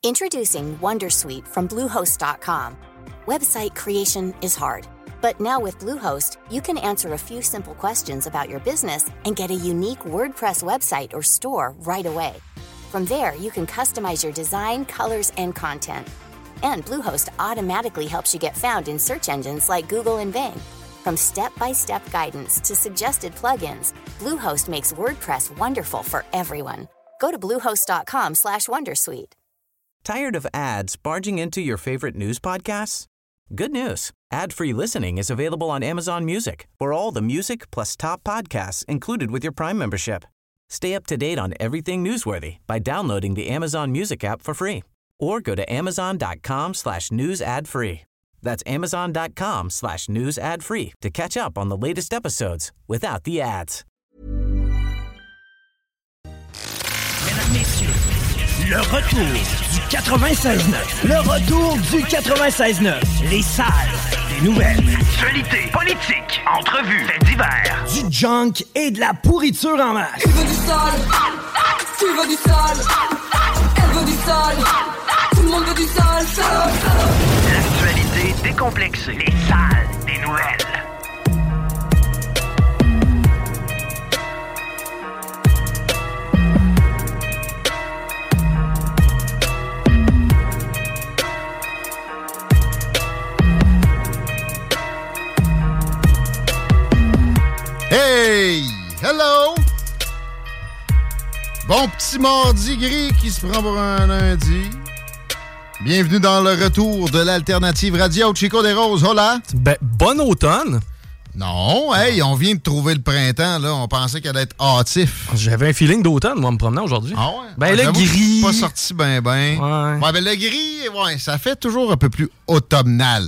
Introducing Wondersuite from Bluehost.com. Website creation is hard, but now with Bluehost, you can answer a few simple questions about your business and get a unique WordPress website or store right away. From there, you can customize your design, colors, and content. And Bluehost automatically helps you get found in search engines like Google and Bing. From step-by-step guidance to suggested plugins, Bluehost makes WordPress wonderful for everyone. Go to bluehost.com/wondersuite. Tired of ads barging into your favorite news podcasts? Good news. Ad-free listening is available on Amazon Music for all the music plus top podcasts included with your Prime membership. Stay up to date on everything newsworthy by downloading the Amazon Music app for free or go to amazon.com/news ad free. That's amazon.com/news ad free to catch up on the latest episodes without the ads. Mesdames, messieurs, le retour du 96.9. Le retour du 96.9. Les salles des nouvelles. Actualité, politique, entrevues, faits divers. Du junk et de la pourriture en masse. Il veut du sale. Tu veux du sale. Elle veut du sale. Tout le monde veut du sale. L'actualité décomplexée. Les salles des nouvelles. Hey! Hello! Bon petit mardi gris qui se prend pour un lundi. Bienvenue dans le retour de l'Alternative Radio. Chico des Roses, hola! Ben, bon automne! Non, hey, on vient de trouver le printemps, là. On pensait qu'elle allait être hâtif. J'avais un feeling d'automne, moi, en me promenant aujourd'hui. Ah ouais? Ben, le gris... Pas sorti ben. Ouais. Ouais, ben le gris, ouais, ça fait toujours un peu plus automnal.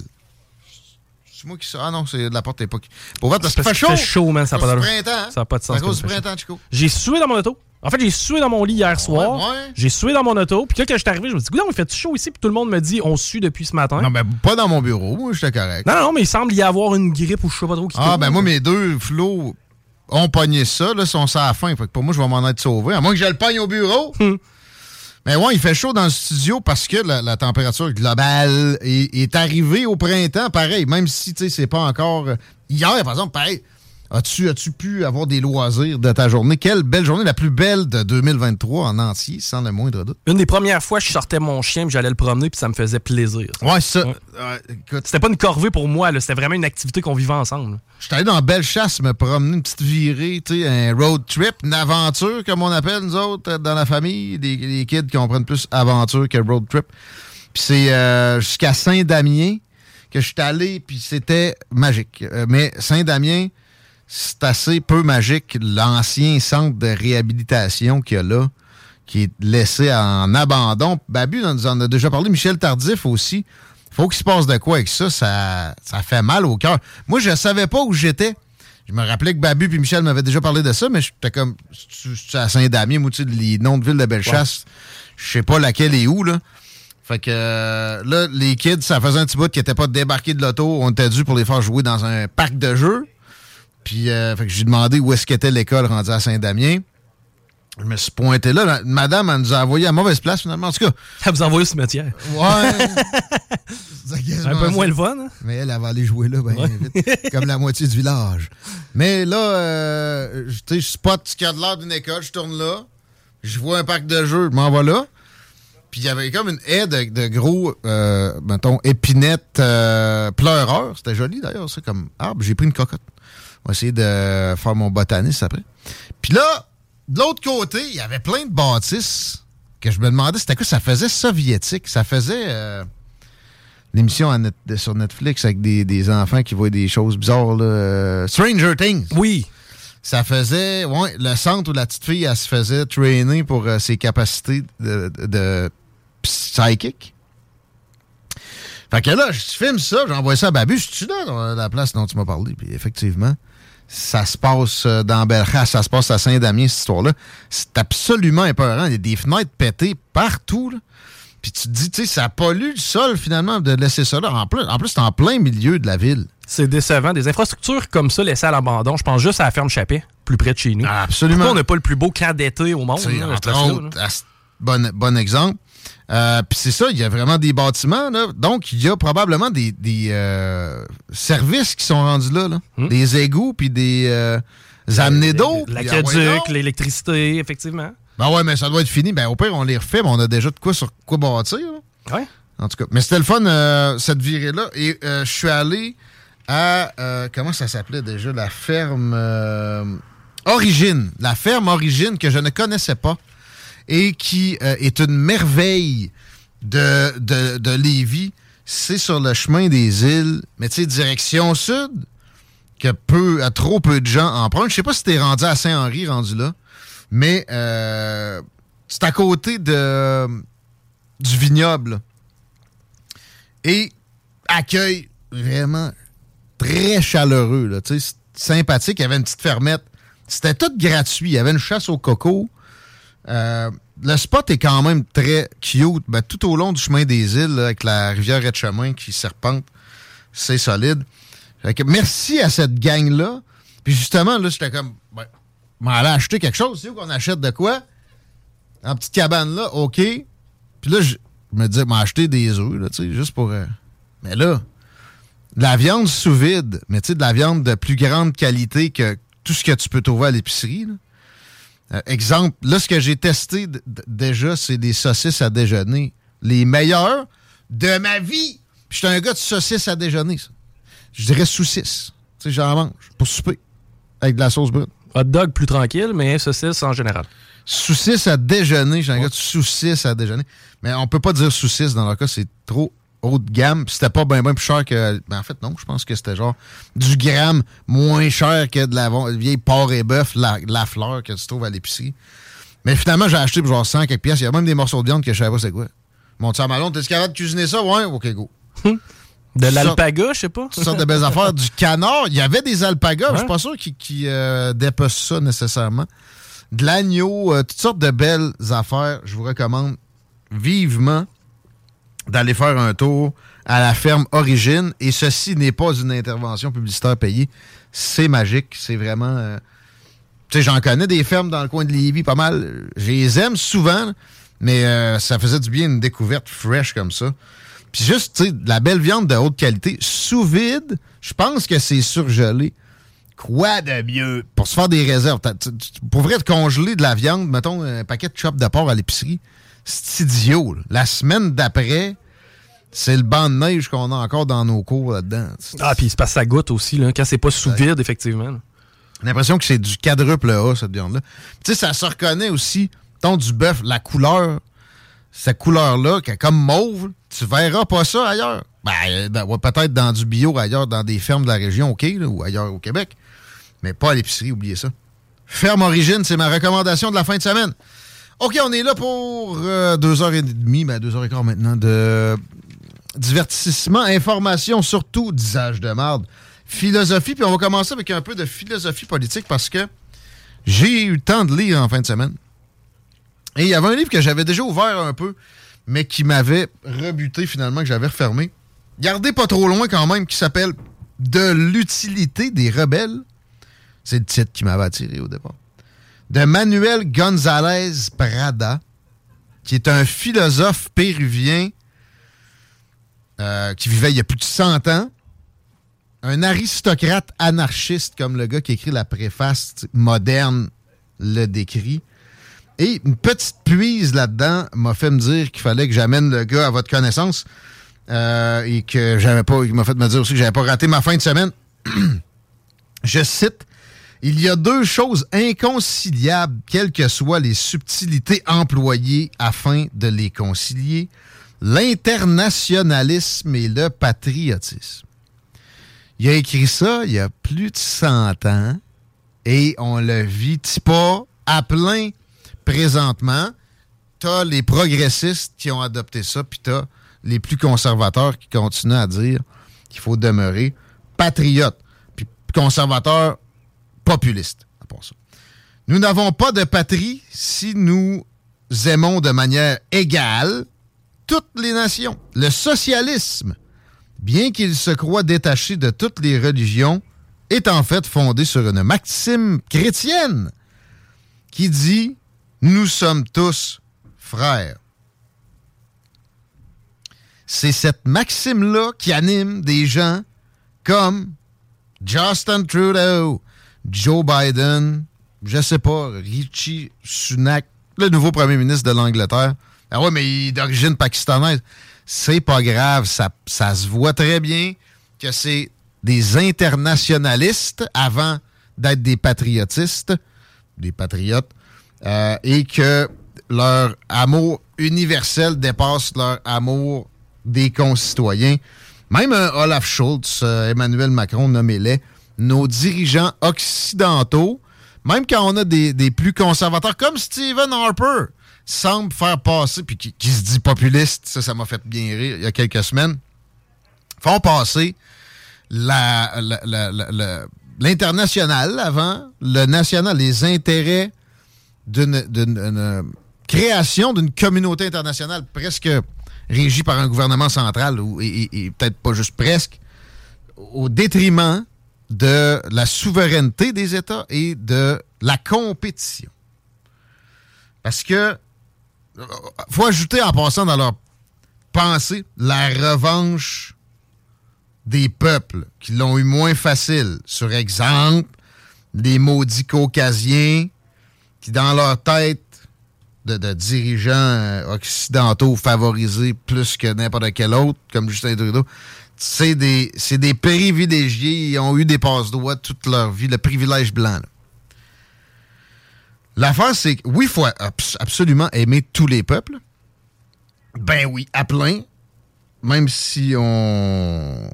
C'est moi qui... Ah non, c'est de la porte époque. Pour vrai, parce qu'il fait chaud. Ça fait chaud, man. Ça n'a pas d'allure. Printemps. Ça n'a pas de sens. C'est à cause du printemps, Chico. J'ai sué dans mon auto. En fait, j'ai sué dans mon lit hier soir. Ouais. J'ai sué dans mon auto. Puis quand je suis arrivé, je me suis dit, il fait chaud ici. Puis tout le monde me dit, on sue depuis ce matin. Non, ben pas dans mon bureau. Moi, j'étais correct. Non, mais il semble y avoir une grippe ou je sais pas trop qui Ah, ben moi, mes deux flots ont pogné ça. Là, sont à la fin. Fait que pour moi, je vais m'en être sauvé. À moins que je le pogne au bureau. Mais ouais, il fait chaud dans le studio parce que la température globale est arrivée au printemps, pareil. Même si, tu sais, c'est pas encore... Hier, par exemple, pareil. As-tu pu avoir des loisirs de ta journée? Quelle belle journée, la plus belle de 2023 en entier, sans le moindre doute. Une des premières fois, je sortais mon chien puis j'allais le promener puis ça me faisait plaisir. Ouais, ça. Ouais. Écoute, c'était pas une corvée pour moi, là. C'était vraiment une activité qu'on vivait ensemble. J'étais allé dans Bellechasse me promener, une petite virée, tu sais, un road trip, une aventure, comme on appelle, nous autres, dans la famille. Des kids qui comprennent plus aventure que road trip. Puis c'est jusqu'à Saint-Damien que je suis allé, puis c'était magique. Mais Saint-Damien... C'est assez peu magique, l'ancien centre de réhabilitation qu'il y a là, qui est laissé en abandon. Babu nous en a déjà parlé, Michel Tardif aussi. Faut qu'il se passe de quoi avec ça, ça fait mal au cœur. Moi, je savais pas où j'étais. Je me rappelais que Babu et Michel m'avaient déjà parlé de ça, mais j'étais comme, c'est à Saint-Damien, moi, tu sais, les noms de villes de Bellechasse, je sais pas laquelle est où, là. Fait que là, les kids, ça faisait un petit bout qui n'étaient pas débarqués de l'auto. On était dû pour les faire jouer dans un parc de jeux. Puis, fait que j'ai demandé où est-ce qu'était l'école rendue à Saint-Damien. Je me suis pointé là. Madame, elle nous a envoyé à mauvaise place, finalement. En tout cas... Elle vous a envoyé au cimetière. Ouais. C'est un peu moins le fun, hein? Mais elle va aller jouer là, bien vite. Comme la moitié du village. Mais là, tu sais, je spot ce qu'il y a de l'air d'une école. Je tourne là. Je vois un parc de jeux. Je m'en vais là. Puis il y avait comme une haie de gros, mettons, épinettes pleureurs. C'était joli, d'ailleurs, ça, comme arbre. J'ai pris une cocotte. On va essayer de faire mon botaniste après. Puis là, de l'autre côté, il y avait plein de bâtisses que je me demandais c'était quoi. Ça faisait soviétique. Ça faisait l'émission sur Netflix avec des enfants qui voient des choses bizarres. Là. Stranger Things. Oui. Ça faisait... Ouais, le centre où la petite fille, elle se faisait trainer pour ses capacités de psychique. Fait que là, je filme ça, j'envoie ça à Babu. Je suis là dans la place dont tu m'as parlé. Puis effectivement... Ça se passe dans Bellechasse, ça se passe à Saint-Damien, cette histoire-là. C'est absolument épeurant. Il y a des fenêtres pétées partout. Là. Puis tu te dis, tu sais, ça pollue le sol, finalement, de laisser ça là. En plus, c'est en plein milieu de la ville. C'est décevant. Des infrastructures comme ça laissées à l'abandon, je pense juste à la ferme Chappé, plus près de chez nous. Absolument. Pourquoi on n'a pas le plus beau camp d'été au monde? Bon exemple. Puis c'est ça, il y a vraiment des bâtiments, là. Donc, il y a probablement des services qui sont rendus là. Des égouts, puis des amenés d'eau. L'aqueduc, l'électricité, effectivement. Ben ouais, mais ça doit être fini. Ben au pire, on les refait, mais on a déjà de quoi sur quoi bâtir. Là. Ouais. En tout cas, mais c'était le fun, cette virée-là. Et je suis allé à... comment ça s'appelait déjà? La ferme... Origine. La ferme Origine que je ne connaissais pas et qui est une merveille de Lévis. C'est sur le chemin des îles, mais tu sais, direction sud, que trop peu de gens empruntent. Je sais pas si t'es rendu à Saint-Henri, rendu là, mais c'est à côté du vignoble. Et accueil vraiment très chaleureux, là, tu sais, sympathique. Il y avait une petite fermette. C'était tout gratuit. Il y avait une chasse au coco. Le spot est quand même très cute. Ben, tout au long du chemin des îles, là, avec la rivière Etchemin qui serpente, c'est solide. Fait que merci à cette gang-là. Puis justement, là, j'étais comme, m'en aller acheter quelque chose. C'est où qu'on achète de quoi? En petite cabane là, OK. Puis là, je me disais, m'en acheter des œufs, là, tu sais, juste pour... Mais là, de la viande sous vide, mais tu sais, de la viande de plus grande qualité que tout ce que tu peux trouver à l'épicerie, là. Exemple, là, ce que j'ai testé déjà, c'est des saucisses à déjeuner. Les meilleures de ma vie. Puis j'étais un gars de saucisses à déjeuner, ça. Je dirais saucisses. Tu sais, j'en mange pour souper avec de la sauce brune. Hot dog plus tranquille, mais saucisses en général. Saucisses à déjeuner. J'ai un gars de saucisses à déjeuner. Mais on peut pas dire saucisses dans leur cas, c'est trop haut de gamme. Puis c'était pas bien plus cher que... Ben en fait, non. Je pense que c'était genre du gramme moins cher que de la vieille porc et bœuf, la fleur que tu trouves à l'épicerie. Mais finalement, j'ai acheté pour genre 100 quelques pièces. Il y a même des morceaux de viande que je savais pas c'est quoi. Mon petit Amalon, t'es-tu capable de cuisiner ça? Ouais, OK, go. De l'alpaga, je sais pas. Toutes sortes de belles affaires. Du canard. Il y avait des alpagas. Ouais. Je suis pas sûr qu'ils dépecent ça nécessairement. De l'agneau. Toutes sortes de belles affaires. Je vous recommande vivement d'aller faire un tour à la ferme Origine. Et ceci n'est pas une intervention publicitaire payée. C'est magique. C'est vraiment... tu sais, j'en connais des fermes dans le coin de Lévis, pas mal. Je les aime souvent, mais ça faisait du bien une découverte fraîche comme ça. Puis juste, tu sais, de la belle viande de haute qualité, sous vide, je pense que c'est surgelé. Quoi de mieux? Pour se faire des réserves. Tu pourrais te congeler de la viande, mettons, un paquet de chops de porc à l'épicerie. C'est idiot, là. La semaine d'après, c'est le banc de neige qu'on a encore dans nos cours là-dedans. Ah, puis il se passe ça goutte aussi, là, quand c'est pas sous vide, effectivement. J'ai l'impression que c'est du quadruple A, cette viande-là. Tu sais, ça se reconnaît aussi, du bœuf, la couleur, cette couleur-là, qui est comme mauve, tu verras pas ça ailleurs. Ben, peut-être dans du bio ailleurs, dans des fermes de la région, OK, là, ou ailleurs au Québec, mais pas à l'épicerie, oubliez ça. Ferme Origine, c'est ma recommandation de la fin de semaine. OK, on est là pour 2h30, 2h15 maintenant, de divertissement, information, surtout disage de marde, philosophie, puis on va commencer avec un peu de philosophie politique parce que j'ai eu le temps de lire en fin de semaine. Et il y avait un livre que j'avais déjà ouvert un peu, mais qui m'avait rebuté finalement, que j'avais refermé. Gardez pas trop loin quand même, qui s'appelle « De l'utilité des rebelles ». C'est le titre qui m'avait attiré au départ. De Manuel González Prada, qui est un philosophe péruvien qui vivait il y a plus de 100 ans. Un aristocrate anarchiste, comme le gars qui écrit la préface moderne le décrit. Et une petite puise là-dedans m'a fait me dire qu'il fallait que j'amène le gars à votre connaissance et que j'avais pas. Il m'a fait me dire aussi que j'avais pas raté ma fin de semaine. Je cite: il y a deux choses inconciliables, quelles que soient les subtilités employées afin de les concilier: l'internationalisme et le patriotisme. Il a écrit ça il y a plus de 100 ans et on le vit pas à plein. Présentement, t'as les progressistes qui ont adopté ça, puis t'as les plus conservateurs qui continuent à dire qu'il faut demeurer patriote, puis conservateur populiste, à part ça. Nous n'avons pas de patrie si nous aimons de manière égale toutes les nations. Le socialisme, bien qu'il se croie détaché de toutes les religions, est en fait fondé sur une maxime chrétienne qui dit « Nous sommes tous frères ». c'est cette maxime-là qui anime des gens comme Justin Trudeau, Joe Biden, je sais pas, Rishi Sunak, le nouveau premier ministre de l'Angleterre. Ah ouais, mais il est d'origine pakistanaise. C'est pas grave, ça se voit très bien que c'est des internationalistes avant d'être des patriotistes, des patriotes, et que leur amour universel dépasse leur amour des concitoyens. Même Olaf Scholz, Emmanuel Macron, nommez-les, nos dirigeants occidentaux, même quand on a des plus conservateurs, comme Stephen Harper, semblent faire passer, puis qui se dit populiste, ça m'a fait bien rire il y a quelques semaines, font passer l'international avant le national, les intérêts d'une création d'une communauté internationale presque régie par un gouvernement central, et peut-être pas juste presque, au détriment de la souveraineté des États et de la compétition. Parce que faut ajouter en passant dans leur pensée la revanche des peuples qui l'ont eu moins facile. Sur exemple, les maudits caucasiens qui, dans leur tête de dirigeants occidentaux favorisés plus que n'importe quel autre, comme Justin Trudeau, c'est des privilégiés. Ils ont eu des passe-droits toute leur vie, le privilège blanc. Là. L'affaire, c'est que, oui, il faut absolument aimer tous les peuples. Ben oui, à plein. Même si on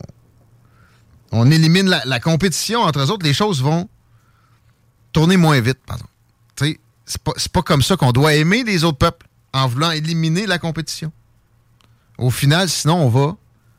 élimine la compétition entre eux autres, les choses vont tourner moins vite, pardon. Tu sais, c'est pas comme ça qu'on doit aimer les autres peuples en voulant éliminer la compétition. Au final, sinon, on va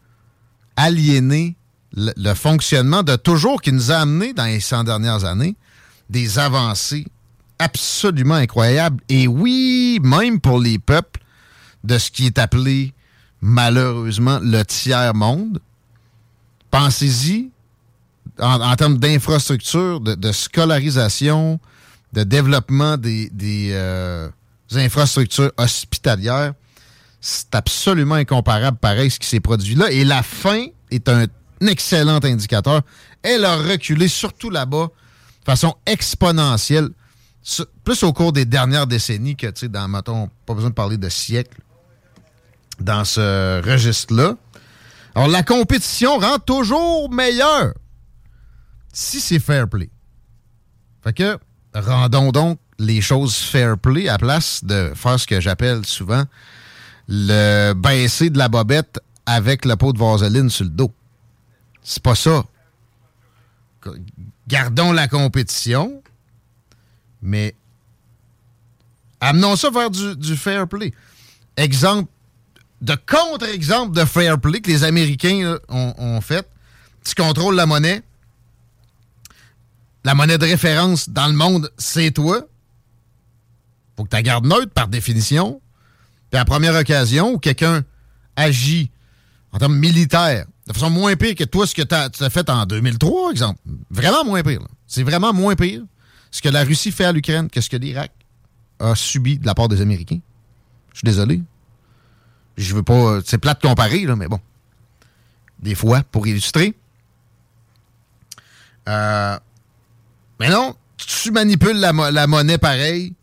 aliéner le fonctionnement de toujours qui nous a amené dans les 100 dernières années des avancées absolument incroyables. Et oui, même pour les peuples de ce qui est appelé malheureusement le tiers-monde. Pensez-y en termes d'infrastructure, de scolarisation, de développement des infrastructures hospitalières. C'est absolument incomparable, pareil, ce qui s'est produit là. Et la faim est un excellent indicateur. Elle a reculé, surtout là-bas, de façon exponentielle, plus au cours des dernières décennies que, tu sais, dans, mettons, pas besoin de parler de siècles, dans ce registre-là. Alors, la compétition rend toujours meilleure si c'est fair play. Fait que, rendons donc les choses fair play à place de faire ce que j'appelle souvent le baisser de la bobette avec le pot de vaseline sur le dos. C'est pas ça. Gardons la compétition, mais amenons ça vers du fair play. Exemple, de contre-exemple de fair play que les Américains là, ont fait. Tu contrôles la monnaie. La monnaie de référence dans le monde, c'est toi. Faut que tu la gardes neutre, par définition. Puis à la première occasion où quelqu'un agit en termes militaires de façon moins pire que toi, ce que tu as fait en 2003, exemple. Vraiment moins pire. Là. C'est vraiment moins pire ce que la Russie fait à l'Ukraine que ce que l'Irak a subi de la part des Américains. Je suis désolé. Je veux pas... C'est plate de comparer, là, mais bon. Des fois, pour illustrer. Mais non, tu manipules la monnaie pareil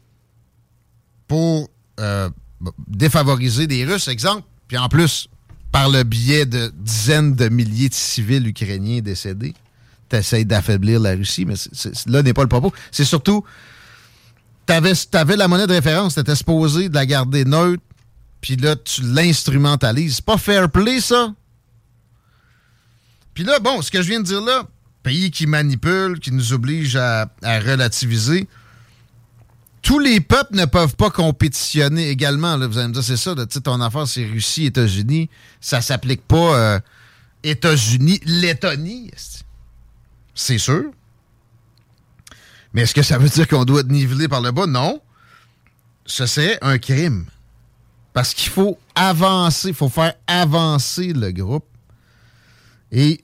pour défavoriser des Russes, exemple. Puis en plus, par le biais de dizaines de milliers de civils ukrainiens décédés, tu essaies d'affaiblir la Russie, mais là n'est pas le propos. C'est surtout, t'avais la monnaie de référence, t'étais supposé de la garder neutre, puis là, tu l'instrumentalises. C'est pas fair play, ça? Puis là, bon, ce que je viens de dire là, pays qui manipule, qui nous oblige à relativiser, tous les peuples ne peuvent pas compétitionner également. Là, vous allez me dire, c'est ça, là, ton affaire, c'est Russie, États-Unis. Ça s'applique pas États-Unis, Lettonie. C'est sûr. Mais est-ce que ça veut dire qu'on doit être nivelé par le bas? Non. Ce serait un crime. Parce qu'il faut avancer, il faut faire avancer le groupe. Et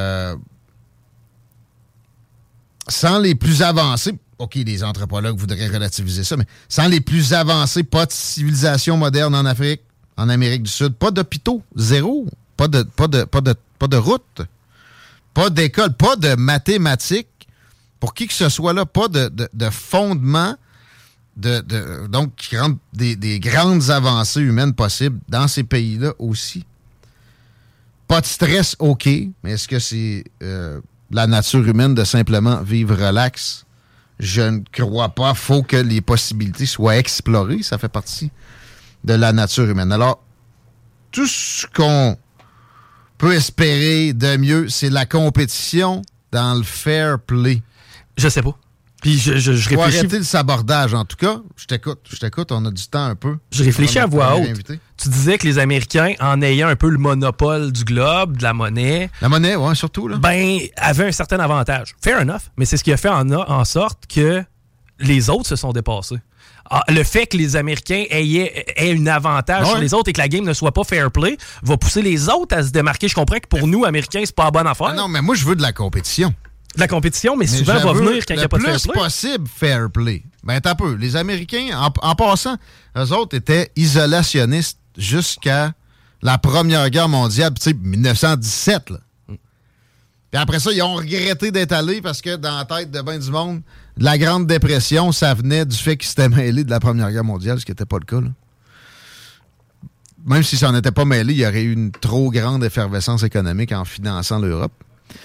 sans les plus avancés, OK, les anthropologues voudraient relativiser ça, mais sans les plus avancés, pas de civilisation moderne en Afrique, en Amérique du Sud. Pas d'hôpitaux, zéro. Pas de route, pas d'école, pas de mathématiques. Pour qui que ce soit là, pas de fondement, donc qui rendent des grandes avancées humaines possibles dans ces pays-là aussi. Pas de stress, OK, mais est-ce que c'est la nature humaine de simplement vivre relax? Je ne crois pas. Il faut que les possibilités soient explorées. Ça fait partie de la nature humaine. Alors, tout ce qu'on peut espérer de mieux, c'est la compétition dans le fair play. Je sais pas. Puis je réfléchis. Faut arrêter le sabordage, en tout cas. Je t'écoute, on a du temps un peu. Je réfléchis à voix haute. Tu disais que les Américains, en ayant un peu le monopole du globe, de la monnaie... La monnaie, oui, surtout, là. Ben, avaient un certain avantage. Fair enough. Mais c'est ce qui a fait en sorte que les autres se sont dépassés. Le fait que les Américains aient un avantage sur les autres et que la game ne soit pas fair play va pousser les autres à se démarquer. Je comprends que pour nous, Américains, c'est pas la bonne affaire. Ah non, mais moi, je veux de la compétition. De la compétition, mais souvent va venir quand il n'y a pas de fair play. Le plus possible fair play. Ben, t'as peu. Les Américains, en passant, eux autres étaient isolationnistes jusqu'à la Première Guerre mondiale, tu sais, 1917, là. Puis après ça, ils ont regretté d'être allés parce que dans la tête de ben du monde, la Grande Dépression, ça venait du fait qu'ils s'étaient mêlés de la Première Guerre mondiale, ce qui n'était pas le cas, là. Même si ça n'en était pas mêlé, il y aurait eu une trop grande effervescence économique en finançant l'Europe.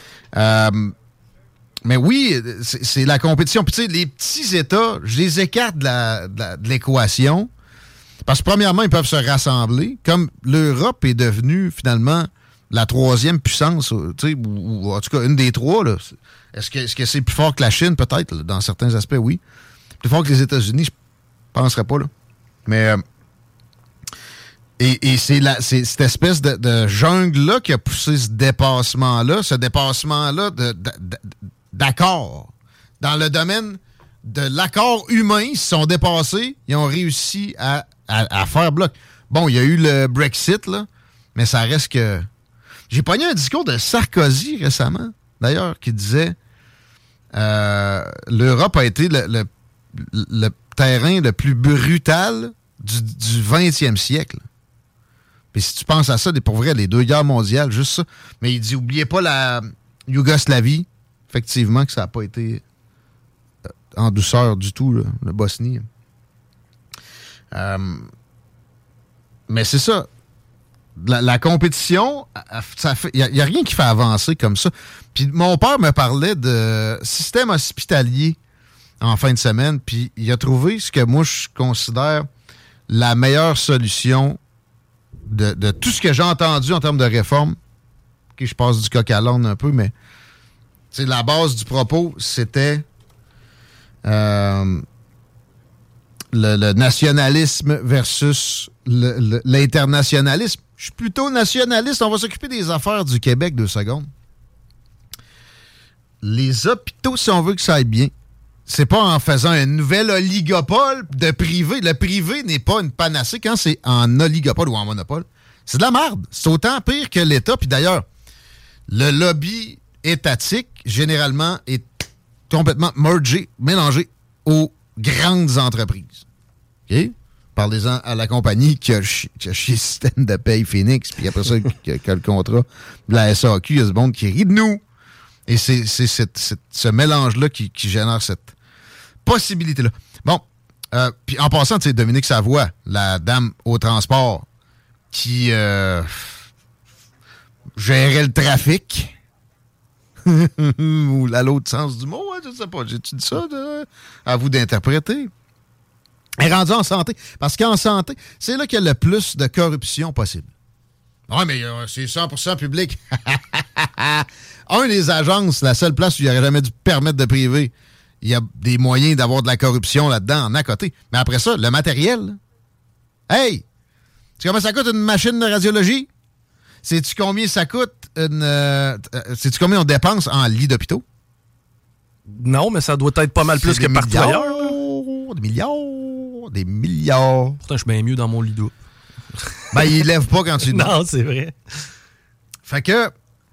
Mais oui, c'est la compétition. Puis tu sais, les petits États, je les écarte de l'équation. Parce que premièrement, ils peuvent se rassembler. Comme l'Europe est devenue finalement la troisième puissance, tu sais, ou en tout cas une des trois, là. Est-ce que c'est plus fort que la Chine, peut-être, là, dans certains aspects, oui. Plus fort que les États-Unis, je penserais pas, là. Mais et c'est cette espèce de jungle-là qui a poussé ce dépassement-là d'accord. Dans le domaine de l'accord humain, ils se sont dépassés, ils ont réussi à faire bloc. Bon, il y a eu le Brexit, là, mais ça reste que... J'ai pogné un discours de Sarkozy récemment, d'ailleurs, qui disait l'Europe a été le terrain le plus brutal du 20e siècle. Puis si tu penses à ça, pour vrai, les 2 guerres mondiales, juste ça. Mais il dit, oubliez pas la Yougoslavie. Effectivement que ça n'a pas été en douceur du tout, là, le Bosnie. Mais c'est ça. La compétition, il n'y a rien qui fait avancer comme ça. Puis mon père me parlait de système hospitalier en fin de semaine, puis il a trouvé ce que moi je considère la meilleure solution de tout ce que j'ai entendu en termes de réforme. Okay, je passe du coq à l'âne un peu, mais la base du propos, c'était le nationalisme versus l'internationalisme. Je suis plutôt nationaliste. On va s'occuper des affaires du Québec 2 secondes. Les hôpitaux, si on veut que ça aille bien, c'est pas en faisant un nouvel oligopole de privé. Le privé n'est pas une panacée quand c'est en oligopole ou en monopole. C'est de la merde. C'est autant pire que l'État. Puis d'ailleurs, le lobby étatique, généralement, est complètement mélangé aux grandes entreprises. OK? Parlez-en à la compagnie qui a chié le système de paye Phoenix, puis après ça, qui a le contrat de la SAQ, il y a ce monde qui rit de nous. Et c'est ce mélange-là qui génère cette possibilité-là. Bon, puis en passant, tu sais, Dominique Savoie, la dame au transport, qui gérait le trafic, ou l'autre sens du mot, hein, je sais pas, j'ai-tu dit ça? À vous d'interpréter. Elle est rendue en santé. Parce qu'en santé, c'est là qu'il y a le plus de corruption possible. Oui, mais c'est 100% public. Des agences, la seule place où il n'aurait jamais dû permettre de privé, il y a des moyens d'avoir de la corruption là-dedans, en à côté. Mais après ça, le matériel. Là. Hey! Tu sais combien ça coûte une machine de radiologie? Sais-tu combien ça coûte sais-tu combien on dépense en lits d'hôpitaux? Non, mais ça doit être pas mal plus que partout ailleurs. Des milliards. Pourtant, je suis bien mieux dans mon lit d'eau. Ben, il lève pas quand tu... Non, c'est vrai. Fait que,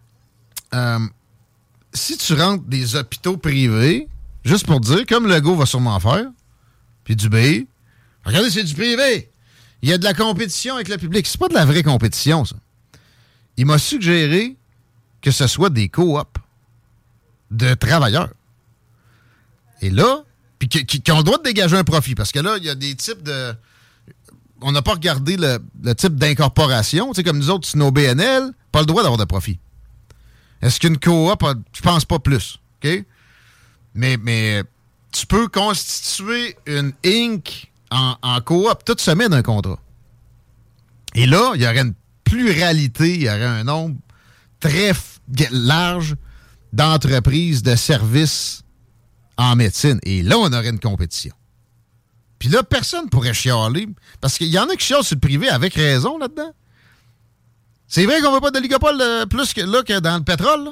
si tu rentres des hôpitaux privés, juste pour dire, comme Legault va sûrement faire, puis Dubé, regardez, c'est du privé. Il y a de la compétition avec le public. C'est pas de la vraie compétition, ça. Il m'a suggéré que ce soit des coops de travailleurs. Et là, puis qui ont le droit de dégager un profit. Parce que là, il y a des types de... On n'a pas regardé le type d'incorporation. Tu sais, comme nous autres, c'est nos BNL, pas le droit d'avoir de profit. Est-ce qu'une coop a... Je pense pas plus. OK? Mais tu peux constituer une Inc. en coop. Tout se met dans un contrat. Et là, il y aurait une pluralité, il y aurait un nombre très large d'entreprises de services en médecine. Et là, on aurait une compétition. Puis là, personne ne pourrait chialer. Parce qu'il y en a qui chialent sur le privé avec raison là-dedans. C'est vrai qu'on ne veut pas d'oligopole plus que là que dans le pétrole, là.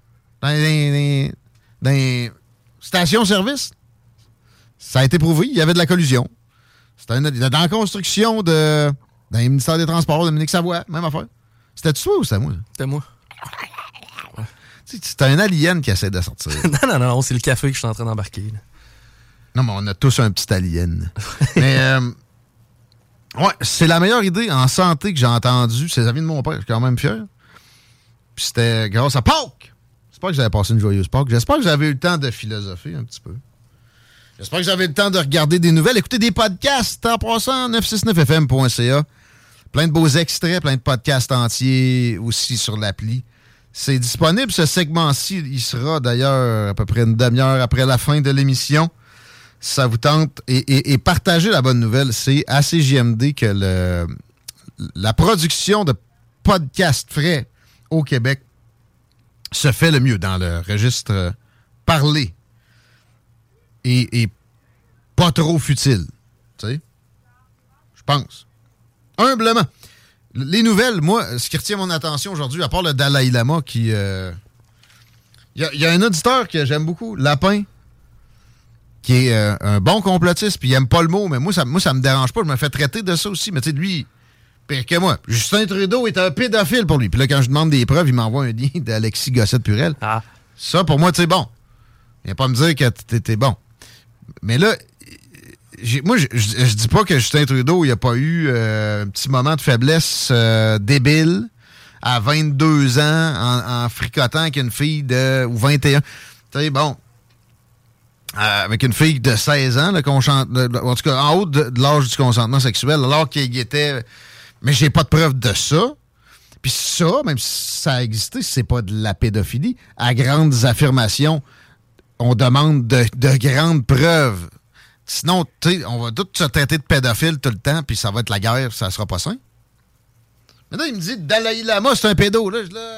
Dans les stations-service. Ça a été prouvé, il y avait de la collusion. C'était dans la construction dans les ministères des Transports, Dominique Savoie, même affaire. C'était toi ou c'était moi? C'était moi. C'est un alien qui essaie de sortir. non, c'est le café que je suis en train d'embarquer. Là. Non, mais on a tous un petit alien. Mais, ouais, c'est la meilleure idée en santé que j'ai entendue. C'est les amis de mon père, je suis quand même fier. Puis c'était grâce à Pâques. J'espère que j'avais passé une joyeuse Pâques. J'espère que j'avais eu le temps de philosopher un petit peu. J'espère que j'avais le temps de regarder des nouvelles, écouter des podcasts en passant 969fm.ca. Plein de beaux extraits, plein de podcasts entiers aussi sur l'appli. C'est disponible, ce segment-ci. Il sera d'ailleurs à peu près une demi-heure après la fin de l'émission. Si ça vous tente. Et partagez la bonne nouvelle. C'est à CJMD que la production de podcasts frais au Québec se fait le mieux dans le registre parlé. Et pas trop futile. Tu sais? Je pense. Humblement. Les nouvelles, moi, ce qui retient mon attention aujourd'hui, à part le Dalai Lama qui... Il y a un auditeur que j'aime beaucoup, Lapin, qui est un bon complotiste, puis il aime pas le mot, mais moi, ça me dérange pas. Je me fais traiter de ça aussi. Mais tu sais, lui, pire que moi. Justin Trudeau est un pédophile pour lui. Puis là, quand je demande des preuves, il m'envoie un lien d'Alexis Gossette-Purel. Ah. Ça, pour moi, tu sais, bon. Il va pas me dire que t'es bon. Mais là... Moi, je dis pas que Justin Trudeau, il a pas eu un petit moment de faiblesse débile à 22 ans en fricotant avec une fille ou 21. Tu sais, bon, avec une fille de 16 ans, là, en tout cas, en haut de l'âge du consentement sexuel, alors qu'il était... Mais j'ai pas de preuve de ça. Puis ça, même si ça a existé, c'est pas de la pédophilie. À grandes affirmations, on demande de grandes preuves. Sinon, tu sais, on va tous se traiter de pédophiles tout le temps, puis ça va être la guerre, ça sera pas sain. Maintenant, il me dit Dalai Lama, c'est un pédo.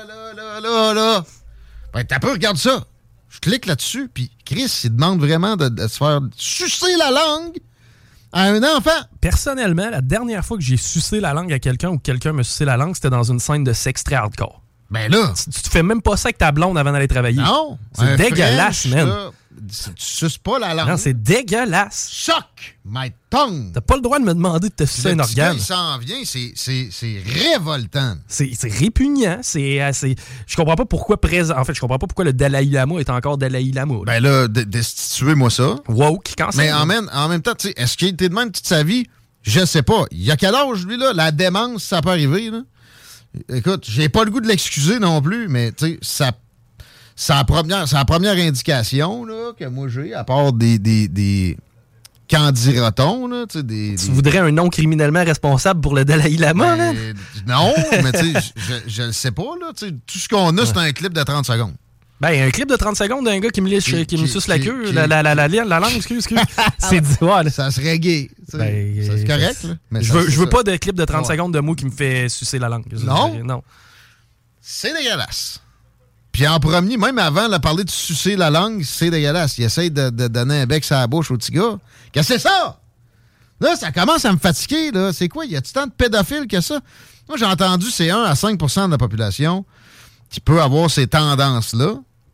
Là. Ben, t'as peu, regarde ça. Je clique là-dessus, puis Chris, il demande vraiment de se faire sucer la langue à un enfant. Personnellement, la dernière fois que j'ai sucé la langue à quelqu'un ou quelqu'un me suçait la langue, c'était dans une scène de sexe très hardcore. Ben là... Tu te fais même pas ça avec ta blonde avant d'aller travailler. Non. C'est dégueulasse, French, man. Là, tu suces pas la langue. Non, c'est dégueulasse. Choc my tongue. T'as pas le droit de me demander de te sucer un organe. Il s'en vient, c'est révoltant. C'est répugnant. Je comprends pas pourquoi En fait, je comprends pas pourquoi le Dalai Lama est encore Dalai Lama. Là. Ben là, destituez-moi ça. Woke, quand ça. Mais en même temps, tu sais, est-ce qu'il était de même toute sa vie? Je sais pas. Il y a quel âge, lui, là? La démence, ça peut arriver, là. Écoute, j'ai pas le goût de l'excuser non plus, mais tu sais, c'est la première indication là, que moi j'ai, à part des qu'en dira-t-on, là, tu sais, Tu voudrais un nom criminellement responsable pour le Dalai Lama, là? Non, mais tu sais, je le sais pas, là, tu sais, tout ce qu'on a, c'est un clip de 30 secondes. Ben, un clip de 30 secondes d'un gars qui me suce la queue, la langue, excuse. C'est du là. Ça serait gay. Ben, c'est correct, là. Mais je veux pas de clip de 30 secondes de moi qui me fait sucer la langue. Non. C'est dégueulasse. Puis en premier, même avant de parler de sucer la langue, c'est dégueulasse. Il essaye de donner un bec sur la bouche au petit gars. Qu'est-ce que c'est ça? Là, ça commence à me fatiguer, là. C'est quoi? Y a-t-il tant de pédophiles que ça? Moi, j'ai entendu c'est 1 à 5 % de la population qui peut avoir ces tendances-là.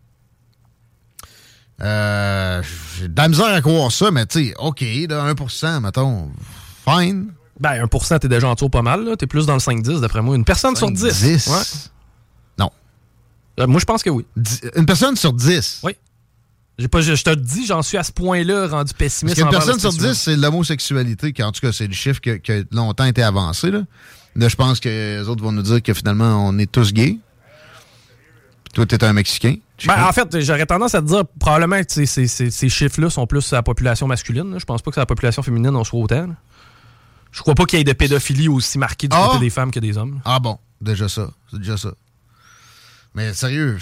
J'ai de la misère à croire ça, mais tu sais, OK, là, 1%, mettons, fine. Ben, 1%, t'es déjà en tour pas mal, là. T'es plus dans le 5-10, d'après moi. Une personne sur 10. 10? Ouais. Non. Moi, je pense que oui. Une personne sur 10? Oui. Je te le dis, j'en suis à ce point-là rendu pessimiste. Parce qu'une personne sur 10, c'est l'homosexualité, en tout cas, c'est le chiffre qui a longtemps été avancé. Là, je pense que les autres vont nous dire que finalement, on est tous gays. Puis toi, t'es un Mexicain. En fait, j'aurais tendance à te dire probablement que ces chiffres-là sont plus à la population masculine. Là. Je pense pas que c'est à la population féminine, on soit autant. Là. Je crois pas qu'il y ait de pédophilie aussi marquée du côté des femmes que des hommes. Ah bon, déjà ça. C'est déjà ça. Mais sérieux...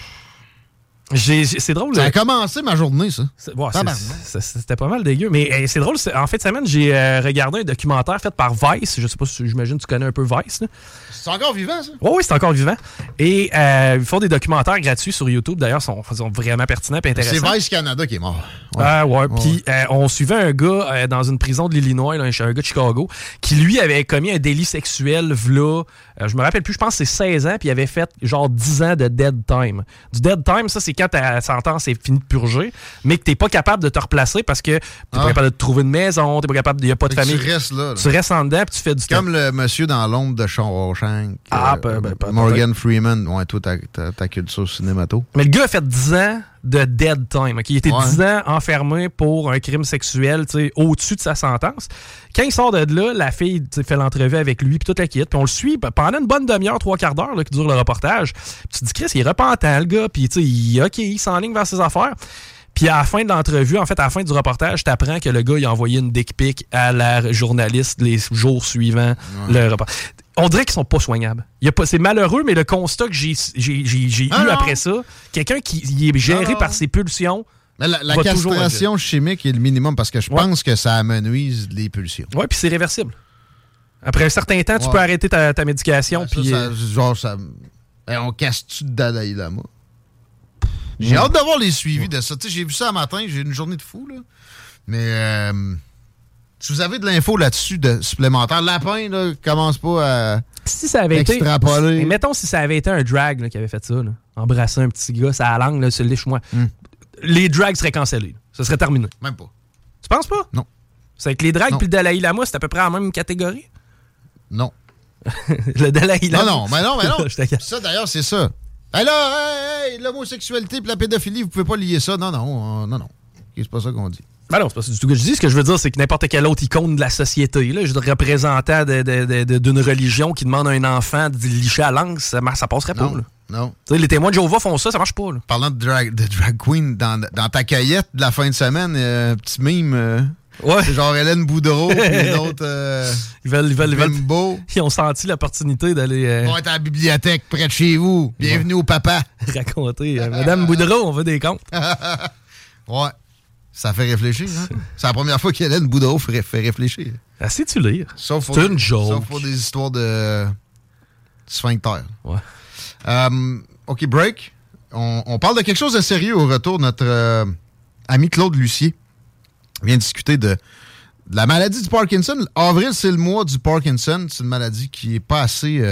C'est drôle. Ça a commencé ma journée, ça. C'était pas mal dégueu. Mais c'est drôle. En fin de semaine, j'ai regardé un documentaire fait par Vice. Je sais pas si j'imagine que tu connais un peu Vice. Là. C'est encore vivant, ça? Oui, c'est encore vivant. Et ils font des documentaires gratuits sur YouTube. D'ailleurs, ils sont vraiment pertinents et intéressants. C'est Vice Canada qui est mort. Ouais. Puis on suivait un gars dans une prison de l'Illinois, là, un gars de Chicago, qui lui avait commis un délit sexuel, je me rappelle plus, je pense que c'est 16 ans, puis il avait fait genre 10 ans de dead time. Du dead time, ça, c'est quand ta sentence est finie de purger, mais que t'es pas capable de te replacer parce que t'es pas capable de te trouver une maison, t'es pas capable, il y a pas de famille. Tu restes là. Tu restes en dedans, puis tu fais du temps. Comme le monsieur dans l'ombre de Shawshank. Morgan Freeman. Ouais, toi, ta culture cinémato. Mais le gars a fait 10 ans de dead time. Okay? Il était 10 ans enfermé pour un crime sexuel au-dessus de sa sentence. Quand il sort de là, la fille fait l'entrevue avec lui, puis toute la quitte. Puis on le suit pendant une bonne demi-heure, 3/4 d'heure là, qui dure le reportage. Puis tu te dis, Chris, il est repentant, le gars. Puis il s'enligne vers ses affaires. Puis à la fin de l'entrevue, en fait, à la fin du reportage, t'apprends que le gars, il a envoyé une dick pic à la journaliste les jours suivants le reportage. On dirait qu'ils sont pas soignables. C'est malheureux, mais le constat que j'ai eu après ça, quelqu'un qui est géré par ses pulsions. Mais la castration chimique est le minimum parce que je pense que ça amenuise les pulsions. Oui, puis c'est réversible. Après un certain temps, tu peux arrêter ta médication. On casse-tu de Dalai Lama? J'ai hâte d'avoir les suivis de ça. J'ai vu ça un matin, j'ai une journée de fou. Là. Mais si vous avez de l'info là-dessus de supplémentaire, Lapin, là, commence pas à extrapoler. Mettons si ça avait été un drag là, qui avait fait ça, là, embrasser un petit gars, ça a la langue, là, sur le liche-moi. Les drags seraient cancellés. Ça serait terminé. Même pas. Tu penses pas? Non. C'est que les drags puis le Dalai Lama, c'est à peu près la même catégorie? Non. Le Dalai Lama? Non. Ça, d'ailleurs, c'est ça. Alors, l'homosexualité et la pédophilie, vous pouvez pas lier ça. Non. C'est pas ça qu'on dit. Ben non, c'est pas ça du tout que je dis. Ce que je veux dire, c'est que n'importe quelle autre icône de la société, là, je dirais représentant d'une religion qui demande à un enfant de licher la langue, ça passerait pas. Là. Non. Tu sais, les témoins de Jéhovah font ça marche pas. Là. Parlant de drag queen, dans ta cueillette de la fin de semaine, un petit mime... c'est genre Hélène Boudreau et d'autres... Ils veulent. Ils ont senti l'opportunité d'aller... Ils vont être à la bibliothèque près de chez vous. Bienvenue au papa. Raconter. Madame Boudreau, on veut des comptes. Ouais. Ça fait réfléchir. Hein? C'est la première fois qu'Hélène Boudreau fait réfléchir. Sais-tu lire? C'est une joke. Sauf pour des histoires de sphincter. Ouais. OK, break. On parle de quelque chose de sérieux au retour. Notre ami Claude Lucier vient discuter de la maladie du Parkinson. Avril, c'est le mois du Parkinson. C'est une maladie qui n'est pas assez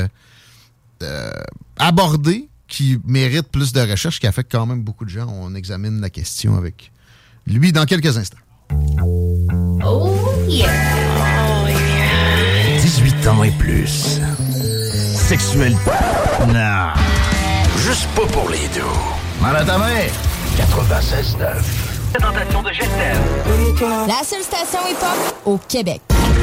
abordée, qui mérite plus de recherche, qui affecte quand même beaucoup de gens. On examine la question avec lui dans quelques instants. Oh yeah! Oh yeah! 18 ans et plus. Sexuel. Non. Juste pas pour les deux. Mal à ta main. 96.9. Présentation de Gestel. La seule station hip-hop au Québec.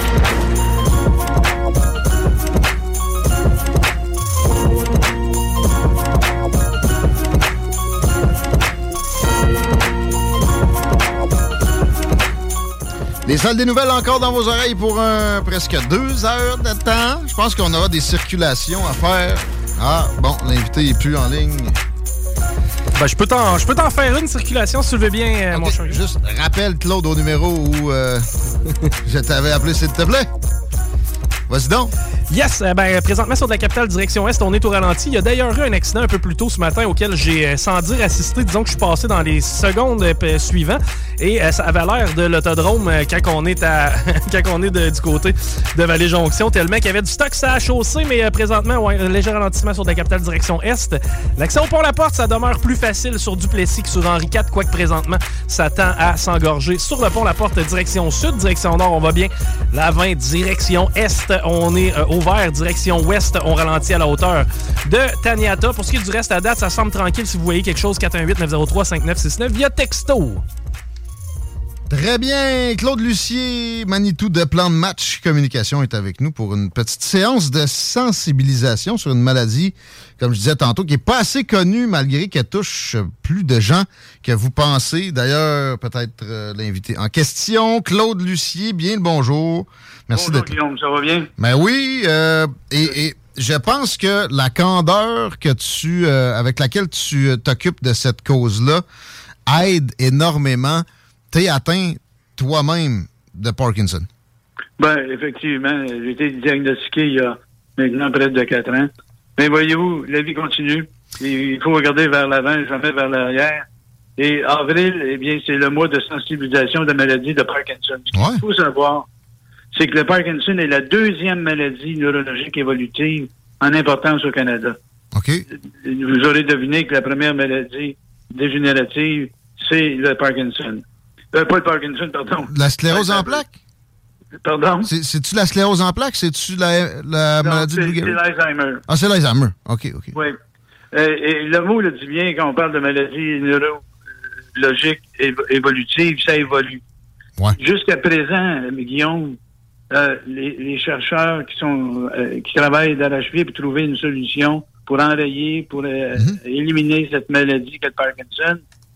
Les salles des nouvelles encore dans vos oreilles pour presque 2 heures de temps. Je pense qu'on aura des circulations à faire. Ah, bon, l'invité est plus en ligne. Ben, je peux t'en faire une circulation si tu le veux bien, mon chéri. Juste rappelle Claude au numéro où je t'avais appelé, s'il te plaît. Vas-y donc. Yes, présentement sur de la capitale direction Est, on est au ralenti. Il y a d'ailleurs eu un accident un peu plus tôt ce matin auquel j'ai, sans dire, assisté. Disons que je suis passé dans les secondes suivantes et ça avait l'air de l'autodrome quand on est du côté de Vallée-Jonction, tellement qu'il y avait du stock sur la chaussée, mais présentement, un léger ralentissement sur de la capitale direction Est. L'accès au pont-la-porte, ça demeure plus facile sur Duplessis que sur Henri IV, quoique présentement, ça tend à s'engorger sur le pont-la-porte direction Sud, direction Nord, on va bien. La 20 direction Est, on est au vert, direction ouest. On ralentit à la hauteur de Taniata. Pour ce qui est du reste à date, ça semble tranquille. Si vous voyez quelque chose, 418-903-5969 via texto. Très bien. Claude Lucier, Manitou de Plan de Match Communication est avec nous pour une petite séance de sensibilisation sur une maladie, comme je disais tantôt, qui n'est pas assez connue malgré qu'elle touche plus de gens que vous pensez. D'ailleurs, peut-être l'invité en question, Claude Lucier, bien le bonjour. Merci bonjour, d'être là. Guillaume, ça va bien? Ben oui, et je pense que la candeur que avec laquelle tu t'occupes de cette cause-là aide énormément. T'es atteint toi-même de Parkinson. Ben, effectivement, j'ai été diagnostiqué il y a maintenant près de 4 ans. Mais voyez-vous, la vie continue. Il faut regarder vers l'avant, jamais vers l'arrière. Et avril, eh bien, c'est le mois de sensibilisation de la maladie de Parkinson. Ce qu'il faut savoir, c'est que le Parkinson est la deuxième maladie neurologique évolutive en importance au Canada. OK. Vous aurez deviné que la première maladie dégénérative, c'est le Parkinson. Pas le Parkinson, pardon. La sclérose en plaques? Pardon? C'est-tu la sclérose en plaques? C'est-tu la maladie de Lou Gehrig? C'est l'Alzheimer. Ah, c'est l'Alzheimer. OK. Oui. Et le mot le dit bien quand on parle de maladie neurologique évolutive, ça évolue. Ouais. Jusqu'à présent, Guillaume, les chercheurs qui travaillent d'arrache-pied pour trouver une solution pour enrayer, pour éliminer cette maladie qu'est le Parkinson,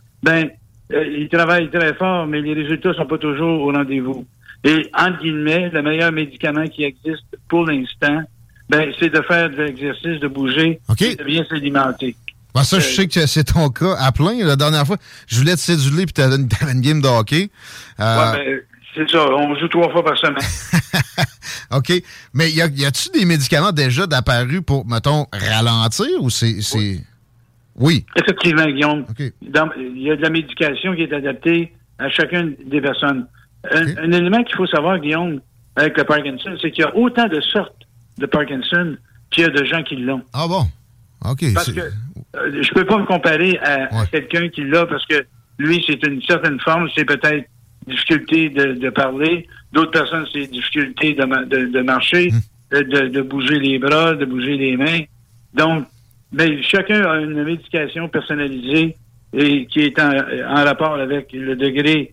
ils travaillent très fort, mais les résultats sont pas toujours au rendez-vous. Et, entre guillemets, le meilleur médicament qui existe pour l'instant, c'est de faire de l'exercice, de bouger, et de bien s'alimenter. Ben ça, je sais que c'est ton cas à plein. La dernière fois, je voulais te céduler puis t'avais une game de hockey. C'est ça. On joue 3 fois par semaine. OK. Mais y a-tu des médicaments déjà d'apparus pour, mettons, ralentir ou c'est... Oui. Effectivement, Guillaume. Okay. Il y a de la médication qui est adaptée à chacune des personnes. Un élément qu'il faut savoir, Guillaume, avec le Parkinson, c'est qu'il y a autant de sortes de Parkinson qu'il y a de gens qui l'ont. Ah bon? OK. Parce que je peux pas me comparer à quelqu'un qui l'a parce que lui, c'est une certaine forme, c'est peut-être difficulté de parler. D'autres personnes, c'est difficulté de marcher, de bouger les bras, de bouger les mains. Donc, mais chacun a une médication personnalisée et qui est en rapport avec le degré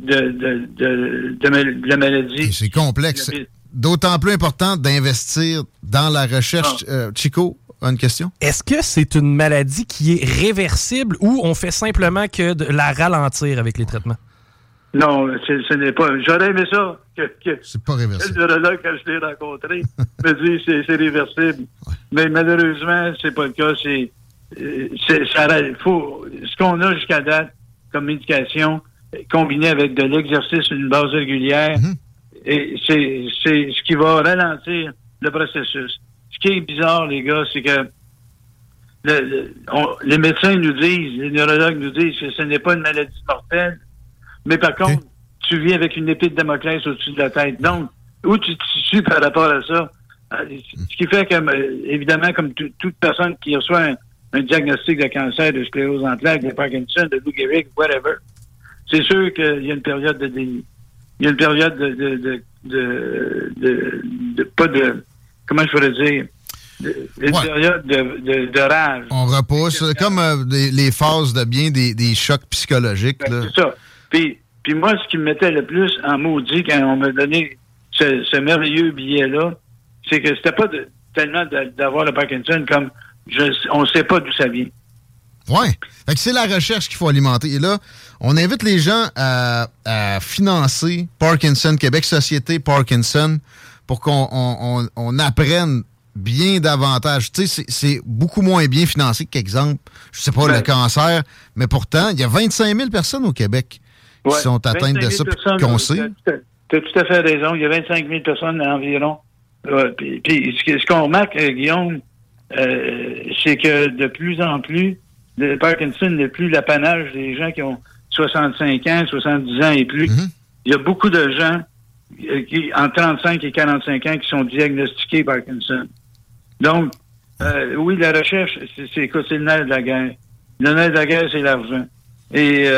de la maladie. Et c'est complexe. D'autant plus important d'investir dans la recherche. Chico a une question? Est-ce que c'est une maladie qui est réversible ou on fait simplement que de la ralentir avec les traitements? Non, ce n'est pas. J'aurais aimé ça. C'est pas réversible. Le neurologue, quand je l'ai rencontré, me dit c'est réversible. Ouais. Mais malheureusement, c'est pas le cas. Ce qu'on a jusqu'à date comme médication, combiné avec de l'exercice une base régulière, et c'est ce qui va ralentir le processus. Ce qui est bizarre, les gars, c'est que les médecins nous disent, les neurologues nous disent que ce n'est pas une maladie mortelle, mais par contre, tu vis avec une épée de Damoclès au-dessus de la tête. Donc, où tu te situes par rapport à ça? Ce qui fait que, évidemment, comme toute personne qui reçoit un diagnostic de cancer, de sclérose en plaques, de Parkinson, de Lou Gehrig, whatever, c'est sûr qu'il y a une période de déni. Il y a une période pas de, comment je pourrais dire, une période de rage. On repousse, comme les phases de bien des chocs psychologiques. Là. C'est ça. Puis moi, ce qui me mettait le plus en maudit quand on m'a donné ce merveilleux billet-là, c'est que c'était pas tellement d'avoir le Parkinson comme on ne sait pas d'où ça vient. Oui. Fait que c'est la recherche qu'il faut alimenter. Et là, on invite les gens à financer Parkinson, Québec Société Parkinson, pour qu'on apprenne bien davantage. Tu sais, c'est beaucoup moins bien financé qu'exemple, je sais pas, le cancer, mais pourtant, il y a 25 000 personnes au Québec qui sont atteintes de ça, qu'on sait. Tu as tout à fait raison. Il y a 25 000 personnes environ. Puis ce qu'on remarque, Guillaume, c'est que de plus en plus, le Parkinson n'est plus l'apanage des gens qui ont 65 ans, 70 ans et plus. Il y a beaucoup de gens qui, en 35 et 45 ans qui sont diagnostiqués Parkinson. Donc, oui, la recherche, c'est le nerf de la guerre. Le nerf de la guerre, c'est l'argent. Et,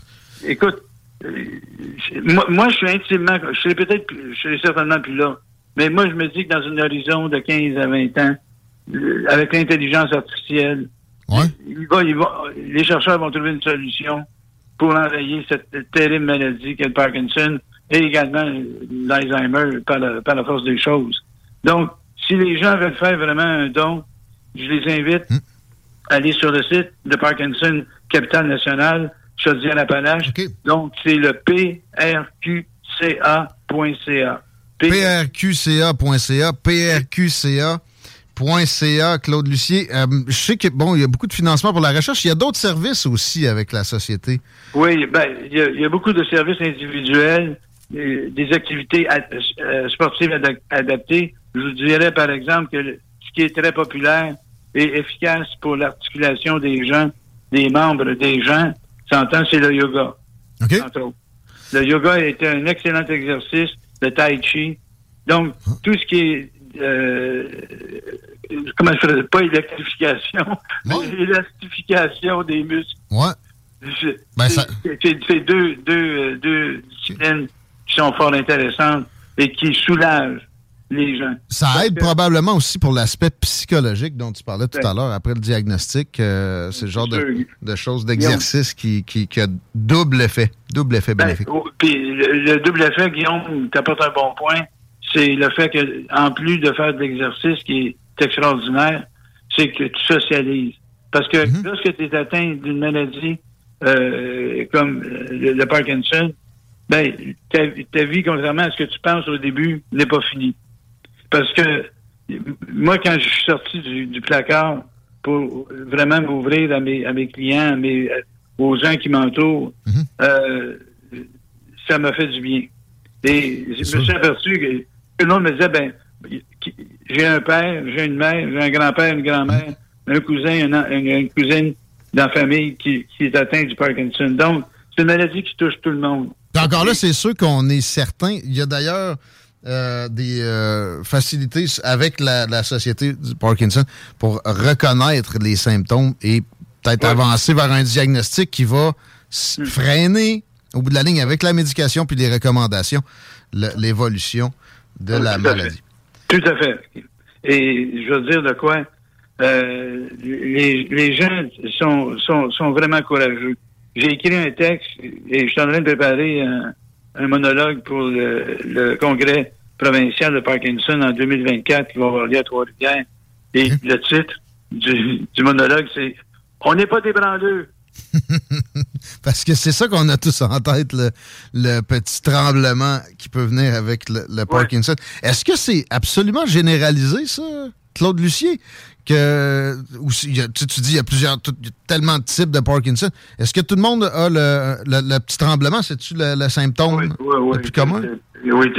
écoute, moi, je suis intimement, je serai certainement plus là, Mais moi, je me dis que dans un horizon de 15 à 20 ans, avec l'intelligence artificielle, les chercheurs vont trouver une solution pour enrayer cette terrible maladie qu'est le Parkinson et également l'Alzheimer par la force des choses. Donc, si les gens veulent faire vraiment un don, je les invite à aller sur le site de Parkinson Capitale Nationale, Chaudière-Appalaches. Okay. Donc, c'est le prqca.ca. prqca.ca. prqca.ca. Claude Lucier. Je sais que il y a beaucoup de financement pour la recherche. Il y a d'autres services aussi avec la société. Oui, il y a beaucoup de services individuels, des activités sportives adaptées. Je vous dirais, par exemple, que ce qui est très populaire et efficace pour l'articulation des gens, des membres des gens, c'est le yoga. Okay. Entre autres. Le yoga est un excellent exercice, le tai chi. Donc, tout ce qui est comment je ferais, pas électrification, mais élastification des muscles. Ouais. C'est deux disciplines qui sont fort intéressantes et qui soulagent les gens. Ça aide probablement aussi pour l'aspect psychologique dont tu parlais tout à l'heure, après le diagnostic. C'est le genre de choses, d'exercice qui a double effet bénéfique. Puis le double effet, Guillaume, tu apportes un bon point, c'est le fait que, en plus de faire de l'exercice qui est extraordinaire, c'est que tu socialises. Parce que lorsque tu es atteint d'une maladie comme le Parkinson, ta vie, contrairement à ce que tu penses au début, n'est pas finie. Parce que moi, quand je suis sorti du placard pour vraiment m'ouvrir à mes clients, aux gens qui m'entourent, ça m'a fait du bien. Et je me suis aperçu que tout le monde me disait, j'ai un père, j'ai une mère, j'ai un grand-père, une grand-mère, un cousin, une cousine dans la famille qui est atteint du Parkinson. Donc, c'est une maladie qui touche tout le monde. Puis encore là, c'est sûr qu'on est certain. Il y a d'ailleurs des facilités avec la Société du Parkinson pour reconnaître les symptômes et peut-être avancer vers un diagnostic qui va freiner, au bout de la ligne, avec la médication puis les recommandations, l'évolution de la maladie. Tout à fait. Et je veux dire de quoi? Les gens sont vraiment courageux. J'ai écrit un texte et je suis en train de préparer un monologue pour le congrès provincial de Parkinson en 2024 qui va avoir lieu à Trois-Rivières. Et le titre du monologue, c'est « On n'est pas des branleux ». Parce que c'est ça qu'on a tous en tête, le petit tremblement qui peut venir avec le Parkinson. Est-ce que c'est absolument généralisé, ça, Claude Lucier? Tu dis, il y a tellement de types de Parkinson. Est-ce que tout le monde a le petit tremblement? C'est-tu le symptôme le plus commun? Oui.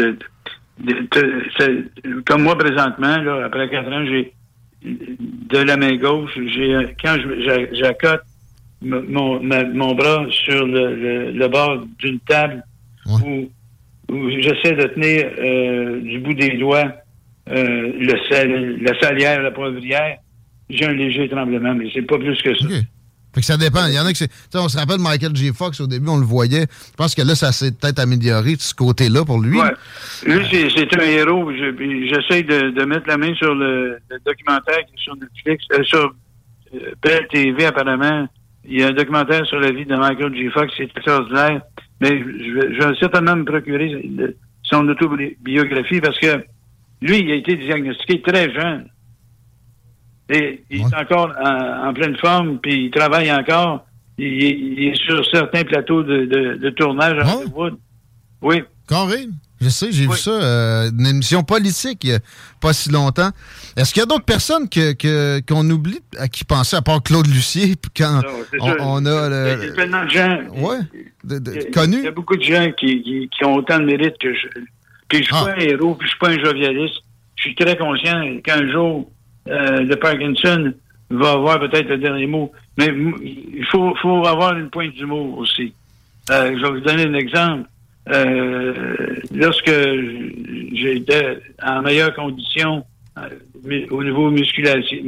Comme moi, présentement, là, après 4 ans, j'ai de la main gauche, quand j'accote mon bras sur le bord d'une table où j'essaie de tenir du bout des doigts la salière, la poivrière, j'ai un léger tremblement, mais c'est pas plus que ça. Okay. Fait que ça dépend. Il y en a qui on se rappelle Michael J. Fox, au début, on le voyait. Je pense que là, ça s'est peut-être amélioré de ce côté-là pour lui. Ouais. Lui, c'est un héros. J'essaie de mettre la main sur le documentaire qui est sur Netflix, sur Bell TV, apparemment. Il y a un documentaire sur la vie de Michael J. Fox, c'est extraordinaire. Mais je vais certainement me procurer son autobiographie parce que lui, il a été diagnostiqué très jeune. Et il est encore en pleine forme, puis il travaille encore. Il est sur certains plateaux de tournage à Hollywood. Oui. Carré. Je sais, j'ai vu ça, une émission politique il n'y a pas si longtemps. Est-ce qu'il y a d'autres personnes qu'on oublie à qui penser, à part Claude Lucier, quand on a... Il y a tellement de gens connus. Il y a beaucoup de gens qui ont autant de mérite que je. Puis je suis pas un héros, puis je suis pas un jovialiste. Je suis très conscient qu'un jour, le Parkinson va avoir peut-être le dernier mot. Mais il faut avoir une pointe d'humour aussi. Je vais vous donner un exemple. Lorsque j'étais en meilleure condition au niveau musculature,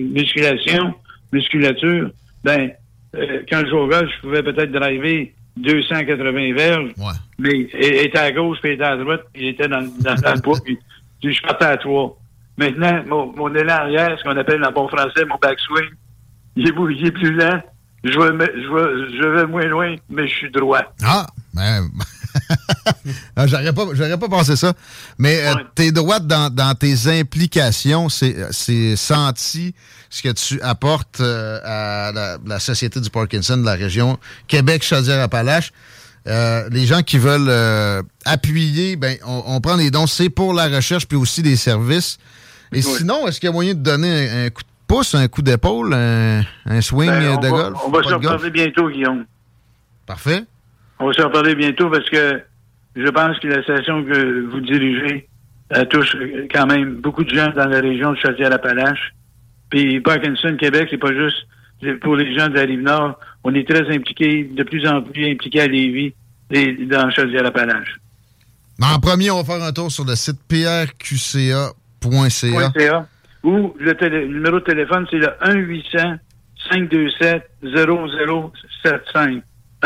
quand je jouais, je pouvais peut-être driver 280 verges, mais il était à gauche, puis il était à droite, puis il était dans le poids, puis puis je partais à 3. Maintenant, mon élan arrière, ce qu'on appelle en bon français, mon backswing, il est plus lent. Je vais moins loin, mais je suis droit. Ah, ben... J'aurais pas pensé ça. Mais t'es droite dans tes implications. C'est senti ce que tu apportes à la Société du Parkinson de la région Québec-Chaudière-Appalaches. Les gens qui veulent appuyer, ben on prend les dons. C'est pour la recherche puis aussi des services. Et sinon, est-ce qu'il y a moyen de donner un coup de pouce, un coup d'épaule, un swing de golf? On va se reparler bientôt, Guillaume. Parfait. On va se reparler bientôt parce que je pense que la station que vous dirigez touche quand même beaucoup de gens dans la région de Chaudière-Appalaches. Puis Parkinson Québec, c'est pas juste pour les gens de la Rive-Nord. On est très impliqués, de plus en plus impliqués à Lévis et dans Chaudière-Appalaches. En premier, on va faire un tour sur le site prqca.ca. Ou le numéro de téléphone, c'est le 1-800-527-0075.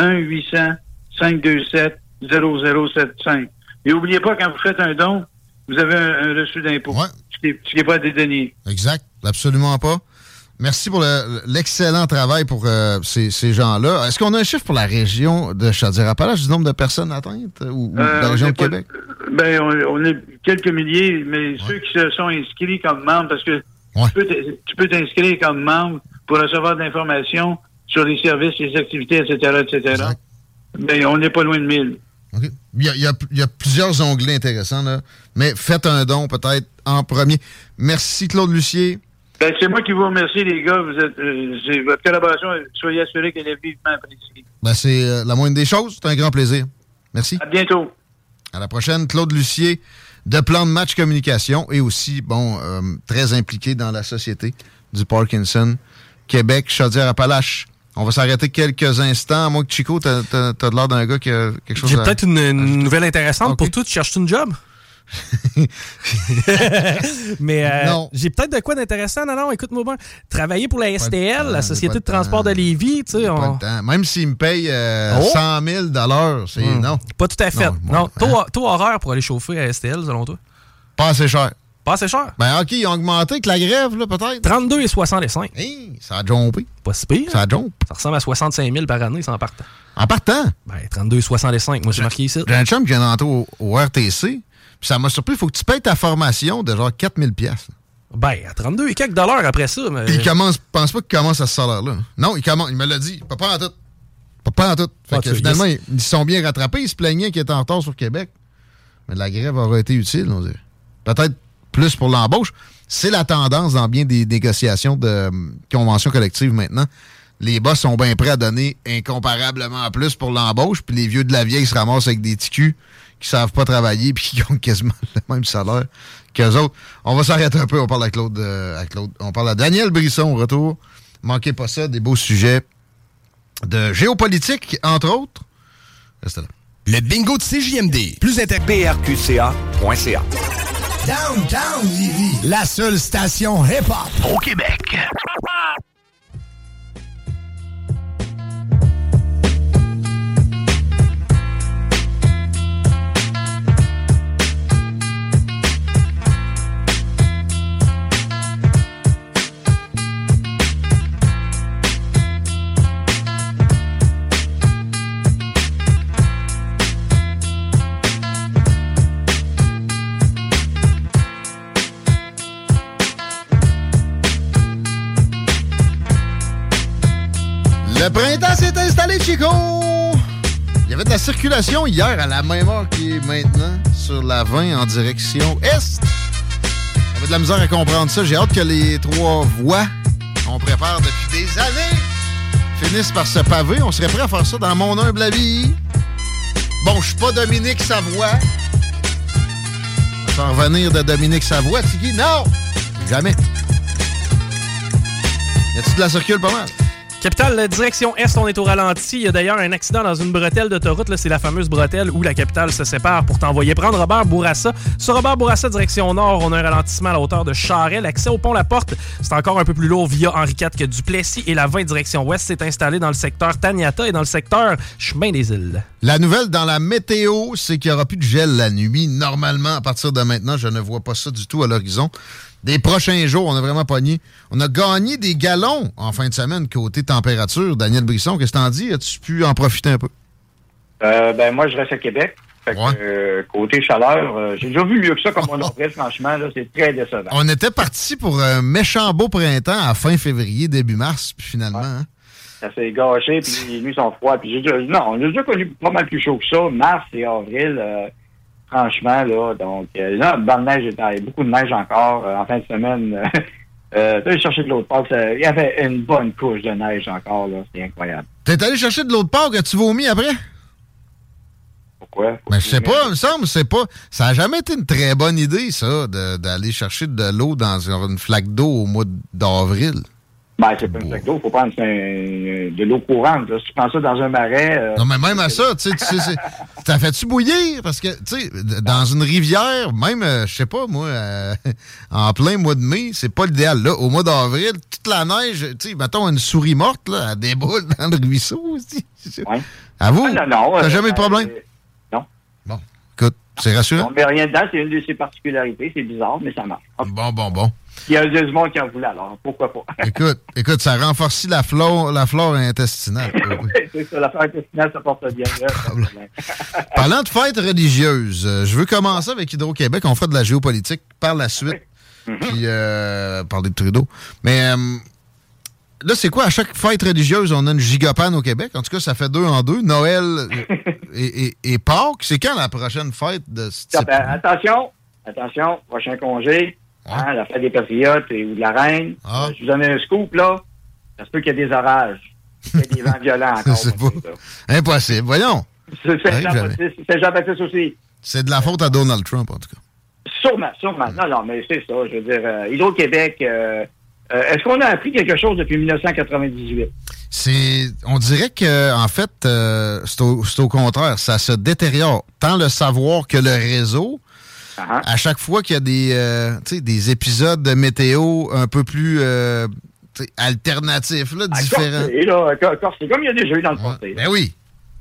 1-800-527-0075. Et n'oubliez pas, quand vous faites un don, vous avez un reçu d'impôt. Ouais. Ce qui n'est pas dédonné. Exact. Absolument pas. Merci pour l'excellent travail pour ces gens-là. Est-ce qu'on a un chiffre pour la région de Chaudière-Appalaches du nombre de personnes atteintes ou de la région de Québec? Ben, on est quelques milliers, mais ceux qui se sont inscrits comme membres, parce que tu peux t'inscrire comme membre pour recevoir de l'information sur les services, les activités, etc., etc. Exact. Ben, on n'est pas loin de 1000. Okay. Il y a plusieurs onglets intéressants, là. Mais faites un don peut-être en premier. Merci, Claude Lucier. Ben, c'est moi qui vous remercie, les gars. C'est votre collaboration. Soyez assurés qu'elle est vivement appréciée. Ben, c'est la moindre des choses. C'est un grand plaisir. Merci. À bientôt. À la prochaine. Claude Lucier de Plan de Match Communication et aussi, très impliqué dans la Société du Parkinson Québec, Chaudière-Appalaches. On va s'arrêter quelques instants. Moi, Chico, t'as de l'air d'un gars qui a quelque chose J'ai peut-être une nouvelle intéressante pour toi. Tu cherches une job? Mais non. J'ai peut-être de quoi d'intéressant. Non, écoute-moi bien. Travailler pour la STL, la Société de transport de Lévis, tu sais. Même s'il me paye 100 000 $, c'est non. Pas tout à fait. Non. Taux horaire pour aller chauffer à STL, selon toi? Pas assez cher. Pas assez cher? Ben, OK, ils ont augmenté avec la grève, là, peut-être. 32,65. Hey, ça a jumpé. Pas si pire. Ça a jumpé. Ça ressemble à 65 000 par année, ça en partant. En partant? Ben, 32,65. Moi, j'ai marqué ici. J'ai un chum qui vient d'entrer au RTC. Puis ça m'a surpris, il faut que tu payes ta formation de genre 4 000 $. Ben, à 32 et quelques dollars après ça. Mais... Il pense pas qu'il commence à ce salaire-là. Non, il me l'a dit. Pas en tout. Pas en tout. Fait que finalement, ils sont bien rattrapés. Ils se plaignaient qu'ils étaient en retard sur Québec. Mais la grève aurait été utile, on dirait. Peut-être plus pour l'embauche. C'est la tendance dans bien des négociations de conventions collectives maintenant. Les boss sont bien prêts à donner incomparablement plus pour l'embauche, puis les vieux de la vieille se ramassent avec des ticus qui savent pas travailler puis qui ont quasiment le même salaire qu'eux autres. On va s'arrêter un peu. On parle à Claude. On parle à Daniel Brisson au retour. Manquez pas ça, des beaux sujets de géopolitique, entre autres. Restez là. Le bingo de CJMD. Plus PRQCA.ca. Downtown Lévis. La seule station hip-hop au Québec. Le printemps s'est installé, Chico! Il y avait de la circulation hier à la même heure qui est maintenant sur la 20 en direction est. J'avais de la misère à comprendre ça. J'ai hâte que les 3 voies qu'on prépare depuis des années finissent par se paver. On serait prêt à faire ça dans mon humble avis. Bon, je suis pas Dominique Savoie. Sans revenir de Dominique Savoie, Tiki? Non! Jamais. Y a-tu de la circule pas mal? Capitale, direction Est, on est au ralenti. Il y a d'ailleurs un accident dans une bretelle d'autoroute. Là, c'est la fameuse bretelle où la capitale se sépare pour t'envoyer prendre Robert Bourassa. Sur Robert Bourassa, direction Nord, on a un ralentissement à la hauteur de Charest. L'accès au pont La Porte, c'est encore un peu plus lourd via Henri IV que Duplessis. Et la 20 direction Ouest s'est installée dans le secteur Taniata et dans le secteur Chemin des Îles. La nouvelle dans la météo, c'est qu'il n'y aura plus de gel la nuit. Normalement, à partir de maintenant, je ne vois pas ça du tout à l'horizon. Des prochains jours, on a vraiment pogné. On a gagné des gallons en fin de semaine côté température. Daniel Brisson, qu'est-ce que t'en dis? As-tu pu en profiter un peu? Moi, je reste à Québec. Fait que, côté chaleur, j'ai déjà vu mieux que ça comme on offrait, franchement. Là, c'est très décevant. On était parti pour un méchant beau printemps à fin février, début mars, puis finalement... Hein? Ça s'est gâché, puis les nuits sont froides. Puis on a déjà connu pas mal plus chaud que ça, mars et avril, franchement. Là, donc, là, dans le neige, il y a beaucoup de neige encore. En fin de semaine, tu allé chercher de l'eau de Pâques, il y avait une bonne couche de neige encore. Là, c'est incroyable. T'es allé chercher de l'eau de Pâques, as-tu vomi après? Pourquoi? Mais je sais pas, il me semble, ça n'a jamais été une très bonne idée, ça, d'aller chercher de l'eau dans une flaque d'eau au mois d'avril. Ben, c'est pas une flaque d'eau, il faut prendre de l'eau courante. Là. Si tu prends ça dans un marais... Non, mais même à ça, tu sais, t'as fait-tu bouillir? Parce que, tu sais, dans une rivière, même, je sais pas, moi, en plein mois de mai, c'est pas l'idéal. Là, au mois d'avril, toute la neige, tu sais, mettons une souris morte, là, elle déboule dans le ruisseau aussi. Ouais. À vous? Non. T'as jamais eu de problème? Non. Bon, écoute, c'est rassurant. On met rien dedans, c'est une de ses particularités, c'est bizarre, mais ça marche. Bon. Il y a du monde qui en voulait, alors pourquoi pas? Écoute, ça renforcit la flore intestinale. C'est ça, la flore intestinale, ça porte bien. Parlant de fêtes religieuses, je veux commencer avec Hydro-Québec. On fera de la géopolitique par la suite, puis parler de Trudeau. Mais là, c'est quoi? À chaque fête religieuse, on a une gigapane au Québec. En tout cas, ça fait 2 en 2. Noël et Pâques. C'est quand la prochaine fête de ce type? Attention, prochain congé. Hein, la fête des Patriotes ou de la Reine. Je vous donne un scoop, là. Ça se peut qu'il y ait des orages. Il y a des vents violents encore. C'est pas impossible. Voyons. C'est Jean-Baptiste aussi. C'est de la faute à Donald Trump, en tout cas. Sûrement. Non, mais c'est ça. Je veux dire, Hydro-Québec, est-ce qu'on a appris quelque chose depuis 1998? On dirait que, en fait, c'est au contraire. Ça se détériore. Tant le savoir que le réseau. À chaque fois qu'il y a des épisodes de météo un peu plus alternatifs, là, différents. C'est comme il y a déjà eu dans le passé. Ben oui.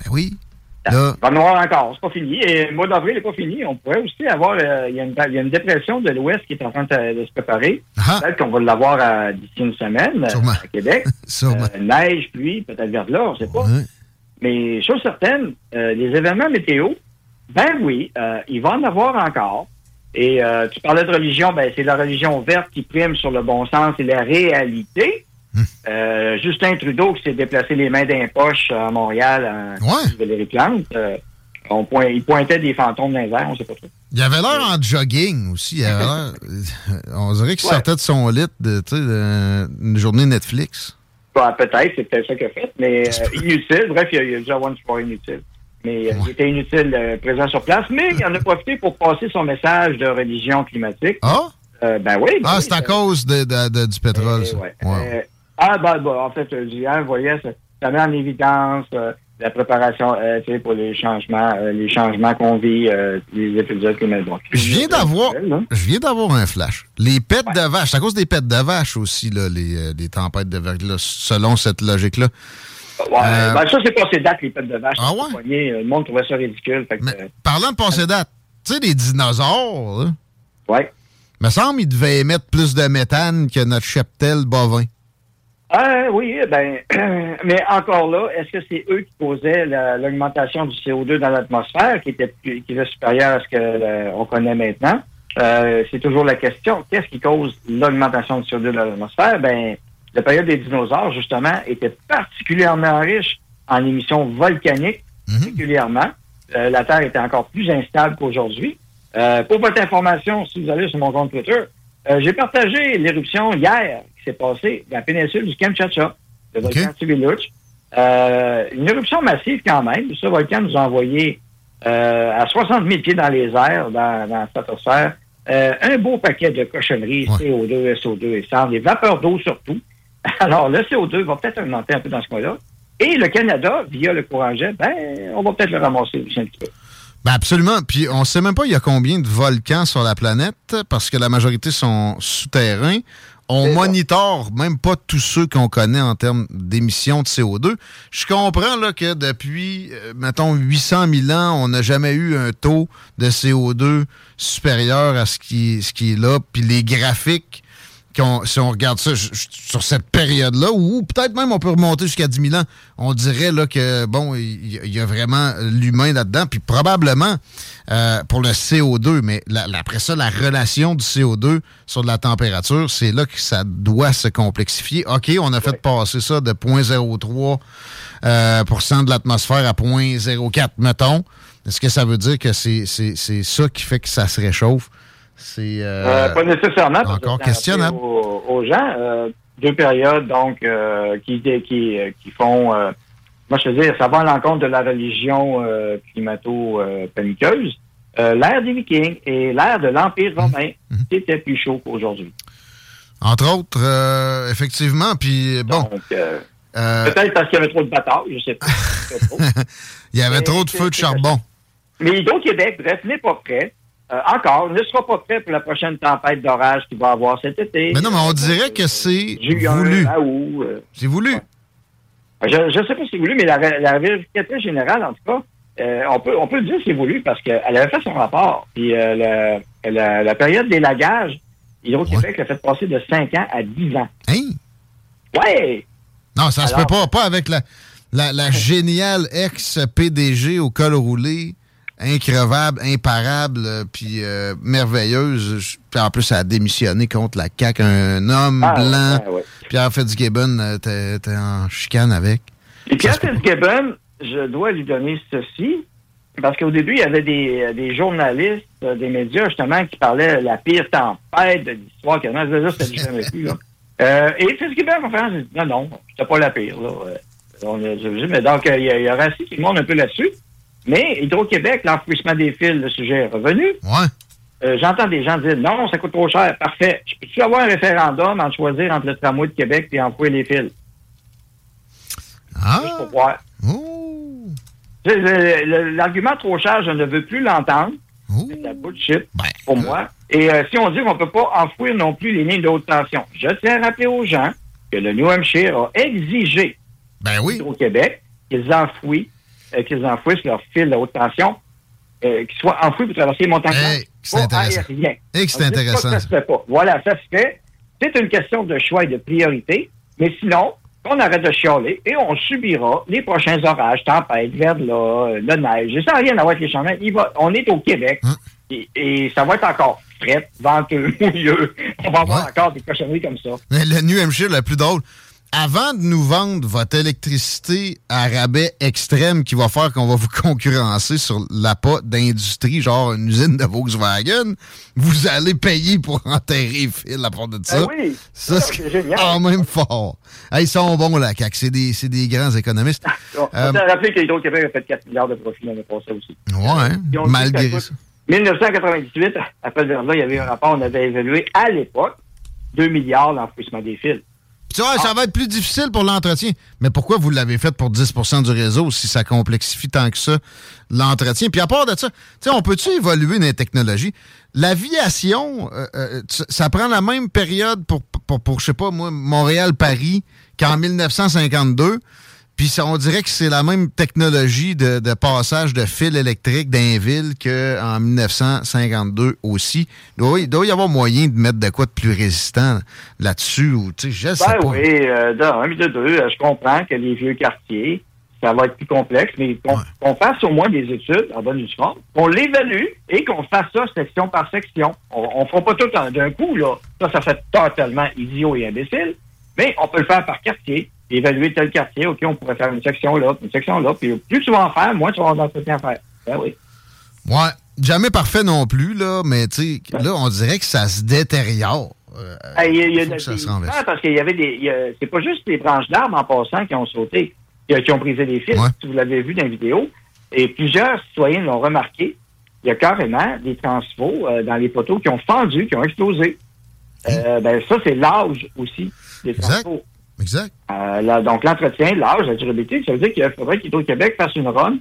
Là, va noir encore, c'est pas fini. Et le mois d'avril n'est pas fini. On pourrait aussi avoir... Il y a une dépression de l'Ouest qui est en train de se préparer. Peut-être qu'on va l'avoir d'ici une semaine à Québec. Neige, pluie, peut-être vers là, on ne sait pas. Mais chose certaine, les événements météo, ben oui, il va en avoir encore. Et tu parlais de religion, ben c'est la religion verte qui prime sur le bon sens et la réalité. Justin Trudeau qui s'est déplacé les mains d'un poche à Montréal Valérie Plante, il pointait des fantômes dans les airs, on ne sait pas trop. Il avait l'air en jogging aussi. Il avait l'air, on dirait qu'il sortait de son lit d'une journée Netflix. Peut-être, c'est peut-être ça qu'il a fait, mais inutile. Bref, il y a déjà one sport inutile. Mais il était inutile présent sur place, mais il en a profité pour passer son message de religion climatique. Ben oui. C'est à cause du pétrole, ça. En fait, vous voyez, ça met en évidence la préparation pour les changements qu'on vit, les épisodes climatiques. Je viens d'avoir un flash. Les pets de vache, c'est à cause des pets de vache aussi, là, les tempêtes de verglas, selon cette logique-là. Ça, c'est passé date, les pets de vache. Le monde trouvait ça ridicule. Parlant de passé date, tu sais, les dinosaures, là, me semble qu'ils devaient émettre plus de méthane que notre cheptel bovin. Oui, mais encore là, est-ce que c'est eux qui causaient l'augmentation du CO2 dans l'atmosphère qui était supérieure à ce qu'on connaît maintenant? C'est toujours la question. Qu'est-ce qui cause l'augmentation du CO2 dans l'atmosphère? La période des dinosaures, justement, était particulièrement riche en émissions volcaniques, particulièrement. La Terre était encore plus instable qu'aujourd'hui. Pour votre information, si vous allez sur mon compte Twitter, j'ai partagé l'éruption hier qui s'est passée dans la péninsule du Kamchatka, le volcan Tibiluch. Une éruption massive quand même. Ce volcan nous a envoyé à 60 000 pieds dans les airs, dans la stratosphère, un beau paquet de cochonneries, CO2, SO2 et cendres, des vapeurs d'eau surtout. Alors, le CO2 va peut-être augmenter un peu dans ce coin-là. Et le Canada, via le courant jet, on va peut-être le ramasser aussi un petit peu. Absolument. Puis on ne sait même pas il y a combien de volcans sur la planète parce que la majorité sont souterrains. on monitore même pas tous ceux qu'on connaît en termes d'émissions de CO2. Je comprends là, que depuis, mettons, 800 000 ans, on n'a jamais eu un taux de CO2 supérieur à ce qui est là. Puis les graphiques, si on regarde ça sur cette période-là, ou peut-être même on peut remonter jusqu'à 10 000 ans, on dirait là que, bon, il y a vraiment l'humain là-dedans. Puis probablement pour le CO2, mais après ça, la relation du CO2 sur de la température, c'est là que ça doit se complexifier. OK, on a fait passer ça de 0,03 % de l'atmosphère à 0,04, mettons. Est-ce que ça veut dire que c'est ça qui fait que ça se réchauffe? C'est pas nécessairement. Encore questionnable. Aux gens, 2 périodes donc qui font. Moi, je te dis, ça va à l'encontre de la religion climato-paniqueuse. L'ère des Vikings et l'ère de l'Empire romain, c'était plus chaud qu'aujourd'hui. Entre autres, effectivement. Puis bon. Donc, peut-être parce qu'il y avait trop de batailles, je sais pas. Il y avait trop de feux de charbon. Mais Hydro-Québec, bref, n'est pas prêt. Encore, ne sera pas prêt pour la prochaine tempête d'orage qu'il va avoir cet été. Mais non, mais on dirait que c'est voulu. C'est voulu. Ouais. Je ne sais pas si c'est voulu, mais la vérificatrice générale, en tout cas, on peut dire que c'est voulu parce qu'elle avait fait son rapport. Puis la période d'élagage, Hydro-Québec l'a fait passer de 5 ans à 10 ans. Hein? Ouais! Non, ça se peut pas. Pas avec la géniale ex-PDG au col roulé. Increvable, imparable, puis merveilleuse. Puis en plus, elle a démissionné contre la CAQ. Un homme blanc. Ouais. Pierre Fitzgibbon, t'es en chicane avec. Et Pierre Fitzgibbon, je dois lui donner ceci, parce qu'au début, il y avait des journalistes, des médias, justement, qui parlaient de la pire tempête de l'histoire. C'était jamais vu, là. Et Fitzgibbon, enfin, j'ai dit, non, c'était pas la pire, là. Mais donc, il y a Rassi qui monte un peu là-dessus. Mais Hydro-Québec, l'enfouissement des fils, le sujet est revenu. Ouais. J'entends des gens dire non, ça coûte trop cher. Parfait. Peux-tu avoir un référendum en choisir entre le tramway de Québec et enfouir les fils? Juste pour voir. L'argument trop cher, je ne veux plus l'entendre. C'est de la bullshit pour moi. Et si on dit qu'on ne peut pas enfouir non plus les lignes de haute tension, je tiens à rappeler aux gens que le New Hampshire a exigé Hydro-Québec qu'ils enfouissent leurs fils de haute tension, qu'ils soient enfouis pour traverser les montagnes. C'est intéressant. Aérien. C'est intéressant. Ça se fait pas. Voilà, ça se fait. C'est une question de choix et de priorité. Mais sinon, on arrête de chialer et on subira les prochains orages, tempêtes, verglas, la neige. Ça n'a rien à voir avec les changements. On est au Québec et ça va être encore frais, venteux, mouilleux. On va avoir encore des cochonneries comme ça. Mais le New Hampshire, le plus drôle, avant de nous vendre votre électricité à rabais extrême qui va faire qu'on va vous concurrencer sur l'appât d'industrie, genre une usine de Volkswagen, vous allez payer pour enterrer les fils à part de ça. Oui, ça c'est génial. Quand même fort. Ils sont bons, la CAQ. C'est des grands économistes. On s'est rappelé qu'Hydro-Québec a fait 4 milliards de profit l'année passée aussi. Ouais, malgré ça. 1998, après le verglas, il y avait un rapport, on avait évalué à l'époque 2 milliards l'enfouissement des fils. Tu vois, ça va être plus difficile pour l'entretien. Mais pourquoi vous l'avez fait pour 10 % du réseau si ça complexifie tant que ça l'entretien? Puis à part de ça, on peut-tu évoluer dans les technologies? L'aviation, ça prend la même période pour je sais pas moi, Montréal-Paris qu'en 1952. Puis on dirait que c'est la même technologie de passage de fils électriques d'un ville qu'en 1952 aussi. Il doit y avoir moyen de mettre de quoi de plus résistant là-dessus. Ou, je sais pas. Oui, d'un, de deux, je comprends que les vieux quartiers, ça va être plus complexe, mais qu'on fasse au moins des études en bonne et due forme, qu'on l'évalue et qu'on fasse ça section par section. On ne fera pas tout d'un coup, là. Ça fait totalement idiot et imbécile, mais on peut le faire par quartier. Évaluer tel quartier, OK, on pourrait faire une section là, puis plus tu vas en faire, moins tu vas avoir d'entretien à faire. Ben oui. Ouais, jamais parfait non plus, là, mais tu sais, là, on dirait que ça se détériore. Il y a ça se renverse. Parce qu'il y avait c'est pas juste les branches d'arbres en passant qui ont sauté, qui ont brisé les fils, si vous l'avez vu dans la vidéo, et plusieurs citoyens l'ont remarqué, il y a carrément des transfos dans les poteaux qui ont fendu, qui ont explosé. Ça, c'est l'âge aussi des transfos. Exact. Donc, l'entretien, l'âge, la durabilité, ça veut dire qu'il faudrait qu'Hydro-Québec fasse une run,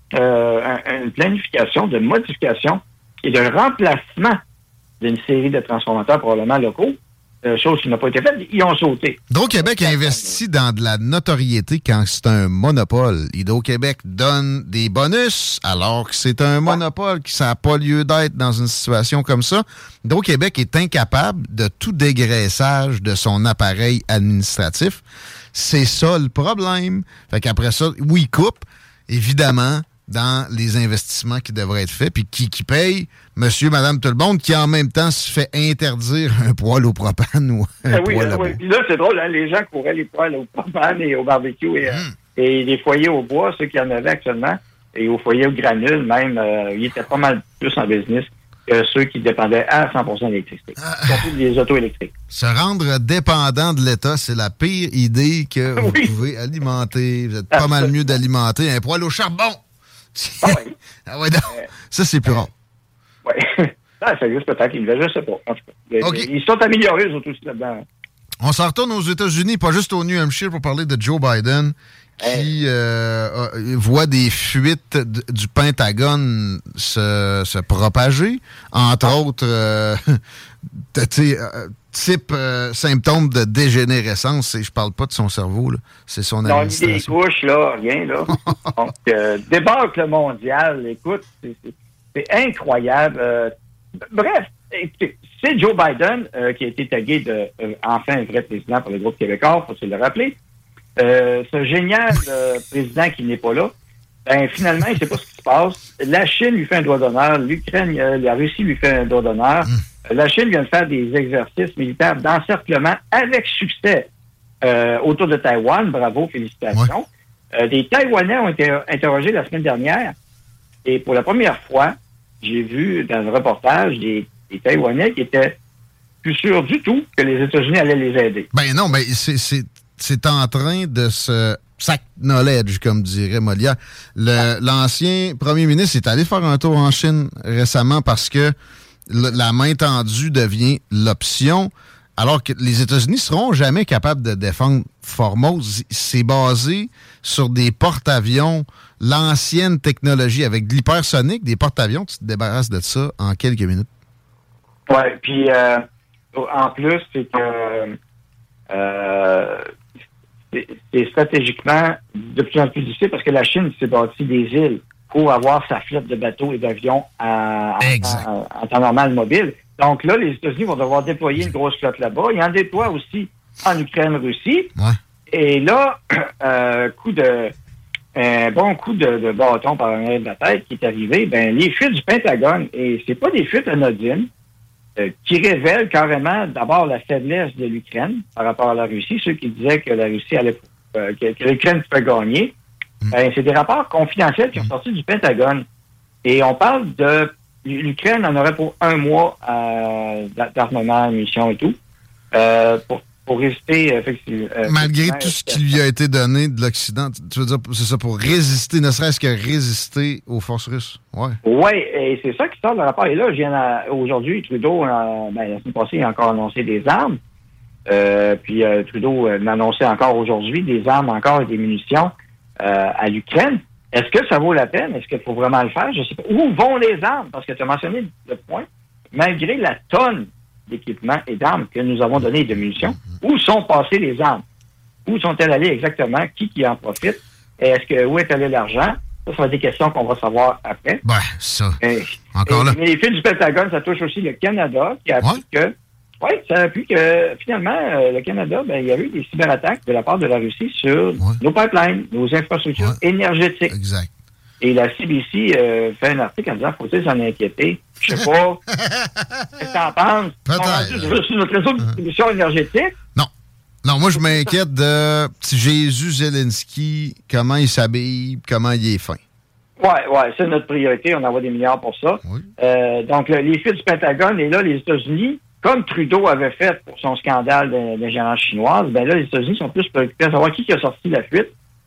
une planification de modification et de remplacement d'une série de transformateurs probablement locaux chose qui n'a pas été faite, ils ont sauté. Hydro-Québec investit dans de la notoriété quand c'est un monopole. Hydro-Québec donne des bonus alors que c'est un monopole, que ça n'a pas lieu d'être dans une situation comme ça. Hydro-Québec est incapable de tout dégraissage de son appareil administratif. C'est ça le problème. Fait qu'après ça, oui, coupe, évidemment, dans les investissements qui devraient être faits, puis qui paye monsieur, madame, tout le monde, qui en même temps se fait interdire un poêle au propane ou un poêle à bois. Puis là, c'est drôle, hein, les gens couraient les poêles au propane et au barbecue et les foyers au bois, ceux qui en avaient actuellement, et au foyer au granule même, ils étaient pas mal plus en business que ceux qui dépendaient à 100% d'électricité. Surtout des autos électriques. Se rendre dépendant de l'État, c'est la pire idée que vous pouvez alimenter. Vous êtes pas mal mieux d'alimenter un poêle au charbon. Ah oui. Ah ouais, ça, c'est plus rare. Oui. Ça fait juste peut-être qu'ils ne je sais pas. En tout cas, okay. Ils sont améliorés, eux autres aussi, là-dedans. On s'en retourne aux États-Unis, pas juste au New Hampshire, pour parler de Joe Biden, qui voit des fuites du Pentagone se propager. Entre autres, type symptômes de dégénérescence. Et je parle pas de son cerveau, là. C'est son administration. Non, des couches, là, rien, là. Donc, débâcle mondial, écoute, c'est incroyable. Bref, c'est Joe Biden qui a été tagué enfin un vrai président pour le groupe québécois, faut se le rappeler. Ce génial président qui n'est pas là, ben finalement, il ne sait pas ce qui se passe. La Chine lui fait un doigt d'honneur, l'Ukraine, la Russie lui fait un doigt d'honneur. La Chine vient de faire des exercices militaires d'encerclement avec succès autour de Taïwan. Bravo, félicitations. Ouais. Des Taïwanais ont été interrogés la semaine dernière. Et pour la première fois, j'ai vu dans un reportage des Taïwanais qui étaient plus sûrs du tout que les États-Unis allaient les aider. Ben non, mais c'est en train de se s'acknowledge, comme dirait Molière. L'ancien premier ministre est allé faire un tour en Chine récemment parce que la main tendue devient l'option, alors que les États-Unis seront jamais capables de défendre Formose. C'est basé sur des porte-avions, l'ancienne technologie avec de l'hypersonique, des porte-avions, tu te débarrasses de ça en quelques minutes. Oui, puis en plus, c'est que c'est stratégiquement de plus en plus difficile parce que la Chine s'est bâtie des îles pour avoir sa flotte de bateaux et d'avions en temps normal mobile. Donc là, les États-Unis vont devoir déployer une grosse flotte là-bas. Ils en déploient aussi en Ukraine-Russie. Ouais. Et là, un bon coup de bâton par un de la tête qui est arrivé, ben les fuites du Pentagone, et c'est pas des fuites anodines, qui révèlent carrément d'abord la faiblesse de l'Ukraine par rapport à la Russie. Ceux qui disaient que la Russie allait que l'Ukraine pouvait gagner, ben, c'est des rapports confidentiels qui sont sortis du Pentagone. Et on parle de l'Ukraine en aurait pour 1 mois d'armement, munitions et tout, pour résister effectivement. Malgré tout ce qui lui a été donné de l'Occident, tu veux dire, c'est ça, pour résister, ne serait-ce que résister aux forces russes. Oui, et c'est ça qui sort le rapport. Et là, aujourd'hui, Trudeau, la semaine passée, il a encore annoncé des armes. Puis Trudeau m'a annoncé encore aujourd'hui des armes encore et des munitions à l'Ukraine. Est-ce que ça vaut la peine? Est-ce qu'il faut vraiment le faire? Je sais pas. Où vont les armes? Parce que tu as mentionné le point. Malgré la tonne d'équipements et d'armes que nous avons donné de munitions, où sont passées les armes? Où sont-elles allées exactement? Qui en profite? Et où est allé l'argent? Ça va être des questions qu'on va savoir après. Ben, ça. Encore là. Mais les fuites du Pentagone, ça touche aussi le Canada, qui a appris que ça a appris que finalement, le Canada, il y a eu des cyberattaques de la part de la Russie sur nos pipelines, nos infrastructures énergétiques. Exact. Et la CBC fait un article en disant faut-il s'en inquiéter? Je sais pas. Qu'est-ce que t'en penses? Peut-être. Sur notre réseau de distribution énergétique? Non, moi, je m'inquiète de Jésus Zelensky, comment il s'habille, comment il est fin. Ouais, c'est notre priorité. On envoie des milliards pour ça. Oui. Donc, les fuites du Pentagone, et là, les États-Unis, comme Trudeau avait fait pour son scandale d'ingérence chinoise, ben là, les États-Unis sont plus préoccupés à savoir qui a sorti la fuite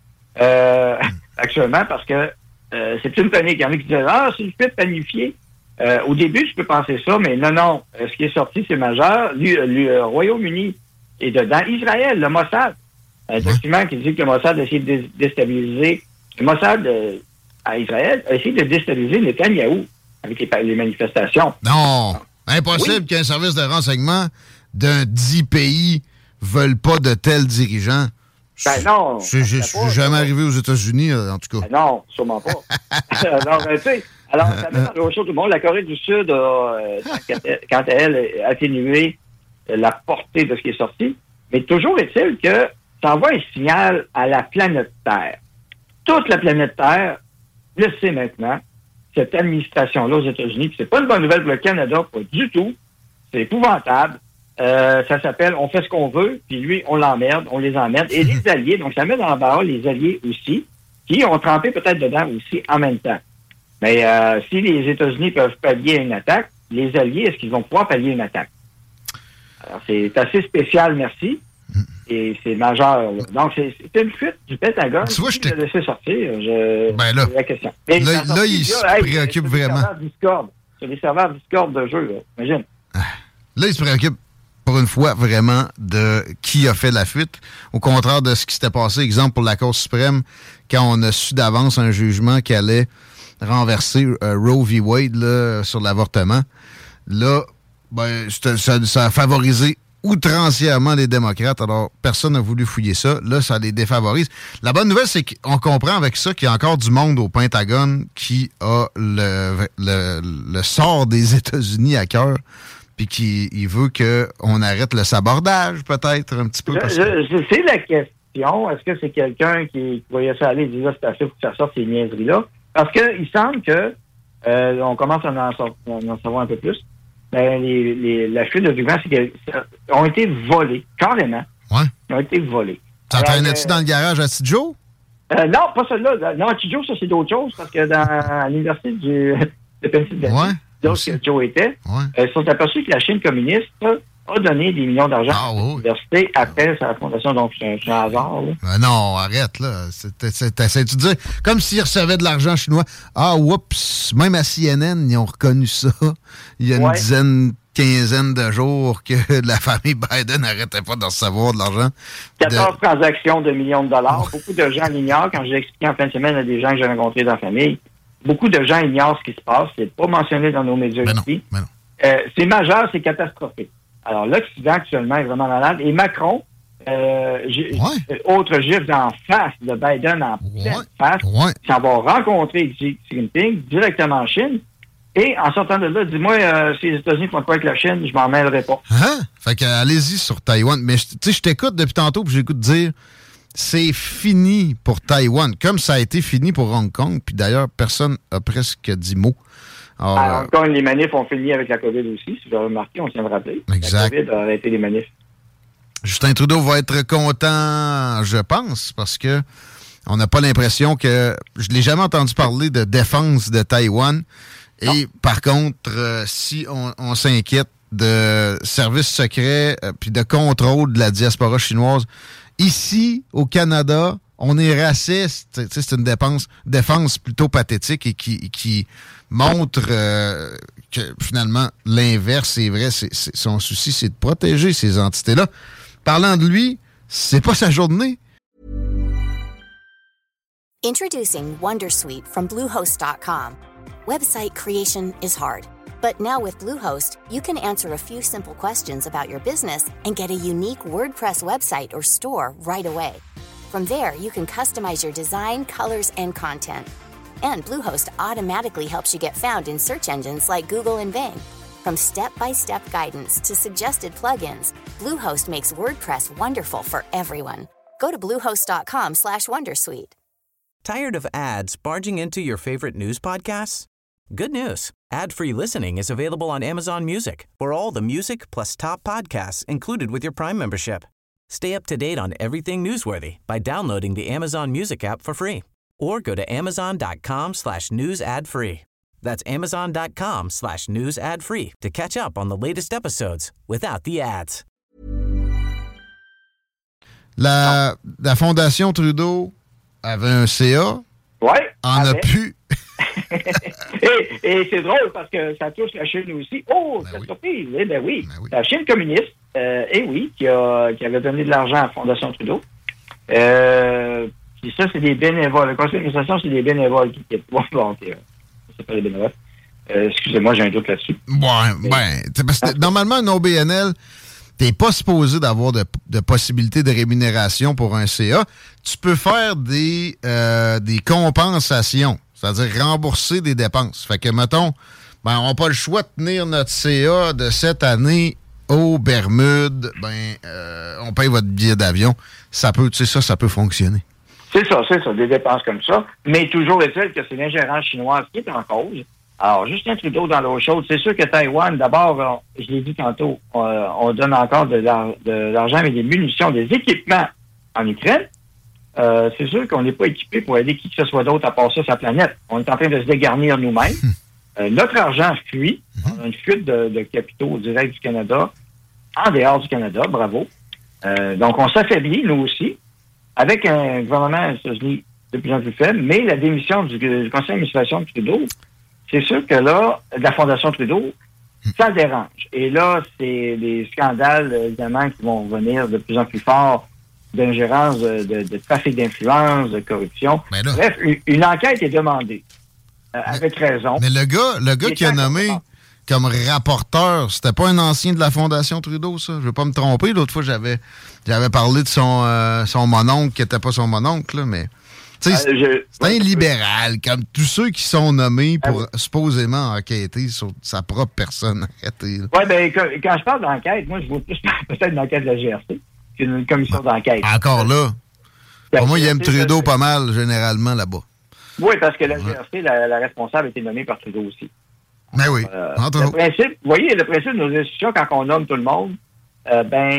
actuellement, parce que c'est une panique. Il y en a qui disent « c'est une fuite planifiée ». Au début, tu peux penser ça, mais non. Ce qui est sorti, c'est majeur. Le Royaume-Uni est dedans. Israël, le Mossad, un document qui dit que le Mossad a essayé de déstabiliser. Le Mossad à Israël a essayé de déstabiliser Netanyahou avec les manifestations. Non! Impossible qu'un service de renseignement d'un 10 pays veulent pas de tels dirigeants. Ben non. Je suis jamais arrivé aux États-Unis, en tout cas. Ben non, sûrement pas. Alors, tu sais, ça met dans l'autre chose du monde. La Corée du Sud a, quand elle, atténué la portée de ce qui est sorti. Mais toujours est-il que ça envoie un signal à la planète Terre. Toute la planète Terre le sait maintenant. Cette administration-là aux États-Unis, puis c'est pas une bonne nouvelle pour le Canada, pas du tout. C'est épouvantable. Ça s'appelle « On fait ce qu'on veut », puis lui, on l'emmerde, on les emmerde. Et les alliés, donc ça met dans la barre les alliés aussi, qui ont trempé peut-être dedans aussi en même temps. Mais si les États-Unis peuvent pallier une attaque, les alliés, est-ce qu'ils vont pouvoir pallier une attaque? Alors, c'est assez spécial, merci. Et c'est majeur. Là. Donc, c'est une fuite du Pentagone. Tu vois, je t'ai laissé sortir. Ben là, la question. Là, il se préoccupe vraiment. Sur les serveurs Discord de jeu, là. Imagine. Là, il se préoccupe pour une fois vraiment de qui a fait la fuite. Au contraire de ce qui s'était passé, exemple pour la Cour suprême, quand on a su d'avance un jugement qui allait renverser Roe v. Wade là, sur l'avortement. Là, ben, ça a favorisé outrancièrement les démocrates. Alors, personne n'a voulu fouiller ça. Là, ça les défavorise. La bonne nouvelle, c'est qu'on comprend avec ça qu'il y a encore du monde au Pentagone qui a le sort des États-Unis à cœur, puis qui veut qu'on arrête le sabordage, peut-être, un petit peu. C'est la question. Est-ce que c'est quelqu'un qui voyait ça aller et disait c'est assez pour que ça sorte ces niaiseries-là? Parce qu'il semble que, on commence à en savoir un peu plus, ben, la fuite de documents, c'est qu'ils ont été volés, carrément. Ouais. Ils ont été volés. Ça traînait-tu dans le garage à Tidjo? Non, pas celui-là. Non, à Tidjo, ça, c'est d'autres choses, parce que à l'université de Pennsylvanie, là où Joe était, ils sont aperçus que la Chine communiste a donné des millions d'argent à l'université après sa fondation. Donc, c'est un hasard. Là. Non, arrête, là. T'essaies-tu de dire, comme s'ils recevaient de l'argent chinois. Ah, oups, même à CNN, ils ont reconnu ça. Il y a une quinzaine de jours que la famille Biden n'arrêtait pas de recevoir de l'argent. 14 transactions de millions de dollars. Beaucoup de gens l'ignorent. Quand j'ai expliqué en fin de semaine à des gens que j'ai rencontrés dans la famille, beaucoup de gens ignorent ce qui se passe. C'est pas mentionné dans nos médias ici. C'est majeur, c'est catastrophique. Alors, l'Occident, actuellement, est vraiment malade. Et Macron, autre gifle d'en face de Biden, en pleine face, s'en va rencontrer Xi Jinping directement en Chine. Et en sortant de là, dis-moi, si les États-Unis font quoi avec la Chine, je m'en mêlerai pas. Hein? Fait que allez-y sur Taïwan. Mais tu sais, je t'écoute depuis tantôt, puis j'écoute dire c'est fini pour Taïwan, comme ça a été fini pour Hong Kong. Puis d'ailleurs, personne n'a presque dit mot. Alors, à Hong Kong, les manifs ont fini avec la COVID aussi. Si vous avez remarqué, on tient de rappeler. Exact. La COVID a arrêté les manifs. Justin Trudeau va être content, je pense, parce que on n'a pas l'impression que... Je ne l'ai jamais entendu parler de défense de Taïwan. Et par contre, si on s'inquiète de services secrets puis de contrôle de la diaspora chinoise, ici, au Canada, on est raciste. C'est une défense plutôt pathétique et qui montre que finalement, l'inverse est vrai. Son souci, c'est de protéger ces entités-là. Parlant de lui, c'est pas sa journée. Introducing Wondersuite from Bluehost.com. Website creation is hard, but now with Bluehost, you can answer a few simple questions about your business and get a unique WordPress website or store right away. From there, you can customize your design, colors, and content. And Bluehost automatically helps you get found in search engines like Google and Bing. From step-by-step guidance to suggested plugins, Bluehost makes WordPress wonderful for everyone. Go to bluehost.com/wondersuite. Tired of ads barging into your favorite news podcasts? Good news. Ad-free listening is available on Amazon Music for all the music plus top podcasts included with your Prime membership. Stay up to date on everything newsworthy by downloading the Amazon Music app for free or go to amazon.com/news ad free. That's amazon.com/news ad free to catch up on the latest episodes without the ads. La Fondation Trudeau avait un CA. Ouais. En a plus. et c'est drôle parce que ça touche la Chine aussi. Oh, c'est surprise. Eh bien oui. La Chine communiste, qui avait donné de l'argent à la Fondation Trudeau. Puis ça, c'est des bénévoles. Le conseil d'administration, c'est des bénévoles qui quittent. Bon, c'est pas les bénévoles. Excusez-moi, j'ai un doute là-dessus. Parce que normalement, un OBNL, tu n'es pas supposé d'avoir de possibilité de rémunération pour un CA. Tu peux faire des compensations, c'est-à-dire rembourser des dépenses. Fait que, mettons, on n'a pas le choix de tenir notre CA de cette année aux Bermudes, on paye votre billet d'avion. Ça peut fonctionner. C'est ça, des dépenses comme ça. Mais toujours est-il que c'est l'ingérence chinoise qui est en cause. Alors, Justin Trudeau dans l'eau chaude, c'est sûr que Taïwan, d'abord, je l'ai dit tantôt, on donne encore de l'argent avec des munitions, des équipements en Ukraine. C'est sûr qu'on n'est pas équipé pour aider qui que ce soit d'autre à part ça sa planète. On est en train de se dégarnir nous-mêmes. Notre argent fuit. On a une fuite de capitaux direct du Canada, en dehors du Canada, bravo. Donc, on s'affaiblit, nous aussi, avec un gouvernement aux États-Unis de plus en plus faible, mais la démission du conseil d'administration de Trudeau, c'est sûr que là, de la Fondation Trudeau, ça dérange. Et là, c'est des scandales, évidemment, qui vont venir de plus en plus forts d'ingérence, de trafic d'influence, de corruption. Bref, une enquête est demandée. Avec raison. Mais le gars qui a nommé comme rapporteur, c'était pas un ancien de la Fondation Trudeau, ça? Je veux pas me tromper. L'autre fois, j'avais parlé de son mononcle qui était pas son mononcle, là, mais... c'est un libéral, comme tous ceux qui sont nommés pour supposément enquêter sur sa propre personne. Oui, quand je parle d'enquête, moi, je vois plus peut-être une enquête de la GRC qu'une commission d'enquête. Encore là. Pour moi, il aime Trudeau pas mal, généralement, là-bas. Oui, parce que la GRC, la responsable, a été nommée par Trudeau aussi. Mais oui, entre autres. Vous voyez, le principe de nos institutions, quand on nomme tout le monde, la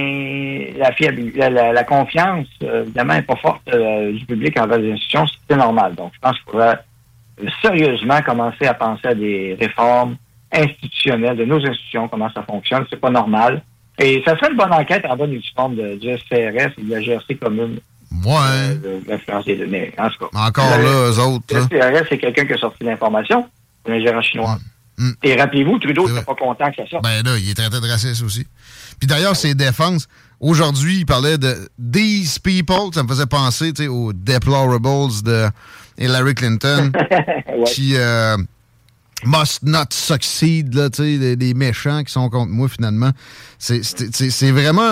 confiance, évidemment, n'est pas forte du public envers les institutions, c'est normal. Donc, je pense qu'il faudrait sérieusement commencer à penser à des réformes institutionnelles de nos institutions, comment ça fonctionne, c'est pas normal. Et ça serait une bonne enquête en bonne et due forme du SCRS et de la GRC commune. Ouais. L'influence des données. En tout cas. Encore là, eux autres. Le SCRS, c'est quelqu'un qui a sorti l'information, l'ingérence chinoise. Et rappelez-vous, Trudeau n'était pas content que ça sorte. Ben là, il est traité de raciste aussi. Puis d'ailleurs, ses défenses, aujourd'hui, il parlait de « these people », ça me faisait penser aux deplorables de Hillary Clinton, qui must not succeed, là, les méchants qui sont contre moi, finalement. C'est vraiment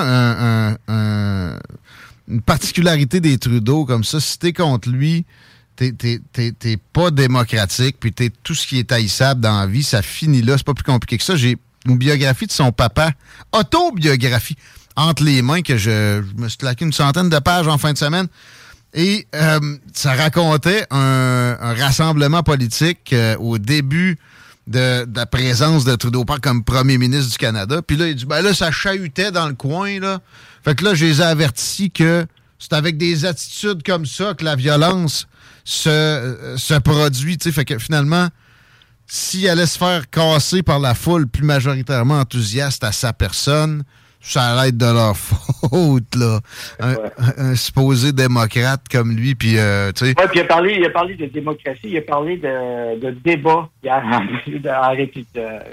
une particularité des Trudeau, comme ça. Si t'es contre lui... T'es pas démocratique, puis t'es tout ce qui est haïssable dans la vie, ça finit là, c'est pas plus compliqué que ça. J'ai une biographie de son papa, autobiographie, entre les mains, que je me suis claqué une centaine de pages en fin de semaine, et ça racontait un rassemblement politique au début de la présence de Trudeau Père comme premier ministre du Canada, puis là, il dit, là, ça chahutait dans le coin, là. Fait que là, je les ai avertis que c'est avec des attitudes comme ça que la violence se produit, tu sais, fait que finalement, s'il allait se faire casser par la foule plus majoritairement enthousiaste à sa personne, ça allait être de leur faute, là. Un supposé démocrate comme lui, puis, tu sais... Oui, puis il a parlé de démocratie, il a parlé de débat en réplique.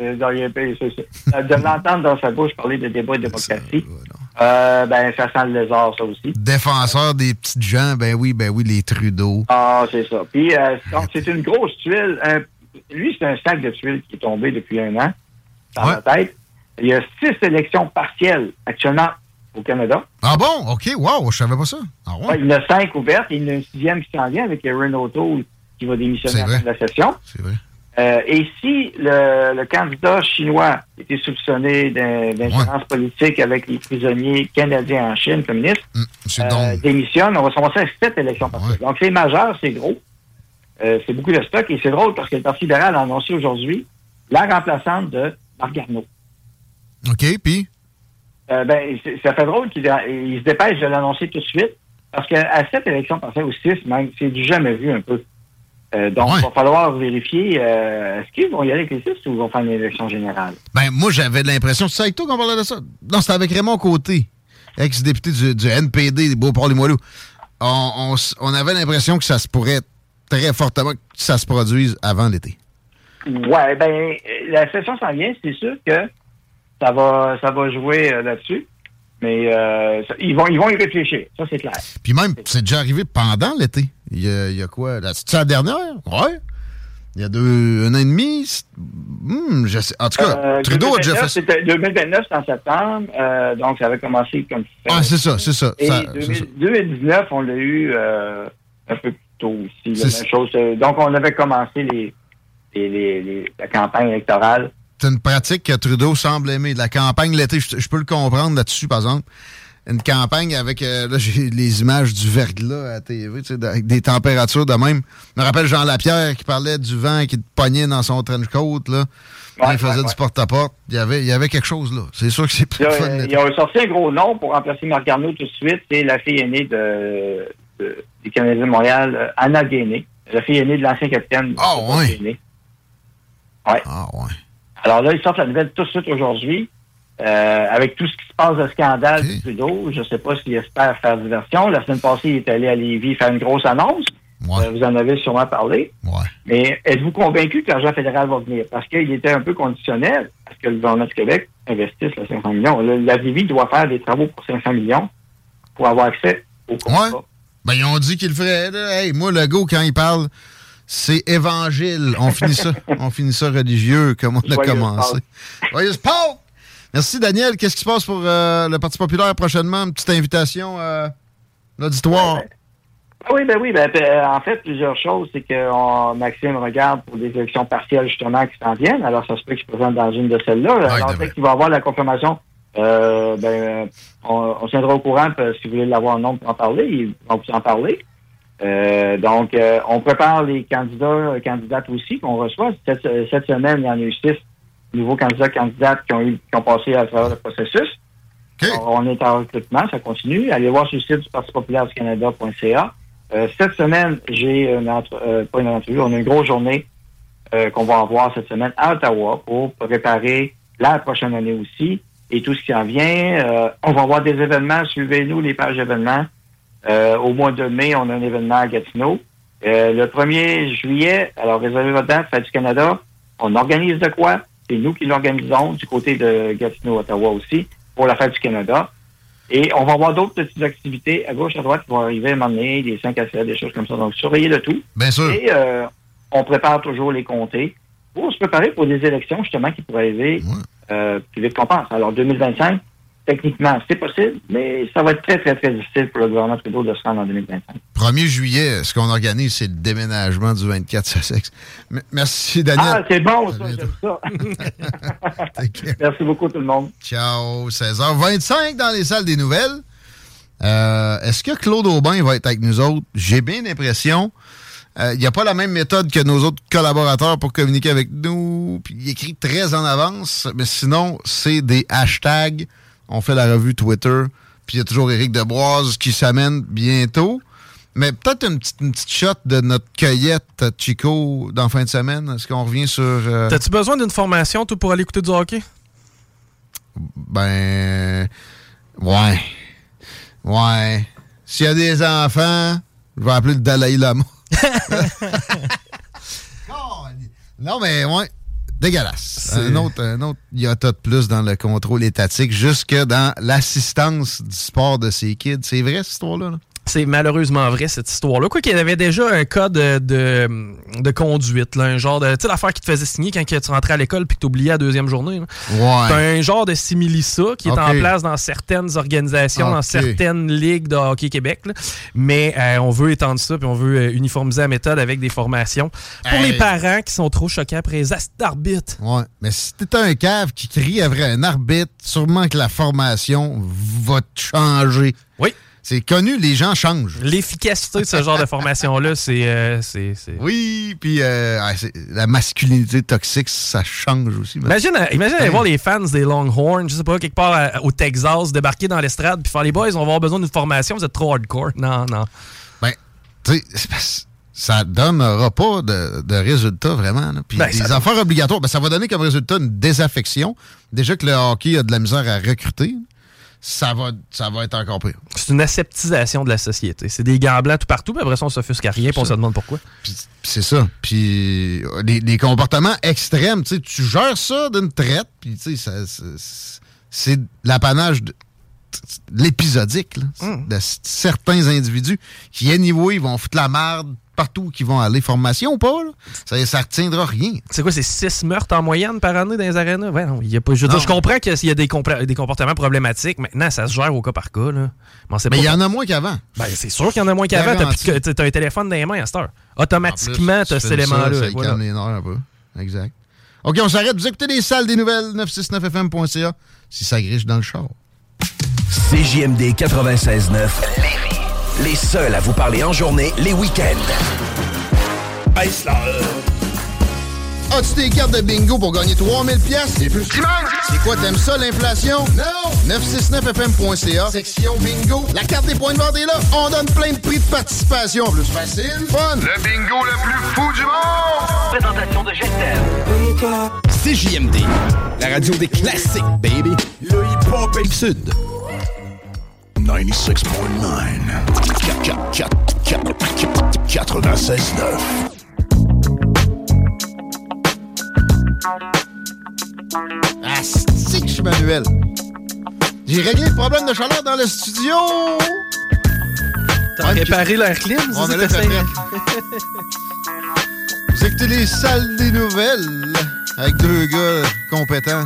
De l'entendre dans sa bouche parler de débat et de démocratie. Ça sent le lézard, ça aussi. Défenseur des petites gens, ben oui, les Trudeau. Ah, c'est ça. Puis, c'est une grosse tuile. Lui, c'est un sac de tuiles qui est tombé depuis 1 an dans la tête. Il y a 6 élections partielles actuellement au Canada. Ah bon? OK, wow, je savais pas ça. Ah ouais. Il y en a 5 ouvertes, il y en a une 6e qui s'en vient avec Erin O'Toole qui va démissionner après la session. C'est vrai. Et si le candidat chinois était soupçonné d'ingérence politique avec les prisonniers canadiens en Chine communistes, démissionne, on va se ramasser à 7 élections partielles. Donc c'est majeur, c'est gros. C'est beaucoup de stock et c'est drôle parce que le Parti libéral a annoncé aujourd'hui la remplaçante de Marc Garneau. OK, puis? Ça fait drôle qu'il se dépêche de l'annoncer tout de suite parce qu'à 7 élections partielles ou 6, même, c'est du jamais vu un peu. Donc, il va falloir vérifier, est-ce qu'ils vont y aller avec les 6 ou ils vont faire une élection générale? Moi, j'avais l'impression, c'est avec toi qu'on parlait de ça? Non, c'était avec Raymond Côté, ex-député du NPD, des Beauport-Limoilou. On avait l'impression que ça se pourrait très fortement que ça se produise avant l'été. Ouais, la session s'en vient, c'est sûr que ça va jouer là-dessus. Mais ils vont y réfléchir, ça c'est clair. Puis même, c'est déjà arrivé pendant l'été. Il y a quoi? C'est la dernière? Ouais. Il y a un an et demi? Je sais. En tout cas, Trudeau a déjà fait ça. 2029, c'est en septembre. Donc, ça avait commencé comme... c'est ça. Et 2019, on l'a eu un peu plus tôt aussi. La même chose. Donc, on avait commencé la campagne électorale. C'est une pratique que Trudeau semble aimer. La campagne l'été, je peux le comprendre là-dessus, par exemple. Une campagne avec, là, j'ai les images du verglas à la TV, avec des températures de même. Je me rappelle Jean Lapierre qui parlait du vent qui te pognait dans son trench coat, là. Il faisait du porte-à-porte. Il y avait quelque chose, là. C'est sûr que c'est plus fun. Il a sorti un gros nom pour remplacer Marc Garneau tout de suite. C'est la fille aînée des Canadiens de Montréal, Anna Gainé. La fille aînée de l'ancien capitaine. Ouais. Ouais. Alors là, ils sortent la nouvelle tout de suite aujourd'hui. Avec tout ce qui se passe de scandale du Trudeau, je ne sais pas s'il espère faire diversion. La semaine passée, il est allé à Lévis faire une grosse annonce. Ouais. Vous en avez sûrement parlé. Ouais. Mais êtes-vous convaincu que l'argent fédéral va venir? Parce qu'il était un peu conditionnel à ce que le gouvernement du Québec investisse les 500 millions. La Lévis doit faire des travaux pour 500 millions pour avoir accès au contrat. Ouais. Ben, ils ont dit qu'ils le feraient. Là. Hey, moi, le gars, quand il parle, c'est évangile. On finit ça. On finit ça religieux, comme on a commencé. Joyeuse Pâques! Merci, Daniel. Qu'est-ce qui se passe pour le Parti populaire prochainement? Une petite invitation à l'auditoire. Oui. En fait, plusieurs choses. C'est que Maxime regarde pour des élections partielles, justement, qui s'en viennent. Alors, ça se peut qu'il se présente dans une de celles-là. Alors, peut-être qu'il va avoir la confirmation. On se tiendra au courant. Si vous voulez l'avoir en nombre pour en parler, on va vous en parler. Donc, on prépare les candidates aussi qu'on reçoit. Cette semaine, il y en a eu 6 nouveaux candidates qui ont passé à travers le processus. Okay. Alors, on est en recrutement, ça continue. Allez voir sur le site du Parti populaire du Canada.ca. Cette semaine, j'ai pas une entrevue, on a une grosse journée qu'on va avoir cette semaine à Ottawa pour préparer la prochaine année aussi et tout ce qui en vient. On va avoir des événements, suivez-nous les pages événements. Au mois de mai, on a un événement à Gatineau. Le 1er juillet, alors réservez votre date, Fête du Canada, on organise de quoi? C'est nous qui l'organisons du côté de Gatineau, Ottawa aussi, pour la Fête du Canada. Et on va avoir d'autres petites activités à gauche, à droite qui vont arriver à m'emmener, des 5 à 7, des choses comme ça. Donc, surveillez le tout. Bien sûr. Et on prépare toujours les comtés pour se préparer pour des élections, justement, qui pourraient arriver plus vite qu'on pense. Alors, 2025, techniquement, c'est possible, mais ça va être très, très, très difficile pour le gouvernement Trudeau de se rendre en 2025. 1er juillet, ce qu'on organise, c'est le déménagement du 24 Sussex. Merci, Daniel. Ah, c'est bon, ça, j'aime ça. Merci beaucoup, tout le monde. Ciao. 16h25 dans les salles des nouvelles. Est-ce que Claude Aubin va être avec nous autres? J'ai bien l'impression. Il n'y a pas la même méthode que nos autres collaborateurs pour communiquer avec nous. Puis il écrit très en avance, mais sinon, c'est des hashtags. On fait la revue Twitter, puis il y a toujours Éric Deboise qui s'amène bientôt. Mais peut-être une petite shot de notre cueillette Chico dans fin de semaine. Est-ce qu'on revient sur... T'as-tu besoin d'une formation, toi, pour aller écouter du hockey? Ben... Ouais. S'il y a des enfants, je vais appeler le Dalai Lama. Non, mais ouais. Dégueulasse. Un autre iota de plus dans le contrôle étatique, jusque dans l'assistance du sport de ces kids. C'est vrai, cette histoire-là? Là? C'est malheureusement vrai, cette histoire-là. Quoi qu'il y avait déjà un cas de conduite, là, un genre de... Tu sais, l'affaire qui te faisait signer quand tu rentrais à l'école puis que tu oubliais la deuxième journée. Là. Ouais. C'est un genre de simili-ça qui est en place dans certaines organisations, dans certaines ligues de hockey Québec. Là. Mais on veut étendre ça puis on veut uniformiser la méthode avec des formations pour les parents qui sont trop choqués après les d'arbitre. Ouais, mais si t'es un cave qui crie après un arbitre, sûrement que la formation va te changer. Oui. C'est connu, les gens changent. L'efficacité de ce genre de formation-là, c'est... Oui, puis la masculinité toxique, ça change aussi. Imagine aller voir les fans des Longhorns, je sais pas, quelque part au Texas, débarquer dans l'estrade puis faire les boys, on va avoir besoin d'une formation, vous êtes trop hardcore. Non. Ben, tu sais, ça donnera pas de résultat vraiment. Là. Puis les affaires obligatoires, ça va donner comme résultat une désaffection. Déjà que le hockey a de la misère à recruter. Ça va être encore pire. C'est une aseptisation de la société. C'est des gants blancs tout partout, puis après ça, on s'offusque à rien, puis on se demande pourquoi. Puis, c'est ça. Puis les comportements extrêmes, tu gères ça d'une traite, puis c'est l'apanage de l'épisodique là, de certains individus qui, anyway, vont foutre la merde partout où ils vont aller, formation ou pas, là, ça ne retiendra rien. C'est quoi, c'est 6 meurtres en moyenne par année dans les arénas? Ouais, non, y a pas, je comprends qu'il y a des comportements problématiques. Maintenant, ça se gère au cas par cas. Là. Mais il y en a moins qu'avant. Ben, c'est sûr qu'il y en a moins qu'avant. T'as un téléphone dans les mains à cette heure. Automatiquement, tu as cet élément-là. Ça calme les nerfs un peu. Exact. OK, on s'arrête. Vous écoutez les salles des nouvelles, 969fm.ca, si ça griche dans le char. CJMD 96.9 Lévis. Les seuls à vous parler en journée, les week-ends. As-tu des cartes de bingo pour gagner 3000$? C'est plus dimanche! C'est quoi, t'aimes ça, l'inflation? Non! 969fm.ca, section bingo. La carte des points de vente est là. On donne plein de prix de participation. Plus facile, fun. Le bingo le plus fou du monde! Présentation de Gestel. CJMD, la radio des classiques, baby. Le hip-hop est sud. 96.9 96.9. Ah, c'est que je suis manuel. J'ai réglé le problème de chaleur dans le studio. T'as réparé l'air clim? On est là, c'est prêt. Vous écoutez les salles des nouvelles avec deux gars compétents.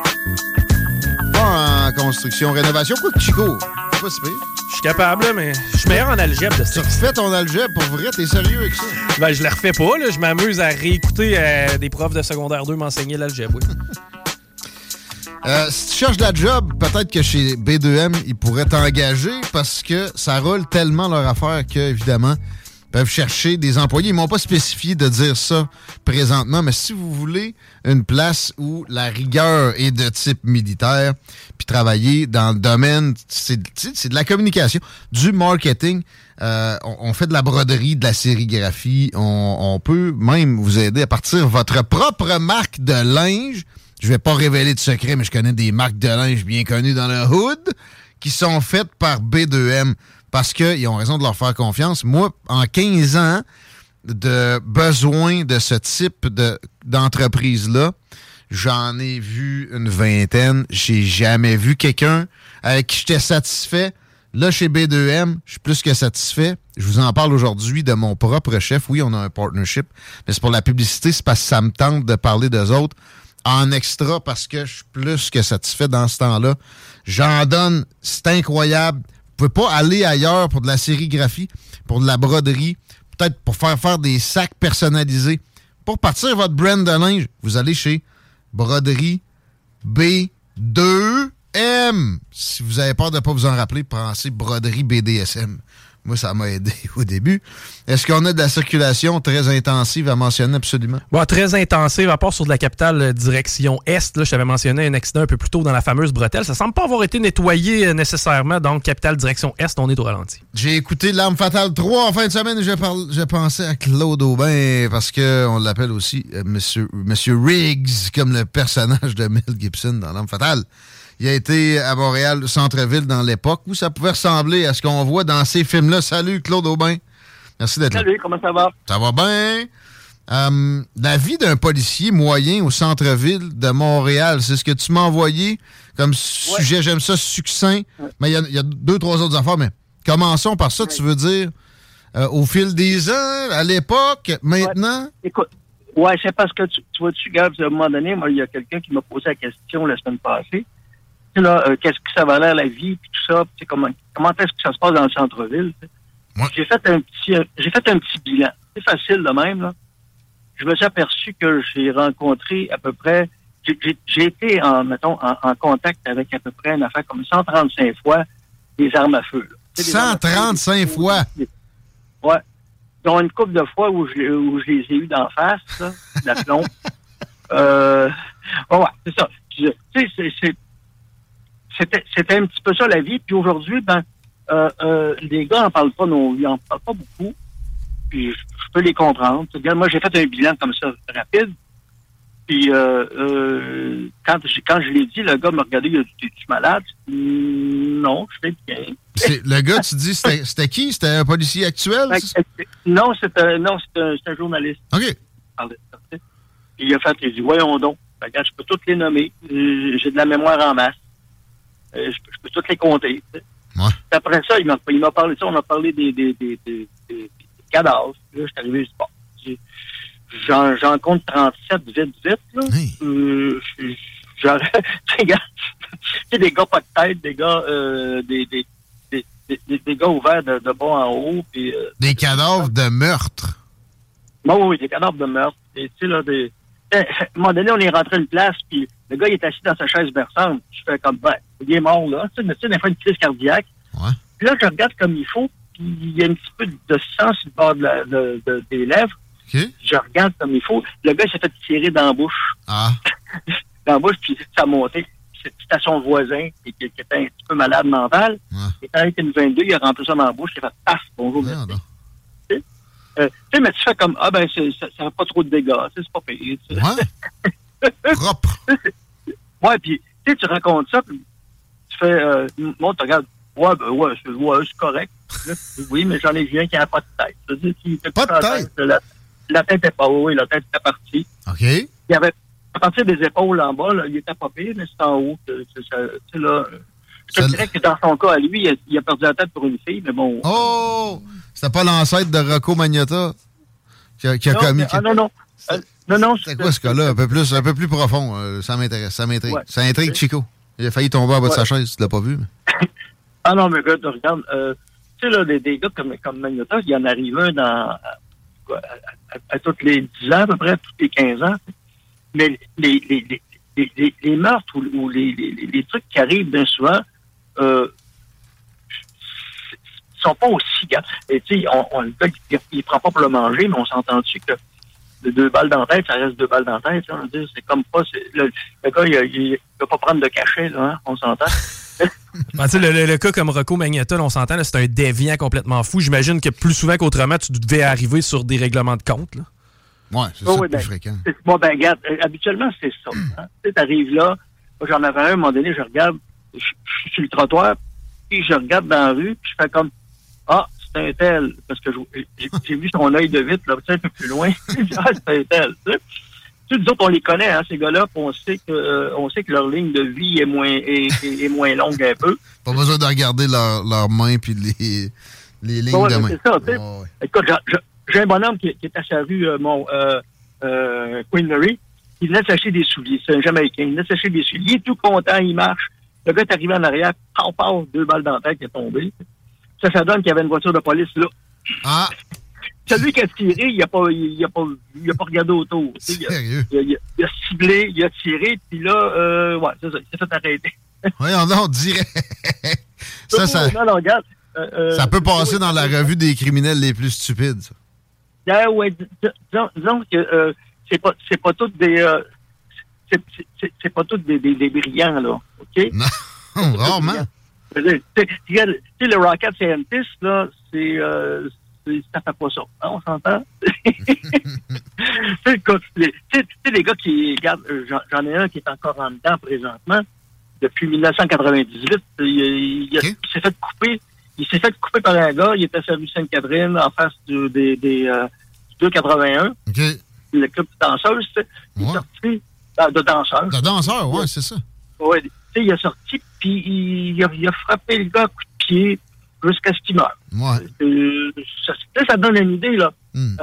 Pas en construction, rénovation. Quoi que Chico? Pas si pire. Je suis capable, là, mais je suis meilleur en algèbre de ça. Tu refais ton algèbre pour vrai? T'es sérieux avec ça? Ben, je le refais pas, là. Je m'amuse à réécouter des profs de secondaire 2 m'enseigner l'algèbre, oui. Si tu cherches de la job, peut-être que chez B2M, ils pourraient t'engager parce que ça roule tellement leur affaire qu'évidemment, ils peuvent chercher des employés. Ils m'ont pas spécifié de dire ça présentement, mais si vous voulez une place où la rigueur est de type militaire, puis travailler dans le domaine, c'est de la communication, du marketing, on fait de la broderie, de la sérigraphie, on peut même vous aider à partir votre propre marque de linge. Je vais pas révéler de secret, mais je connais des marques de linge bien connues dans le hood qui sont faites par B2M parce qu'ils ont raison de leur faire confiance. Moi, en 15 ans de besoin de ce type d'entreprise-là, j'en ai vu une vingtaine. J'ai jamais vu quelqu'un avec qui j'étais satisfait. Là, chez B2M, je suis plus que satisfait. Je vous en parle aujourd'hui de mon propre chef. Oui, on a un partnership, mais c'est pour la publicité. C'est parce que ça me tente de parler d'eux autres en extra parce que je suis plus que satisfait dans ce temps-là. J'en donne, c'est incroyable. Vous pouvez pas aller ailleurs pour de la sérigraphie, pour de la broderie, peut-être pour faire des sacs personnalisés. Pour partir votre brand de linge, vous allez chez Broderie B2M. Si vous avez peur de ne pas vous en rappeler, pensez Broderie BDSM. Moi, ça m'a aidé au début. Est-ce qu'on a de la circulation très intensive à mentionner absolument? Bon, très intensive, à part sur de la capitale direction Est. Là, je t'avais mentionné un accident un peu plus tôt dans la fameuse bretelle. Ça semble pas avoir été nettoyé nécessairement. Donc, capitale direction Est, on est au ralenti. J'ai écouté L'Arme Fatale 3 en fin de semaine et je pensais à Claude Aubin parce qu'on l'appelle aussi Monsieur Riggs, comme le personnage de Mel Gibson dans L'Arme Fatale. Il a été à Montréal, centre-ville, dans l'époque où ça pouvait ressembler à ce qu'on voit dans ces films-là. Salut, Claude Aubin. Merci d'être là. Salut, comment ça va? Ça va bien. La vie d'un policier moyen au centre-ville de Montréal, c'est ce que tu m'as envoyé comme sujet. Ouais. J'aime ça, succinct. Ouais. Mais il y a 2-3 autres affaires, mais commençons par ça. Ouais. Tu veux dire, au fil des ans, à l'époque, maintenant? Ouais. Écoute, c'est parce que tu vois-tu, Gab, à un moment donné, moi, il y a quelqu'un qui m'a posé la question la semaine passée. Là, qu'est-ce que ça va l'air la vie, puis tout ça, puis comment est-ce que ça se passe dans le centre-ville? Ouais. J'ai fait un petit bilan. C'est facile de même, là. Je me suis aperçu que j'ai rencontré à peu près, j'ai été en contact avec à peu près une affaire comme 135 fois des armes à feu. 135 fois? Ouais. Dont une couple de fois où je les ai eues d'en face, là, d'aplomb. Ouais, c'est ça. Tu sais, C'était un petit peu ça la vie. Puis aujourd'hui, les gars n'en parlent pas ils en parlent pas beaucoup. Puis je peux les comprendre. Regarde, moi, j'ai fait un bilan comme ça, rapide. Puis quand je l'ai dit, le gars m'a regardé, il a dit, t'es-tu malade? Non, je vais bien. Le gars, tu dis, c'était qui? C'était un policier actuel? Non, c'est un journaliste. OK. Puis il a dit, voyons donc. Regarde, je peux toutes les nommer. J'ai de la mémoire en masse. Je peux toutes les compter. Ouais. Après ça, il m'a parlé de ça. On a parlé des cadavres. Puis là, je suis arrivé, je dis, bon, j'en compte 37 vite, là. Oui. Genre, tu sais, des gars pas de tête, des gars, des gars ouverts de bas en haut. Puis, des cadavres de meurtre. Bon, oui, des cadavres de meurtre. Et tu sais, là, à un moment donné, on est rentré à une place, puis le gars, il est assis dans sa chaise berçante. Je fais comme, ben, il est mort, là. Tu sais, des fois, une crise cardiaque. Ouais. Puis là, je regarde comme il faut, puis il y a un petit peu de sang sur le bord des lèvres. Okay. Je regarde comme il faut. Le gars, il s'est fait tirer dans la bouche. Ah. Dans la bouche, puis ça a monté. C'était à son voisin, qui était un petit peu malade mental. Ouais. Et quand il était une 22, il a rentré ça dans la bouche, il a fait paf, bonjour, merci. Tu sais, mais tu fais comme, ah ben, ça n'a pas trop de dégâts, c'est pas payé. Ouais. Propre. Ouais, puis, tu sais, tu racontes ça, puis tu fais, moi, tu regardes, ouais, c'est correct. Là, oui, mais j'en ai vu un qui n'a pas de tête. Pas de tête? La tête est pas, oui, la tête était partie. OK. Il y avait, à partir des épaules en bas, là, il était pas pire, mais c'est en haut. Tu sais, là, je te dirais que dans son cas, à lui, il a perdu la tête pour une fille, mais bon. Oh! C'était pas l'ancêtre de Rocco Magnotta qui a commis... Non. Non, c'est quoi ce cas-là? Un peu plus profond. Ça m'intéresse, ça m'intrigue. Ouais. Ça intrigue Chico. Il a failli tomber en bas de sa chaise, tu l'as pas vu. Mais... Ah non, mais regarde, tu sais, là, des gars comme Magnotta, il y en arrive un à tous les 10 ans, à peu près, tous les 15 ans. Mais les meurtres ou les trucs qui arrivent bien souvent sont pas aussi gars. Et tu sais, le gars, il prend pas pour le manger, mais on s'entend-tu que de 2 balles dans la tête, ça reste 2 balles dans la tête. On dit, c'est comme pas... Le gars, il va pas prendre de cachet, là, hein, on s'entend. Ben, le cas comme Rocco Magnotta, on s'entend, là, c'est un déviant complètement fou. J'imagine que plus souvent qu'autrement, tu devais arriver sur des règlements de compte. Là. Ouais, c'est ça, plus fréquent. Bon, ben, regarde, habituellement, c'est ça. Hein. Tu arrives là, moi, j'en avais un, à un moment donné, je regarde, je suis sur le trottoir, puis je regarde dans la rue, puis je fais comme, ah, c'est un tel, parce que j'ai vu son œil de vitre, là, un peu plus loin. Ah, c'est un tel, tu sais. Nous autres, on les connaît, hein, ces gars-là, puis on sait que leur ligne de vie est moins longue un peu. Pas besoin de regarder leurs mains puis les lignes de main. C'est ça, tu sais. Ouais. Écoute, j'ai un bonhomme qui est à sa rue, Queen Mary. Il venait de s'acheter des souliers. C'est un Jamaïcain. Il venait de s'acheter des souliers. Il est tout content, il marche. Le gars est arrivé en arrière, paf, 2 balles dans la tête, il est tombé. Ça donne qu'il y avait une voiture de police là. Ah! Celui qui a tiré, il a pas regardé autour. Sérieux? Il a ciblé, il a tiré, puis là, ouais, c'est ça, il s'est fait arrêter. Oui, on dirait. ça regarde. Ça peut passer dans la revue des criminels les plus stupides, ça. Ouais, disons que c'est pas tous des c'est pas tous des brillants, là, OK? Non, rarement. Tu sais, le Rocket Scientist, là, ça fait pas ça. Hein, on s'entend? Tu sais, les gars qui... Regarde, j'en ai un qui est encore en dedans présentement. Depuis 1998, il s'est fait couper. Il s'est fait couper par un gars. Il était sur la rue Sainte-Catherine, en face du 281. OK. Le club de danseuses, tu sais. Il est sorti de danseurs. De danseurs, oui, c'est ça. Oui. Tu sais, il est sorti, puis il a frappé le gars à coups de pied jusqu'à ce qu'il meure. Ouais. Ça donne une idée, là.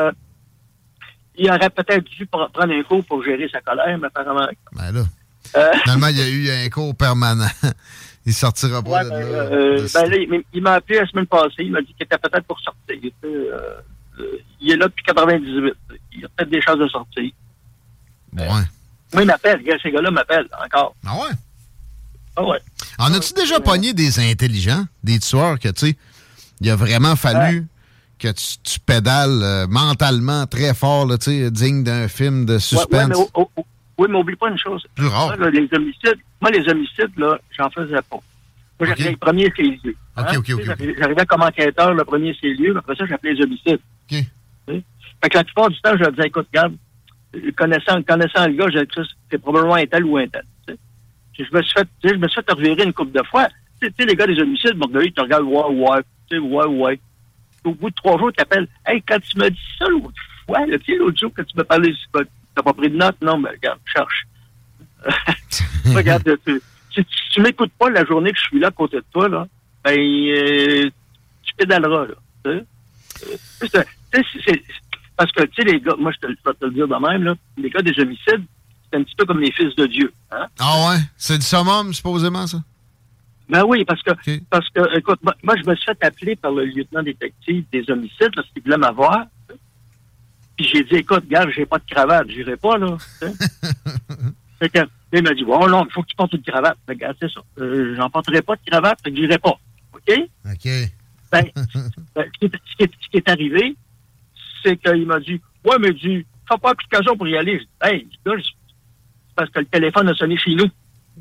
Il aurait peut-être dû prendre un cours pour gérer sa colère, mais apparemment... Ben là, finalement, il y a eu un cours permanent. Il sortira pas de là. Il m'a appelé la semaine passée. Il m'a dit qu'il était peut-être pour sortir. Il est là depuis 98. Il a peut-être des chances de sortir. Ouais. Moi, il m'appelle. Ces gars-là m'appellent encore. Ah ouais? Ah ouais. En as-tu déjà pogné des intelligents, des tueurs que, tu sais, il a vraiment fallu que tu pédales mentalement très fort, là, tu sais, digne d'un film de suspense? Oui, mais oublie pas une chose. Plus rare. Les homicides, là, j'en faisais pas. Moi, j'arrivais le premier c'est lieu. OK. J'arrivais comme enquêteur, le premier c'est lieu, après ça, j'appelais les homicides. OK. Fait que la plupart du temps, je leur disais, écoute, regarde, connaissant le gars, je disais, c'est probablement un tel ou un tel. Je me suis fait revirer une couple de fois. Tu sais, les gars des homicides, ils te regardent, ouais. Au bout de 3 jours, ils t'appellent, hey, quand tu m'as dit ça l'autre fois, l'autre jour, quand tu m'as parlé, t'as pas pris de notes? Non, mais regarde, cherche. Regarde, si tu m'écoutes pas la journée que je suis là à côté de toi, là, ben, tu pédaleras, là. Parce que, tu sais, les gars, moi, je vais te le dire de même, là, les gars des homicides, c'est un petit peu comme les fils de Dieu. Hein? Ah ouais? C'est du summum, supposément, ça? Ben oui, parce que, écoute, moi, je me suis fait appeler par le lieutenant détective des homicides, parce qu'il voulait m'avoir. Puis j'ai dit, écoute, gars, j'ai pas de cravate, j'irai pas, là. Fait que, il m'a dit, oh non, il faut que tu portes une cravate. Fait que, c'est ça. J'en porterai pas de cravate, fait que j'irai pas. OK? OK. Ben, ce qui est arrivé, c'est qu'il m'a dit, ouais, mais fais pas application pour y aller. Je dis, hey, gars, c'est parce que le téléphone a sonné chez nous.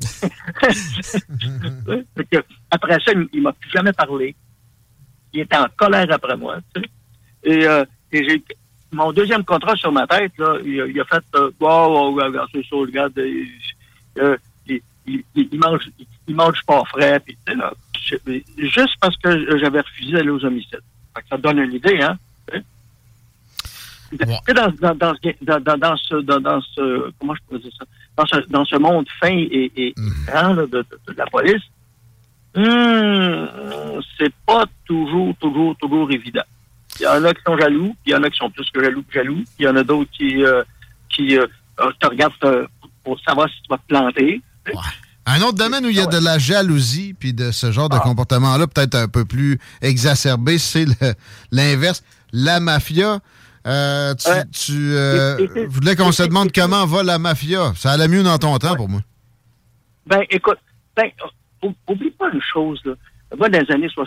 Fait que, après ça, il m'a plus jamais parlé. Il était en colère après moi. Tu sais. Et j'ai mon deuxième contrat sur ma tête, là, il a fait regarde, c'est ça, regarde, il mange pas frais, puis tu sais, là, juste parce que j'avais refusé d'aller aux homicides. Fait que ça donne une idée, hein. Dans ce comment je pourrais dire ça, dans ce monde fin et grand là, de la police, c'est pas toujours évident. Il y en a qui sont jaloux, il y en a qui sont plus que jaloux. Il y en a d'autres qui te regardent pour savoir si tu vas te planter. Ouais. Un autre domaine où il y a de la jalousie puis de ce genre de comportement-là, peut-être un peu plus exacerbé, c'est l'inverse. La mafia. Tu voulais qu'on se demande comment va la mafia. Ça allait mieux dans ton temps pour moi. Ben, écoute, oublie pas une chose, là. Moi, dans les années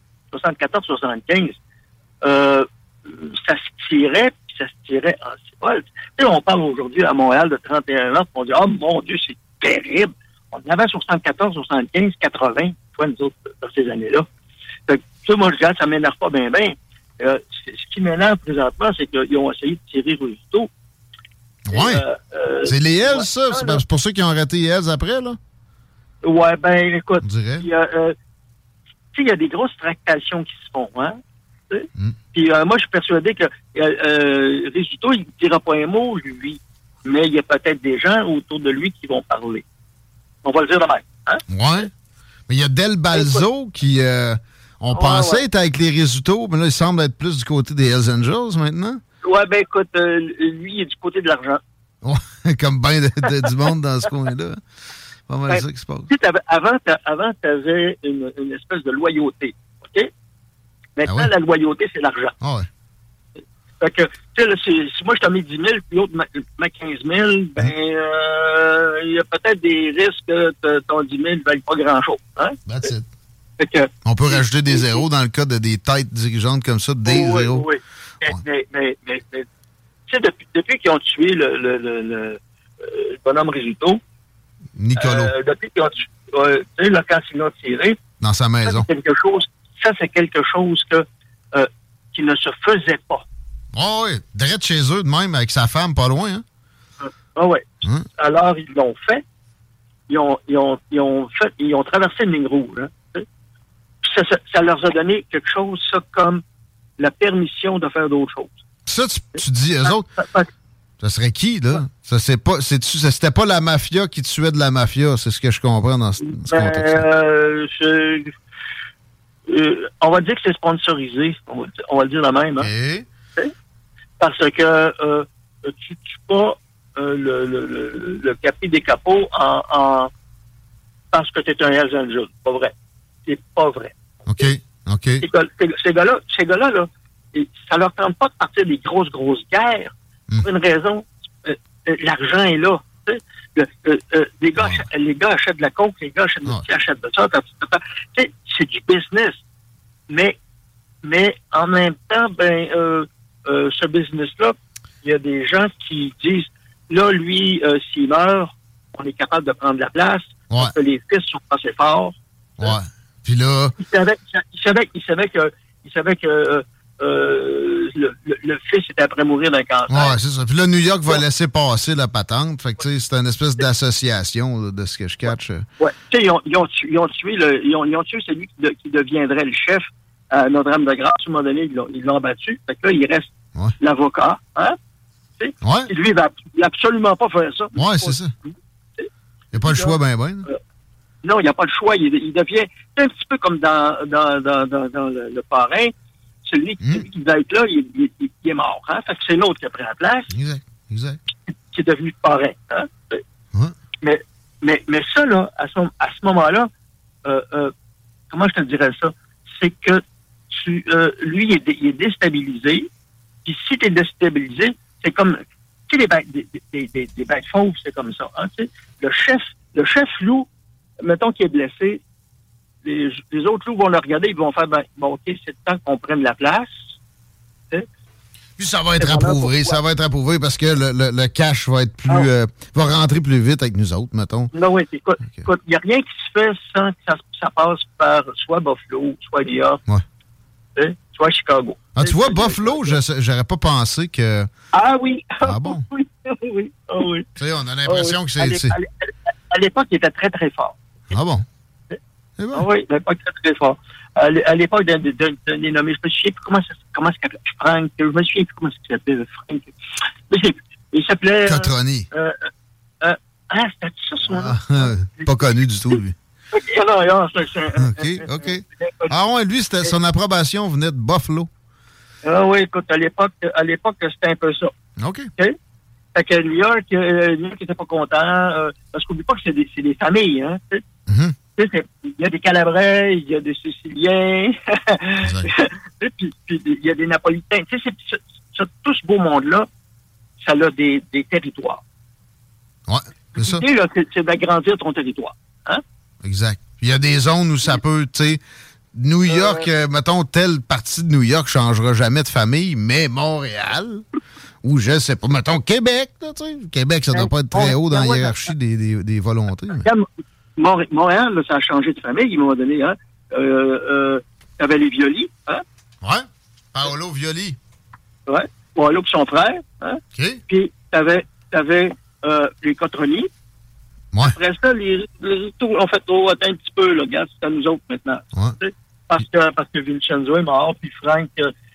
74-75, ça se tirait en cibole. Tu sais, on parle aujourd'hui à Montréal de 31 ans, on dit, oh mon Dieu, c'est terrible. On avait 74, 75, 80, toi, nous autres, dans ces années-là. Fait que, tu sais, moi, je dis, ça m'énerve pas bien. Ce qui m'énerve présentement, c'est qu'ils ont essayé de tirer Rosito. Oui. C'est les Hells, ça? C'est pour ceux qui ont arrêté les Hells après, là? Ouais, ben, écoute, il y a des grosses tractations qui se font, hein? Puis moi, je suis persuadé que Rosito, il ne dira pas un mot, lui, mais il y a peut-être des gens autour de lui qui vont parler. On va le dire de même, hein? Ouais. Mais il y a Del Balzo qui... On pensait être avec les résultats, mais là, il semble être plus du côté des Hells Angels maintenant. Ouais, ben écoute, lui, il est du côté de l'argent. Ouais, comme bien du monde dans ce coin-là. Pas mal ça qui se passe. Avant, tu avais une espèce de loyauté, OK? Maintenant, la loyauté, c'est l'argent. Ah ouais. Fait que, tu sais, si moi, je t'en mets 10 000, puis l'autre m'a 15 000, ben, il y a peut-être des risques que ton 10 000 ne vaille pas grand-chose, hein? That's it. On peut rajouter des zéros dans le cas de des têtes dirigeantes comme ça, des zéros. Oui. Mais tu sais, depuis qu'ils ont tué le bonhomme Rosito, Nicolo. Depuis qu'ils ont tué, tu sais, là, quand ils l'ont tiré, dans sa maison. Ça, c'est quelque chose qui ne se faisait pas. Oh, oui, direct chez eux, de même, avec sa femme, pas loin. Hein? Oui. Alors, ils l'ont fait. Ils ont traversé une ligne rouge. Hein? Ça leur a donné quelque chose, ça, comme la permission de faire d'autres choses. Ça, tu dis, eux autres, ça serait qui, là? Ça, c'était pas la mafia qui tuait de la mafia, c'est ce que je comprends dans ce contexte. On va dire que c'est sponsorisé, on va le dire la même. Hein? Parce que tu tues pas le capi des capots parce que tu es un Hells Angel. Pas vrai. C'est pas vrai. OK. Ces gars-là, là, ça leur tente pas de partir des grosses guerres. Pour une raison, l'argent est là. Les gars achètent de la coke, les gars achètent de ça. C'est du business. Mais en même temps, ce business-là, il y a des gens qui disent, là, lui, s'il meurt, on est capable de prendre la place, parce que les fils sont pas assez forts. Ouais. Puis là... Il savait que le fils était après mourir d'un cancer. Ouais, c'est ça. Puis là, New York va laisser passer la patente. Fait que, tu sais, c'est une espèce d'association là, de ce que je catch. Ouais. Tu sais, ils ont tué celui qui deviendrait le chef à Notre-Dame-de-Grâce. À un moment donné, ils l'ont battu. Fait que là, il reste l'avocat. Hein? Tu sais? Et lui, il va absolument pas faire ça. Ouais, c'est ça. Il n'y a pas le choix, ben. Non, il n'y a pas le choix. Il devient un petit peu comme dans le parrain. celui qui devait être là, il est mort. Hein? Fait que c'est l'autre qui a pris la place. Exact. Qui est devenu parrain. Hein? Ouais. Mais ça, là, à ce moment-là, comment je te dirais ça? C'est que lui, il est déstabilisé. Puis si tu es déstabilisé, c'est comme... Tu sais, des bêtes fauves, c'est comme ça. Hein, tu sais. Le chef loup, mettons qu'il est blessé, les autres loups vont le regarder, ils vont faire, OK, c'est le temps qu'on prenne la place. Tu sais. Puis ça va être approuvé parce que le cash va être plus va rentrer plus vite avec nous autres, mettons. Non, oui, écoute, il n'y a rien qui se fait sans que ça passe par soit Buffalo, soit New York, soit Chicago. Ah, tu vois, Buffalo, j'aurais pas pensé que... Ah oui! Ah bon? oui. Tu sais, on a l'impression que c'est... À l'époque, il était très, très fort. Ah bon? C'est bon. Ah oui, à l'époque, très, très fort. À l'époque d'un des nommés, je me souviens plus comment ça s'appelait. Frank, je me souviens plus comment ça s'appelait, Frank. Il s'appelait... Cotroni. C'était ça, son nom? Pas connu du tout, lui. Non, OK. Ah ouais, lui, son approbation venait de Buffalo. Ah oui, écoute, à l'époque, c'était un peu ça. OK. Fait que New York n'était pas content, parce qu'oublie pas que c'est des familles, hein, tu sais. Il y a des Calabrais, il y a des Siciliens, puis il y a des Napolitains. Tu sais, tout ce beau monde-là, ça a des territoires. Ouais, c'est ça. L'idée, là, c'est d'agrandir ton territoire. Hein? Exact. Il y a des zones où ça peut, tu sais, New York, mettons, telle partie de New York changera jamais de famille, mais Montréal, ou je sais pas, mettons, Québec, tu sais. Québec, ça doit pas être très haut dans la hiérarchie des volontés. Montréal, là, ça a changé de famille, à un moment donné, hein. T'avais les Violi, hein? Ouais. Paolo Violi. Ouais. Paolo et son frère, hein? OK. Puis t'avais les Cotroni. Ouais. Après ça, les ritours ont fait trop atteindre un petit peu, là. Regarde, c'est à nous autres maintenant. Ouais. Parce que Vincenzo est mort, puis Frank,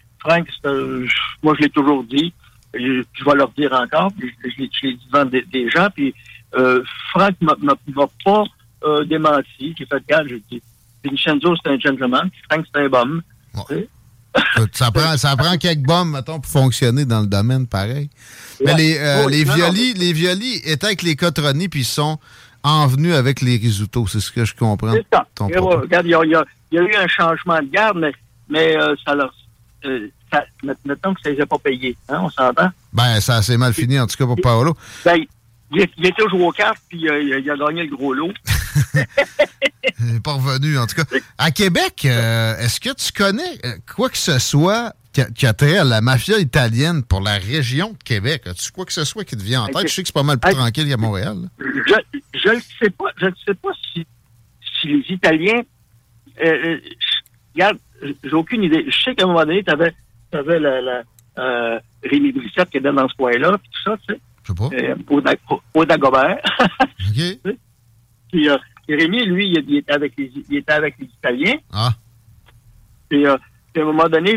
moi, je l'ai toujours dit, je vais leur dire encore, puis je l'ai dit devant des gens, puis Frank m'a pas démenti. J'ai fait gaffe, j'ai dit, Vincenzo, c'est un gentleman, puis Frank, c'est un bum. Ouais. Ça prend quelques bombes, mettons, pour fonctionner dans le domaine pareil. Mais les Violi étaient avec les Cotroni, puis ils sont envenus avec les Rizzuto. C'est ce que je comprends. C'est ça. Regarde, il y a eu un changement de garde, mais ça leur... mettons que ça les a pas payés. Hein, on s'entend? Ben, ça a assez mal fini, en tout cas, pour Paolo. Ben, il était joué aux cartes, puis il a gagné le gros lot. Il n'est pas revenu, en tout cas. À Québec, est-ce que tu connais quoi que ce soit qui a trait à la mafia italienne pour la région de Québec? As-tu quoi que ce soit qui te vient en tête? Je sais que c'est pas mal plus tranquille qu'à Montréal. Je ne sais pas si les Italiens... regarde, j'ai aucune idée. Je sais qu'à un moment donné, tu avais Rémi Brissette qui était dans ce coin-là, puis tout ça, tu sais. Je sais pas. Au Dagobert. OK. Puis Rémi, lui, il était avec les Italiens. Ah. Puis à un moment donné,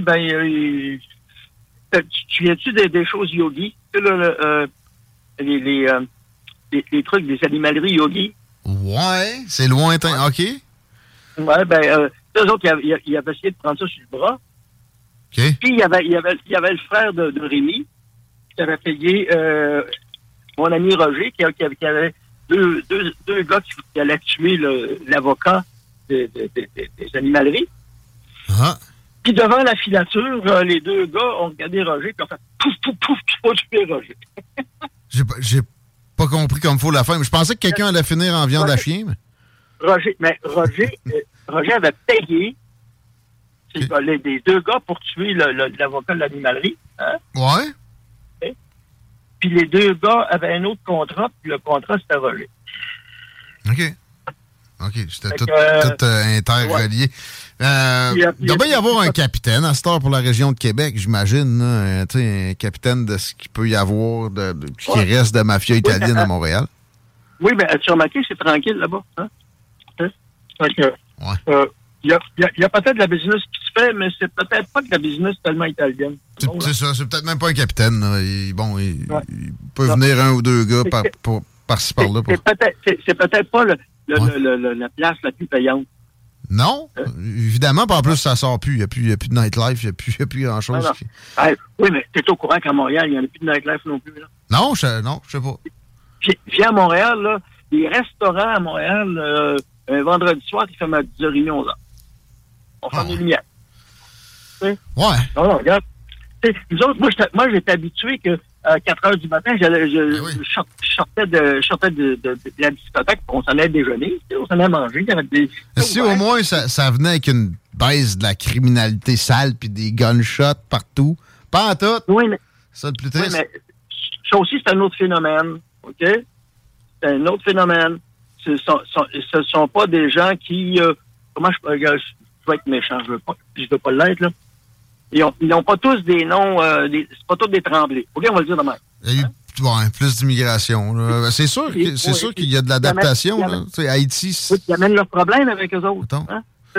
tu viens-tu des choses yogi? Tu sais, les trucs des animaleries yogi? Ouais, c'est lointain. OK. Ouais, eux autres, ils avaient essayé de prendre ça sur le bras. OK. Puis il y avait le frère de Rémi qui avait payé mon ami Roger, qui avait deux gars qui allaient tuer l'avocat des animaleries. Ah. Puis devant la filature, les deux gars ont regardé Roger puis ont fait pouf, pouf, pouf, puis pas tuer Roger. J'ai pas compris comme il faut la fin, mais je pensais que quelqu'un allait finir en viande à chien. Mais... Roger avait payé les deux gars pour tuer l'avocat de l'animalerie. Hein? Ouais. Okay. Puis les deux gars avaient un autre contrat, puis le contrat, c'était Roger. OK. C'était tout interrelié. Il doit bien y avoir un capitaine à cette heure pour la région de Québec, j'imagine. Un capitaine de ce qu'il peut y avoir qui reste de mafia italienne à Montréal. Oui, mais as-tu remarqué, c'est tranquille là-bas. Hein? Il y a peut-être de la business qui se fait, mais c'est peut-être pas de la business tellement italienne. C'est ça, c'est peut-être même pas un capitaine. Il peut venir un ou deux gars par-ci par-là. C'est peut-être pas la place la plus payante. Non, évidemment, pas en plus, ça sort plus. Il n'y a plus de nightlife, il n'y a plus grand-chose. Oui, mais tu es au courant qu'à Montréal, il n'y en a plus de nightlife non plus. Là. Non, je sais pas. Viens à Montréal, là, les restaurants à Montréal, un vendredi soir, ils ferment à 10h30, 11h. On ferme les lumières. Ouais. Non, regarde. Nous autres, moi, j'étais habitué que à 4h du matin, je sortais de la discothèque, on s'en allait déjeuner, on s'en allait manger. Il y avait des... Si au moins ça venait avec une baisse de la criminalité sale puis des gunshots partout. Pas en tout. Oui, mais... C'est ça le plus triste. Oui, mais ça aussi, c'est un autre phénomène. OK? C'est un autre phénomène. Ce sont pas des gens qui... comment je vais être méchant, je veux pas l'être, là. Ils n'ont pas tous des noms, c'est pas tous des Tremblay. OK, on va le dire de même. Il y a eu plus d'immigration. C'est sûr qu'il y a de l'adaptation. Haïti... Ils amènent leurs problèmes avec eux autres. Hein?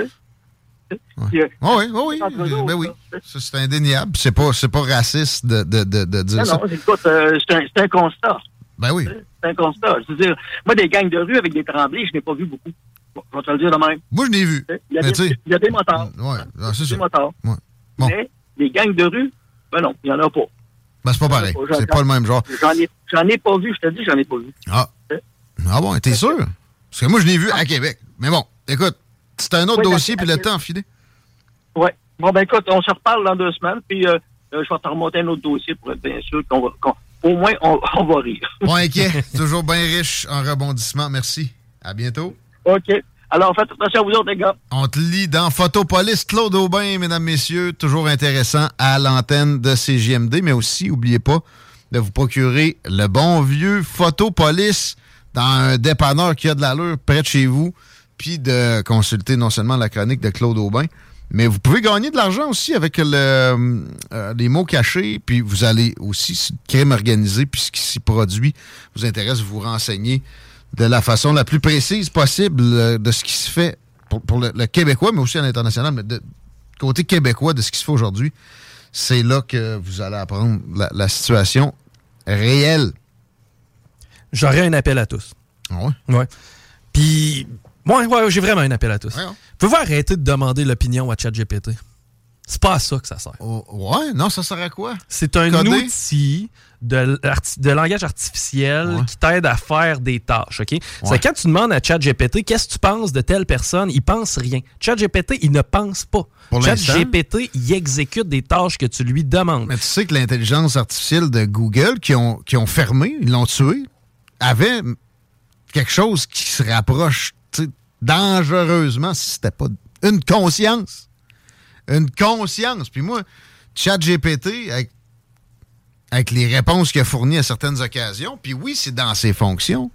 Oui. Ben oui. Ça, c'est indéniable. C'est pas raciste de dire ça. Non, écoute, c'est un constat. Ben oui. C'est un constat. Je veux dire, moi, des gangs de rue avec des Tremblay, je n'ai pas vu beaucoup. Bon, je vais te le dire de même. Moi, je l'ai vu. Il y a des motards. Oui, c'est ça. Des motards. Ouais. Bon. Mais les gangs de rue, ben non, il n'y en a pas. Ben, c'est pas pareil. C'est pas le même genre. J'en ai pas vu, je te dis, j'en ai pas vu. Ah bon, t'es sûr? Parce que moi, je l'ai vu à Québec. Mais bon, écoute, c'est un autre dossier, puis le temps filé. Oui. Bon, ben écoute, on se reparle dans 2 semaines, puis je vais te remonter un autre dossier pour être bien sûr qu'au moins, on va rire. Pas inquiet. Toujours bien riche en rebondissements. Merci. À bientôt. OK. Alors, faites attention à vous autres, les gars. On te lit dans Photopolis. Claude Aubin, mesdames, messieurs, toujours intéressant à l'antenne de CJMD, mais aussi, n'oubliez pas de vous procurer le bon vieux Photopolis dans un dépanneur qui a de l'allure près de chez vous, puis de consulter non seulement la chronique de Claude Aubin, mais vous pouvez gagner de l'argent aussi avec les mots cachés, puis vous allez aussi, si le crime organisé, puis ce qui s'y produit vous intéresse, vous renseignez de la façon la plus précise possible de ce qui se fait pour le Québécois, mais aussi à l'international, mais côté québécois de ce qui se fait aujourd'hui. C'est là que vous allez apprendre la situation réelle. J'aurais un appel à tous. Ah ouais? Ouais. Puis, ouais, j'ai vraiment un appel à tous. Ouais. Pouvez-vous arrêter de demander l'opinion à ChatGPT? C'est pas à ça que ça sert. Ouais, non, ça sert à quoi? C'est un outil de langage artificiel qui t'aide à faire des tâches, OK? C'est quand tu demandes à ChatGPT qu'est-ce que tu penses de telle personne, il pense rien. ChatGPT, il ne pense pas. ChatGPT, il exécute des tâches que tu lui demandes. Mais tu sais que l'intelligence artificielle de Google, qui ont fermé, ils l'ont tué, avait quelque chose qui se rapproche dangereusement, si c'était pas une conscience. Une conscience. Puis moi, ChatGPT, avec les réponses qu'il a fournies à certaines occasions, puis oui, c'est dans ses fonctions.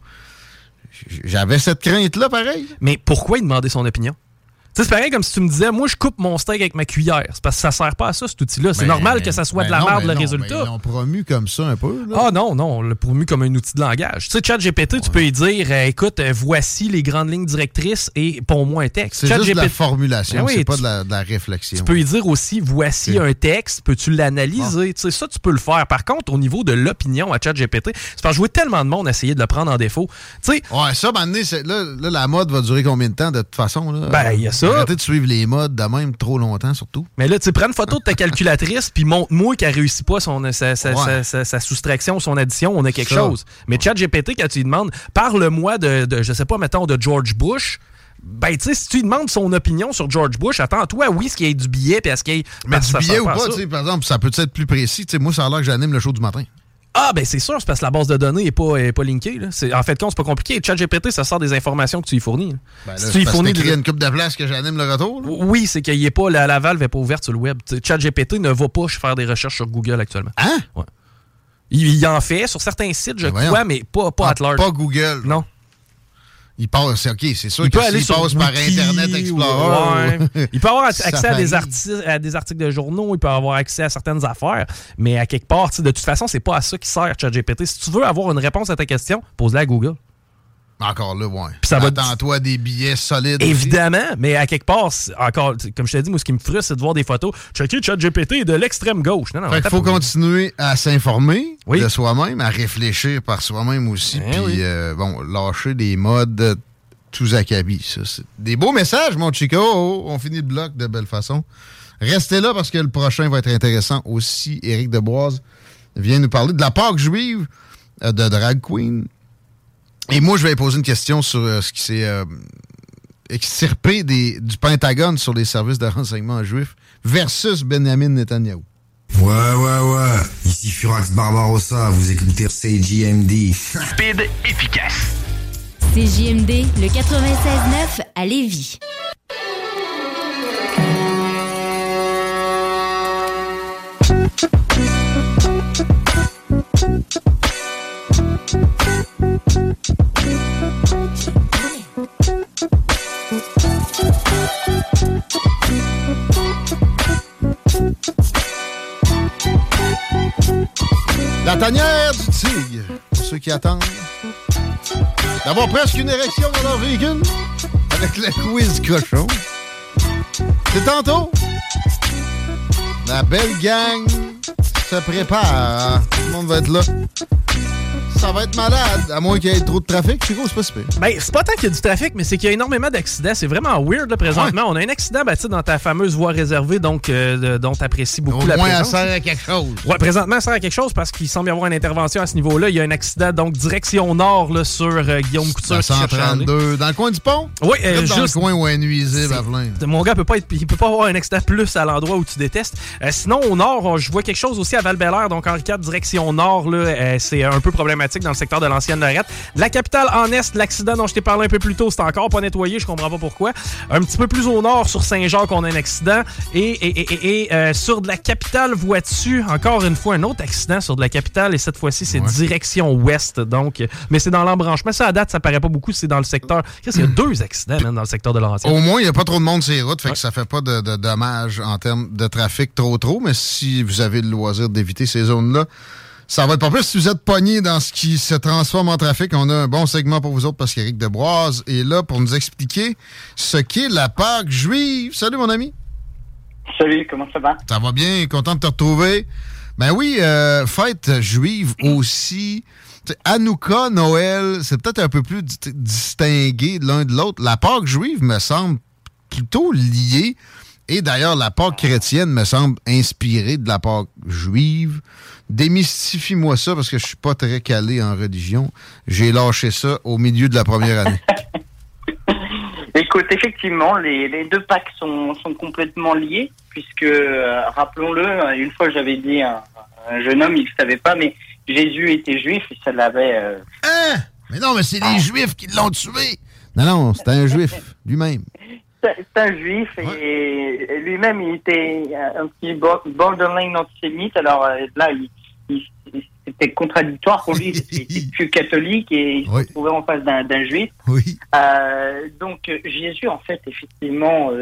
J'avais cette crainte-là, pareil. Mais pourquoi il demandait son opinion? Tu sais, c'est pareil comme si tu me disais, moi, je coupe mon steak avec ma cuillère. C'est parce que ça sert pas à ça, cet outil-là. C'est normal que ça soit de la merde, le résultat. Ils l'ont promu comme ça un peu. Là. Ah non, on l'a promu comme un outil de langage. Tu sais, ChatGPT, tu peux lui dire, écoute, voici les grandes lignes directrices et pour moi un texte. C'est juste de la formulation, c'est pas de la réflexion. Tu peux lui dire aussi, voici un texte, peux-tu l'analyser? Tu sais, ça, tu peux le faire. Par contre, au niveau de l'opinion à ChatGPT, c'est parce que je vois tellement de monde essayer de le prendre en défaut. Tu sais, ouais, ça, maintenant, là, la mode va durer combien de temps, de toute façon? Là? Ben, il y a ça. Arrêtez de suivre les modes de même trop longtemps, surtout. Mais là, tu sais, prends une photo de ta calculatrice puis montre-moi qu'elle réussit pas sa soustraction ou son addition, on a quelque chose. Mais ChatGPT, quand tu lui demandes, parle-moi de, je sais pas, mettons, de George Bush, ben, tu sais, si tu lui demandes son opinion sur George Bush, attends-toi, oui, ce qu'il y ait du billet, puis est-ce qu'il y ait... Mais du billet ou pas, tu sais, par exemple, ça peut être plus précis. Tu sais, moi, ça a l'air que j'anime le show du matin. Ah, ben c'est sûr, c'est parce que la base de données n'est pas linkée. Là. En fait, c'est pas compliqué. ChatGPT, ça sort des informations que tu y fournis. Ben là, si tu y fournis une couple de place que j'anime le retour. Là. Oui, c'est qu'il y est pas, la valve n'est pas ouverte sur le web. ChatGPT ne va pas faire des recherches sur Google actuellement. Hein? Ouais. Il en fait sur certains sites, je crois, mais pas at large. Pas Google. Non. Il passe, OK, c'est sûr qu'il passe par Internet Explorer. Ouais. Il peut avoir accès à des articles de journaux, il peut avoir accès à certaines affaires, mais à quelque part, de toute façon, c'est pas à ça qui sert ChatGPT. Si tu veux avoir une réponse à ta question, pose-la à Google. Encore là, ouais. Attends-toi des billets solides. Évidemment, aussi. Mais à quelque part, encore, comme je t'ai dit, moi, ce qui me frustre, c'est de voir des photos. Checker ChatGPT de l'extrême gauche. Non, il faut continuer à s'informer de soi-même, à réfléchir par soi-même aussi, puis lâcher des modes tous acabis. Ça, c'est des beaux messages, mon Chico. Oh, on finit le bloc de belle façon. Restez là parce que le prochain va être intéressant aussi. Éric Deboise vient nous parler de la Pâque juive de drag queen. Et moi, je vais poser une question sur ce qui s'est extirpé du Pentagone sur les services de renseignement juifs versus Benjamin Netanyahou. Ouais. Ici Furax Barbarossa, vous écoutez CJMD. Speed efficace. CJMD, le 96.9 à Lévis. La tanière du tigre, pour ceux qui attendent d'avoir presque une érection dans leur véhicule avec le quiz cochon. C'est tantôt. La belle gang se prépare. Tout le monde va être là. Ça va être malade, à moins qu'il y ait trop de trafic. Chico, c'est pas si pire. Ben, c'est pas tant qu'il y a du trafic, mais c'est qu'il y a énormément d'accidents. C'est vraiment weird, là, présentement. Ouais. On a un accident, dans ta fameuse voie réservée, donc, dont tu apprécies beaucoup la présence. Au moins, elle sert à quelque chose. Ouais, présentement, elle sert à quelque chose parce qu'il semble y avoir une intervention à ce niveau-là. Il y a un accident, donc, direction nord, là, sur Guillaume Couture. La 132, dans le coin du pont? Oui, juste dans le coin où elle est nuisible à plein. Mon gars, il peut pas avoir un accident plus à l'endroit où tu détestes. Sinon, au nord, je vois quelque chose aussi à Val-Bélair, donc Henri IV, direction nord, là, c'est un peu problématique dans le secteur de l'ancienne Lorette. La capitale en est, l'accident dont je t'ai parlé un peu plus tôt, c'est encore pas nettoyé, je comprends pas pourquoi. Un petit peu plus au nord, sur Saint-Jacques, on a un accident. Et sur de la capitale, vois-tu, encore une fois, un autre accident sur de la capitale, et cette fois-ci, c'est direction ouest. Donc, mais c'est dans l'embranchement. Ça, à date, ça paraît pas beaucoup, c'est dans le secteur. Il y a 2 accidents, même, dans le secteur de l'ancienne. Au moins, il n'y a pas trop de monde sur les routes, fait que ça fait pas de dommages en termes de trafic trop, mais si vous avez le loisir d'éviter ces zones-là, ça va être pas plus si vous êtes pogné dans ce qui se transforme en trafic. On a un bon segment pour vous autres parce qu'Éric Deboise est là pour nous expliquer ce qu'est la Pâque juive. Salut, mon ami. Salut, comment ça va? Ça va bien, content de te retrouver. Ben oui, fête juive aussi. T'sais, Hanouka, Noël, c'est peut-être un peu plus distingué de l'un de l'autre. La Pâque juive me semble plutôt liée. Et d'ailleurs, la Pâque chrétienne me semble inspirée de la Pâque juive. Démystifie-moi ça, parce que je suis pas très calé en religion. J'ai lâché ça au milieu de la première année. Écoute, effectivement, les deux Pâques sont complètement liés, puisque, rappelons-le, une fois j'avais dit à un jeune homme, il ne savait pas, mais Jésus était juif et ça l'avait... Hein? Mais non, mais c'est les Juifs qui l'ont tué! Non, c'était un Juif, lui-même. C'est un Juif et lui-même, il était un petit borderline antisémite, alors là, c'était contradictoire pour lui, il était plus catholique et il se trouvait en face d'un Juif. Oui. Donc Jésus, en fait, effectivement,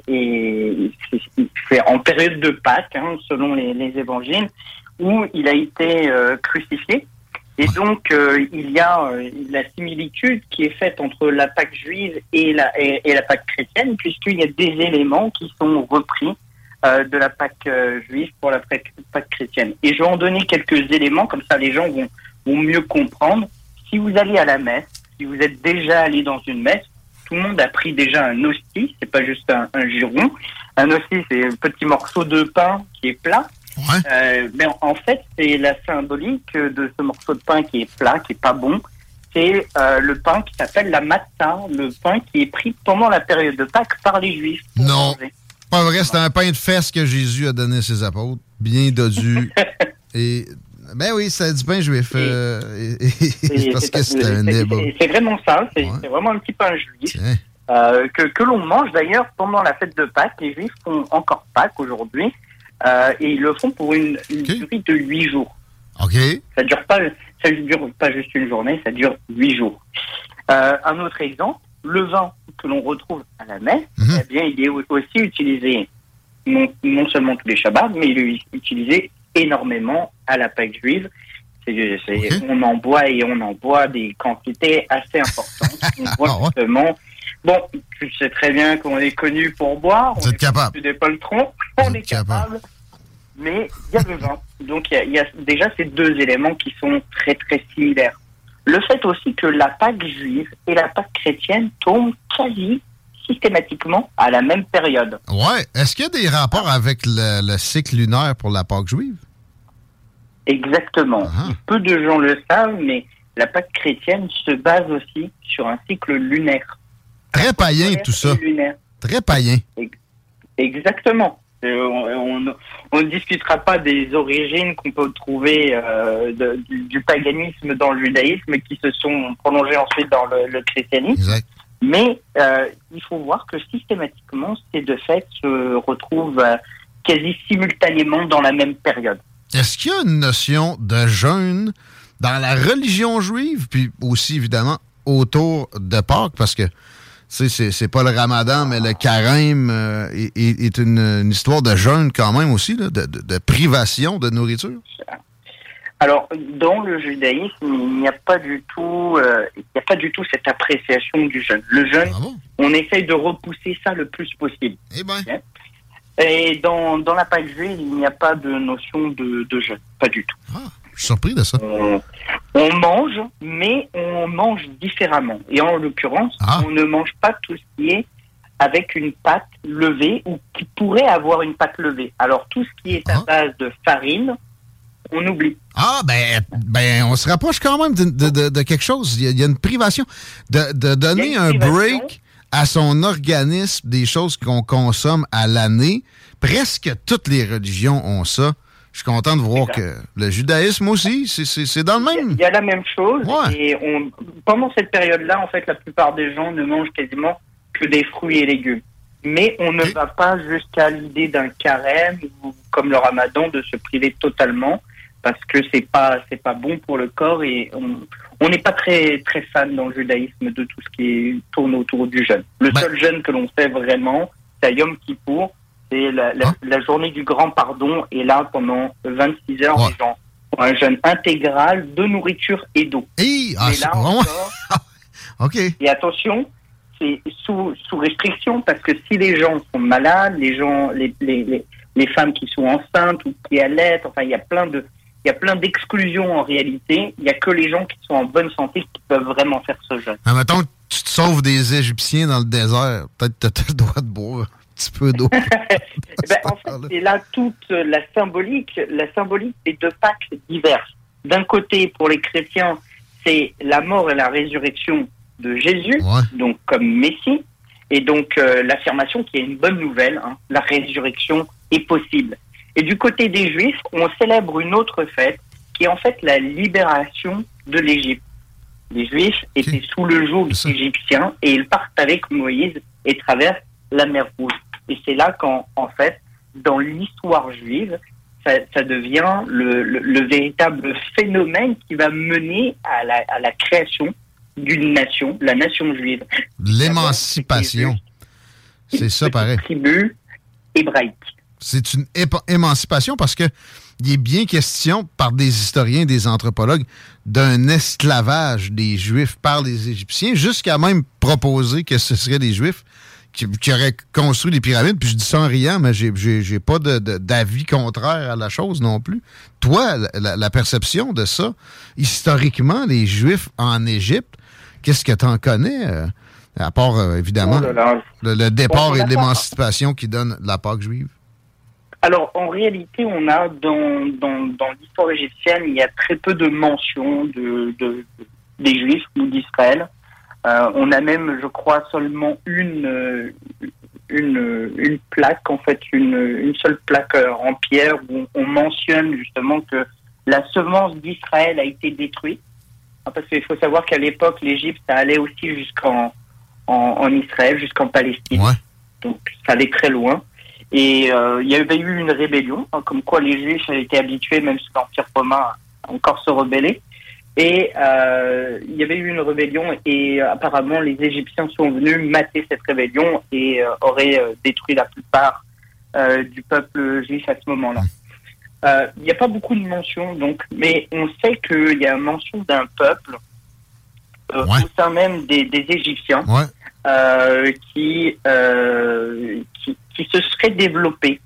c'est en période de Pâques, selon les évangiles, où il a été crucifié. Et donc, il y a la similitude qui est faite entre la Pâque juive et la Pâque chrétienne, puisqu'il y a des éléments qui sont repris de la Pâque juive pour la Pâque chrétienne. Et je vais en donner quelques éléments, comme ça les gens vont mieux comprendre. Si vous allez à la messe, si vous êtes déjà allé dans une messe, tout le monde a pris déjà un hostie, c'est pas juste un giron. Un hostie, c'est un petit morceau de pain qui est plat. Ouais. Mais en fait, c'est la symbolique de ce morceau de pain qui est plat, qui est pas bon. C'est le pain qui s'appelle la matzah, le pain qui est pris pendant la période de Pâques par les Juifs. Non, manger. Pas vrai, c'était un pain de fesses que Jésus a donné à ses apôtres, bien dodu. Et ben oui, c'est du pain juif. Parce que c'est un débat. C'est vraiment ça, c'est vraiment un petit pain juif. Que l'on mange d'ailleurs pendant la fête de Pâques. Les Juifs font encore Pâques aujourd'hui. Et ils le font pour une durée de 8 jours. OK. Ça dure pas juste une journée, ça dure 8 jours. Un autre exemple, le vin que l'on retrouve à la messe, eh bien, il est aussi utilisé non seulement tous les Shabbats, mais il est utilisé énormément à la Pâque juive. On en boit des quantités assez importantes. On voit justement... Bon, tu sais très bien qu'on est connu pour boire. Vous êtes capable. Des poltrons, on est capable. Mais il y a le vin. Donc, il y a déjà ces deux éléments qui sont très, très similaires. le fait aussi que la Pâque juive et la Pâque chrétienne tombent quasi systématiquement à la même période. Ouais. Est-ce qu'il y a des rapports avec le cycle lunaire pour la Pâque juive? Exactement. Peu de gens le savent, mais la Pâque chrétienne se base aussi sur un cycle lunaire. Très païen, tout ça. Lunaire. Très païen. Exactement. On ne discutera pas des origines qu'on peut trouver du paganisme dans le judaïsme qui se sont prolongées ensuite dans le christianisme. Exact. Mais il faut voir que systématiquement, ces deux fêtes se retrouvent quasi simultanément dans la même période. Est-ce qu'il y a une notion de jeûne dans la religion juive, puis aussi, évidemment, autour de Pâques? Parce que c'est pas le ramadan, mais le carême est une histoire de jeûne quand même aussi, là, de privation de nourriture. Alors, dans le judaïsme, il n'y a pas du tout cette appréciation du jeûne. Le jeûne, on essaye de repousser ça le plus possible. Eh ben. Et dans la Pâque juive, il n'y a pas de notion de jeûne, pas du tout. Ah, je suis surpris de ça. On mange, mais on mange différemment. Et en l'occurrence, on ne mange pas tout ce qui est avec une pâte levée ou qui pourrait avoir une pâte levée. Alors, tout ce qui est à base de farine, on oublie. Ah, ben, on se rapproche quand même de quelque chose. Il y a une privation. De donner un break à son organisme des choses qu'on consomme à l'année. Presque toutes les religions ont ça. Je suis content de voir que le judaïsme aussi, c'est dans le même. Il y a la même chose. Ouais. Et pendant cette période-là, en fait, la plupart des gens ne mangent quasiment que des fruits et légumes. Mais on ne va pas jusqu'à l'idée d'un carême ou, comme le ramadan, de se priver totalement parce que c'est pas bon pour le corps et on n'est pas très très fan dans le judaïsme de tout ce qui tourne autour du jeûne. Le seul jeûne que l'on fait vraiment, c'est à Yom Kippour. C'est la journée du grand pardon. Et là, pendant 26 heures, les gens font un jeûne intégral de nourriture et d'eau. Et là encore, et attention, c'est sous restriction, parce que si les gens sont malades, les femmes qui sont enceintes ou qui allaitent, enfin, il y a plein d'exclusions en réalité. Il n'y a que les gens qui sont en bonne santé qui peuvent vraiment faire ce jeûne. Mettons que tu te sauves des Égyptiens dans le désert, peut-être que tu as le droit de boire petit peu d'eau. En fait, c'est là toute la symbolique des deux Pâques diverses. D'un côté, pour les chrétiens, c'est la mort et la résurrection de Jésus, donc comme Messie, et donc l'affirmation qu'il y a une bonne nouvelle, la résurrection est possible. Et du côté des Juifs, on célèbre une autre fête, qui est en fait la libération de l'Égypte. Les Juifs étaient sous le joug égyptien, et ils partent avec Moïse et traversent la mer Rouge. Et c'est là qu'en fait, dans l'histoire juive, ça devient le véritable phénomène qui va mener à la création d'une nation, la nation juive. L'émancipation. C'est ça, pareil. Tribu hébraïque. C'est une émancipation parce que il est bien question par des historiens, des anthropologues, d'un esclavage des Juifs par les Égyptiens, jusqu'à même proposer que ce seraient des Juifs qui auraient construit les pyramides. Puis je dis ça en riant, mais j'ai pas d'avis contraire à la chose non plus. Toi, la perception de ça, historiquement, les Juifs en Égypte, qu'est-ce que tu en connais, à part, évidemment, le départ et l'émancipation qui donne la Pâque juive? Alors, en réalité, on a dans l'histoire égyptienne, il y a très peu de mentions des Juifs ou d'Israël. On a même, je crois, seulement une plaque, en fait, une seule plaque en pierre où on mentionne justement que la semence d'Israël a été détruite. Parce qu'il faut savoir qu'à l'époque, l'Égypte, ça allait aussi jusqu'en Israël, jusqu'en Palestine. Ouais. Donc, ça allait très loin. Et il y avait eu une rébellion, comme quoi les Juifs étaient habitués, même sous l'Empire romain, à encore se rebeller. Et il y avait eu une rébellion et apparemment les Égyptiens sont venus mater cette rébellion et auraient détruit la plupart du peuple juif à ce moment-là. Il n'y a pas beaucoup de mentions, donc, mais on sait qu'il y a mention d'un peuple au sein même des Égyptiens qui se serait développé.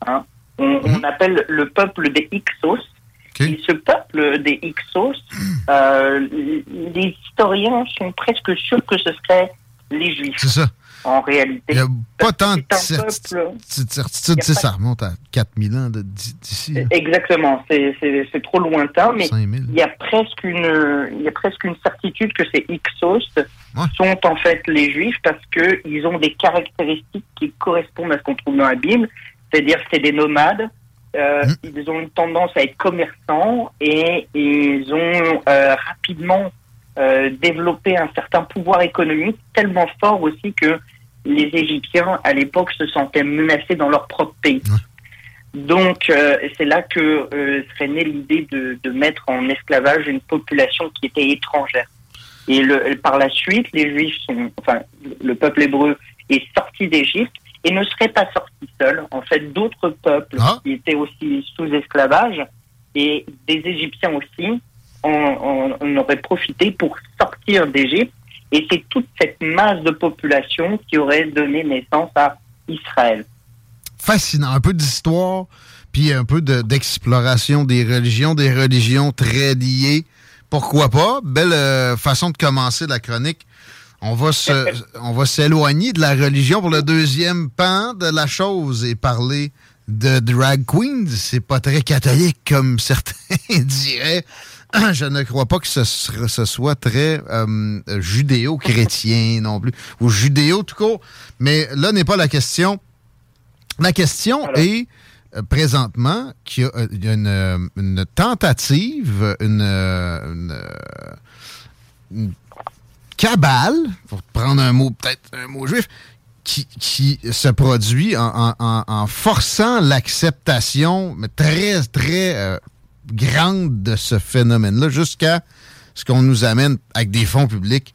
On appelle le peuple des Hyksos. Et ce peuple des Hyksos les historiens sont presque sûrs que ce serait les Juifs. C'est ça. En réalité. Il n'y a pas tant de certitude. Tu sais, ça remonte à 4000 ans d'ici. Exactement. C'est trop lointain, mais 5000. il y a presque une certitude que ces Hyksos sont en fait les Juifs parce qu'ils ont des caractéristiques qui correspondent à ce qu'on trouve dans la Bible. C'est-à-dire que c'est des nomades. Ils ont une tendance à être commerçants et ils ont rapidement développé un certain pouvoir économique tellement fort aussi que les Égyptiens à l'époque se sentaient menacés dans leur propre pays. Donc c'est là que serait née l'idée de mettre en esclavage une population qui était étrangère. Et par la suite, les Juifs le peuple hébreu est sorti d'Égypte et ne serait pas sorti seul. En fait, d'autres peuples qui étaient aussi sous esclavage et des Égyptiens aussi on aurait profité pour sortir d'Égypte. Et c'est toute cette masse de population qui aurait donné naissance à Israël. Fascinant. Un peu d'histoire, puis un peu d'exploration des religions très liées. Pourquoi pas? Belle façon de commencer la chronique. On va s'éloigner de la religion pour le deuxième pan de la chose et parler de drag queens. C'est pas très catholique comme certains diraient. Je ne crois pas que ce soit très judéo-chrétien non plus, ou judéo tout court. Mais là n'est pas la question. La question est, présentement, qu'il y a une tentative, une cabale, pour prendre un mot, peut-être un mot juif, qui se produit en forçant l'acceptation, mais très, très grande de ce phénomène-là, jusqu'à ce qu'on nous amène avec des fonds publics.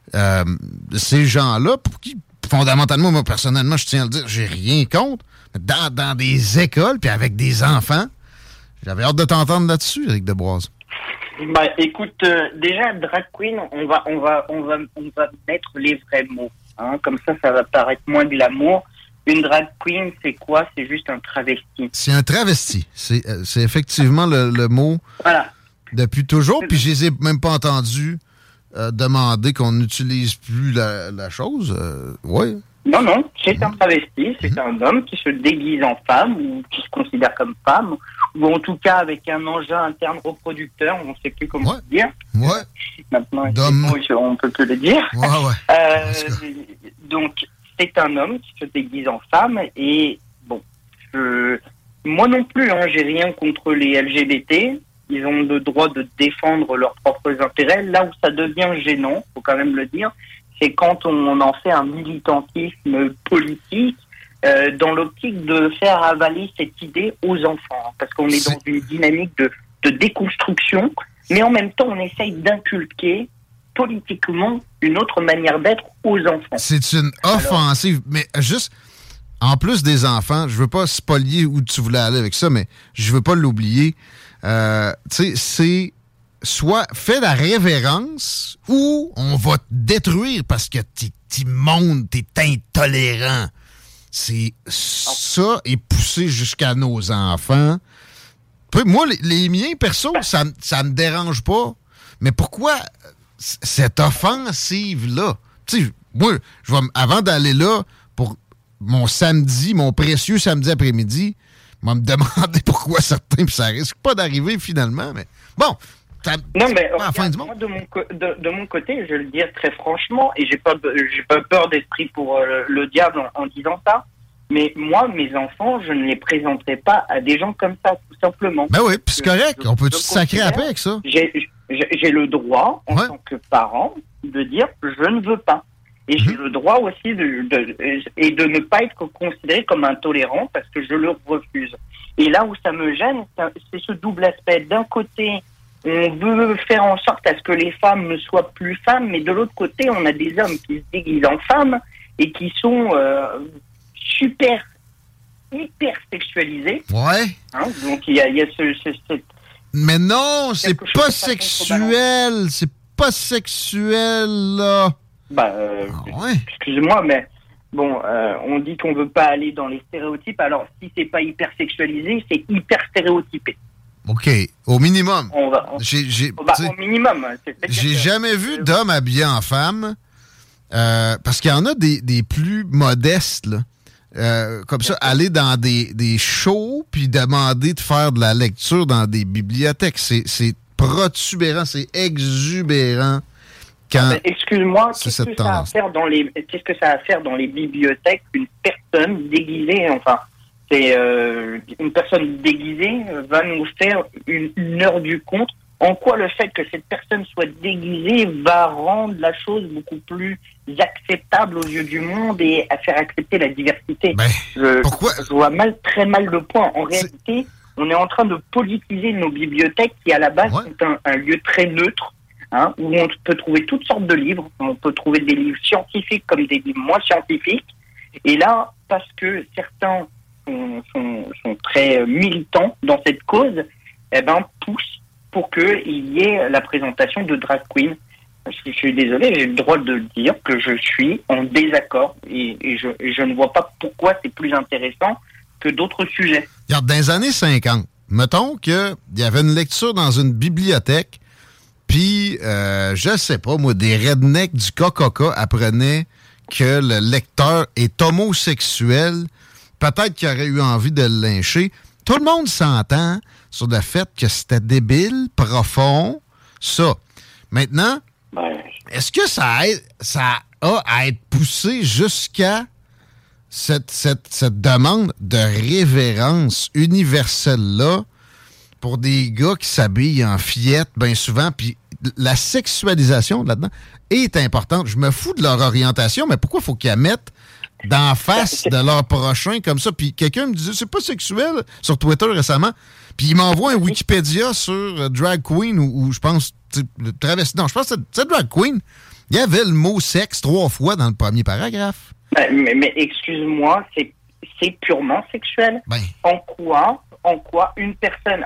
Ces gens-là, pour qui, fondamentalement, moi, personnellement, je tiens à le dire, j'ai rien contre, dans des écoles, puis avec des enfants. J'avais hâte de t'entendre là-dessus, Éric Deboise. Bah, écoute, déjà, drag queen, on va mettre les vrais mots. Hein, comme ça va paraître moins glamour. Une drag queen, c'est quoi? C'est juste un travesti. C'est un travesti. C'est effectivement le mot depuis toujours. Puis je les ai même pas entendus demander qu'on n'utilise plus la chose. Ouais. Non, c'est un travesti. C'est un homme qui se déguise en femme ou qui se considère comme femme, ou en tout cas avec un engin interne reproducteur. On ne sait plus comment le dire. Ouais. Maintenant, on peut plus le dire. Ouais. Donc, c'est un homme qui se déguise en femme et bon, moi non plus, j'ai rien contre les LGBT. Ils ont le droit de défendre leurs propres intérêts. Là où ça devient gênant, faut quand même le dire, c'est quand on en fait un militantisme politique dans l'optique de faire avaler cette idée aux enfants, parce qu'on est dans une dynamique de déconstruction, mais en même temps on essaye d'inculquer politiquement une autre manière d'être aux enfants. C'est une offensive, mais juste, en plus des enfants, je veux pas spolier où tu voulais aller avec ça, mais je veux pas l'oublier. Tu sais, c'est soit fais la révérence ou on va te détruire parce que t'es immonde, t'es intolérant. C'est ça est poussé jusqu'à nos enfants. Moi, les miens, perso, ça me dérange pas. Mais pourquoi cette offensive-là? Tu sais, moi, avant d'aller là, pour mon précieux samedi après-midi, je vais me demander pourquoi certains, puis ça risque pas d'arriver finalement, mais bon. Non, mais moi, de mon côté, je vais le dire très franchement, et j'ai pas peur d'être pris pour le diable en disant ça, mais moi, mes enfants, je ne les présenterai pas à des gens comme ça, tout simplement. Ben oui, puis c'est correct, on peut se sacrer à paix avec ça. J'ai le droit, en tant que parent, de dire je ne veux pas. Et j'ai le droit aussi de ne pas être considéré comme intolérant parce que je le refuse. Et là où ça me gêne, c'est ce double aspect. D'un côté, on veut faire en sorte à ce que les femmes ne soient plus femmes, mais de l'autre côté, on a des hommes qui se déguisent en femmes et qui sont hyper sexualisés. Ouais. Hein, donc il y a ce mais non, c'est pas sexuel. C'est pas sexuel, là. Excusez-moi, mais bon, on dit qu'on veut pas aller dans les stéréotypes. Alors, si c'est pas hyper sexualisé, c'est hyper stéréotypé. OK, au minimum. Au minimum. J'ai jamais vu d'homme habillé en femme, parce qu'il y en a des plus modestes, là. Comme ça, aller dans des shows puis demander de faire de la lecture dans des bibliothèques, c'est protubérant, c'est exubérant. Excuse-moi, qu'est-ce que ça a à faire dans les bibliothèques une personne déguisée, c'est une personne déguisée va nous faire une heure du compte. En quoi le fait que cette personne soit déguisée va rendre la chose beaucoup plus acceptable aux yeux du monde et à faire accepter la diversité? Pourquoi? Je vois très mal le point. En réalité, on est en train de politiser nos bibliothèques qui, à la base, sont un lieu très neutre, où on peut trouver toutes sortes de livres. On peut trouver des livres scientifiques comme des livres moins scientifiques. Et là, parce que certains sont très militants dans cette cause, poussent pour qu'il y ait la présentation de drag queen. Je suis désolé, j'ai le droit de le dire que je suis en désaccord et je ne vois pas pourquoi c'est plus intéressant que d'autres sujets. Regarde, dans les années 50, mettons qu'il y avait une lecture dans une bibliothèque, puis, je sais pas, moi, des rednecks du KKK apprenaient que le lecteur est homosexuel, peut-être qu'il aurait eu envie de le lyncher. Tout le monde s'entend sur le fait que c'était débile, profond, ça. Maintenant, est-ce que ça a à être poussé jusqu'à cette demande de révérence universelle-là pour des gars qui s'habillent en fillette bien souvent, puis la sexualisation là-dedans est importante. Je me fous de leur orientation, mais pourquoi faut qu'ils la mettent d'en face de leur prochain comme ça? Puis quelqu'un me disait, c'est pas sexuel, sur Twitter récemment, puis il m'envoie un Wikipédia sur drag queen, ou je pense, le travesti. Non, je pense que c'est drag queen. Il y avait le mot sexe 3 fois dans le premier paragraphe. Mais excuse-moi, c'est purement sexuel. En quoi une personne...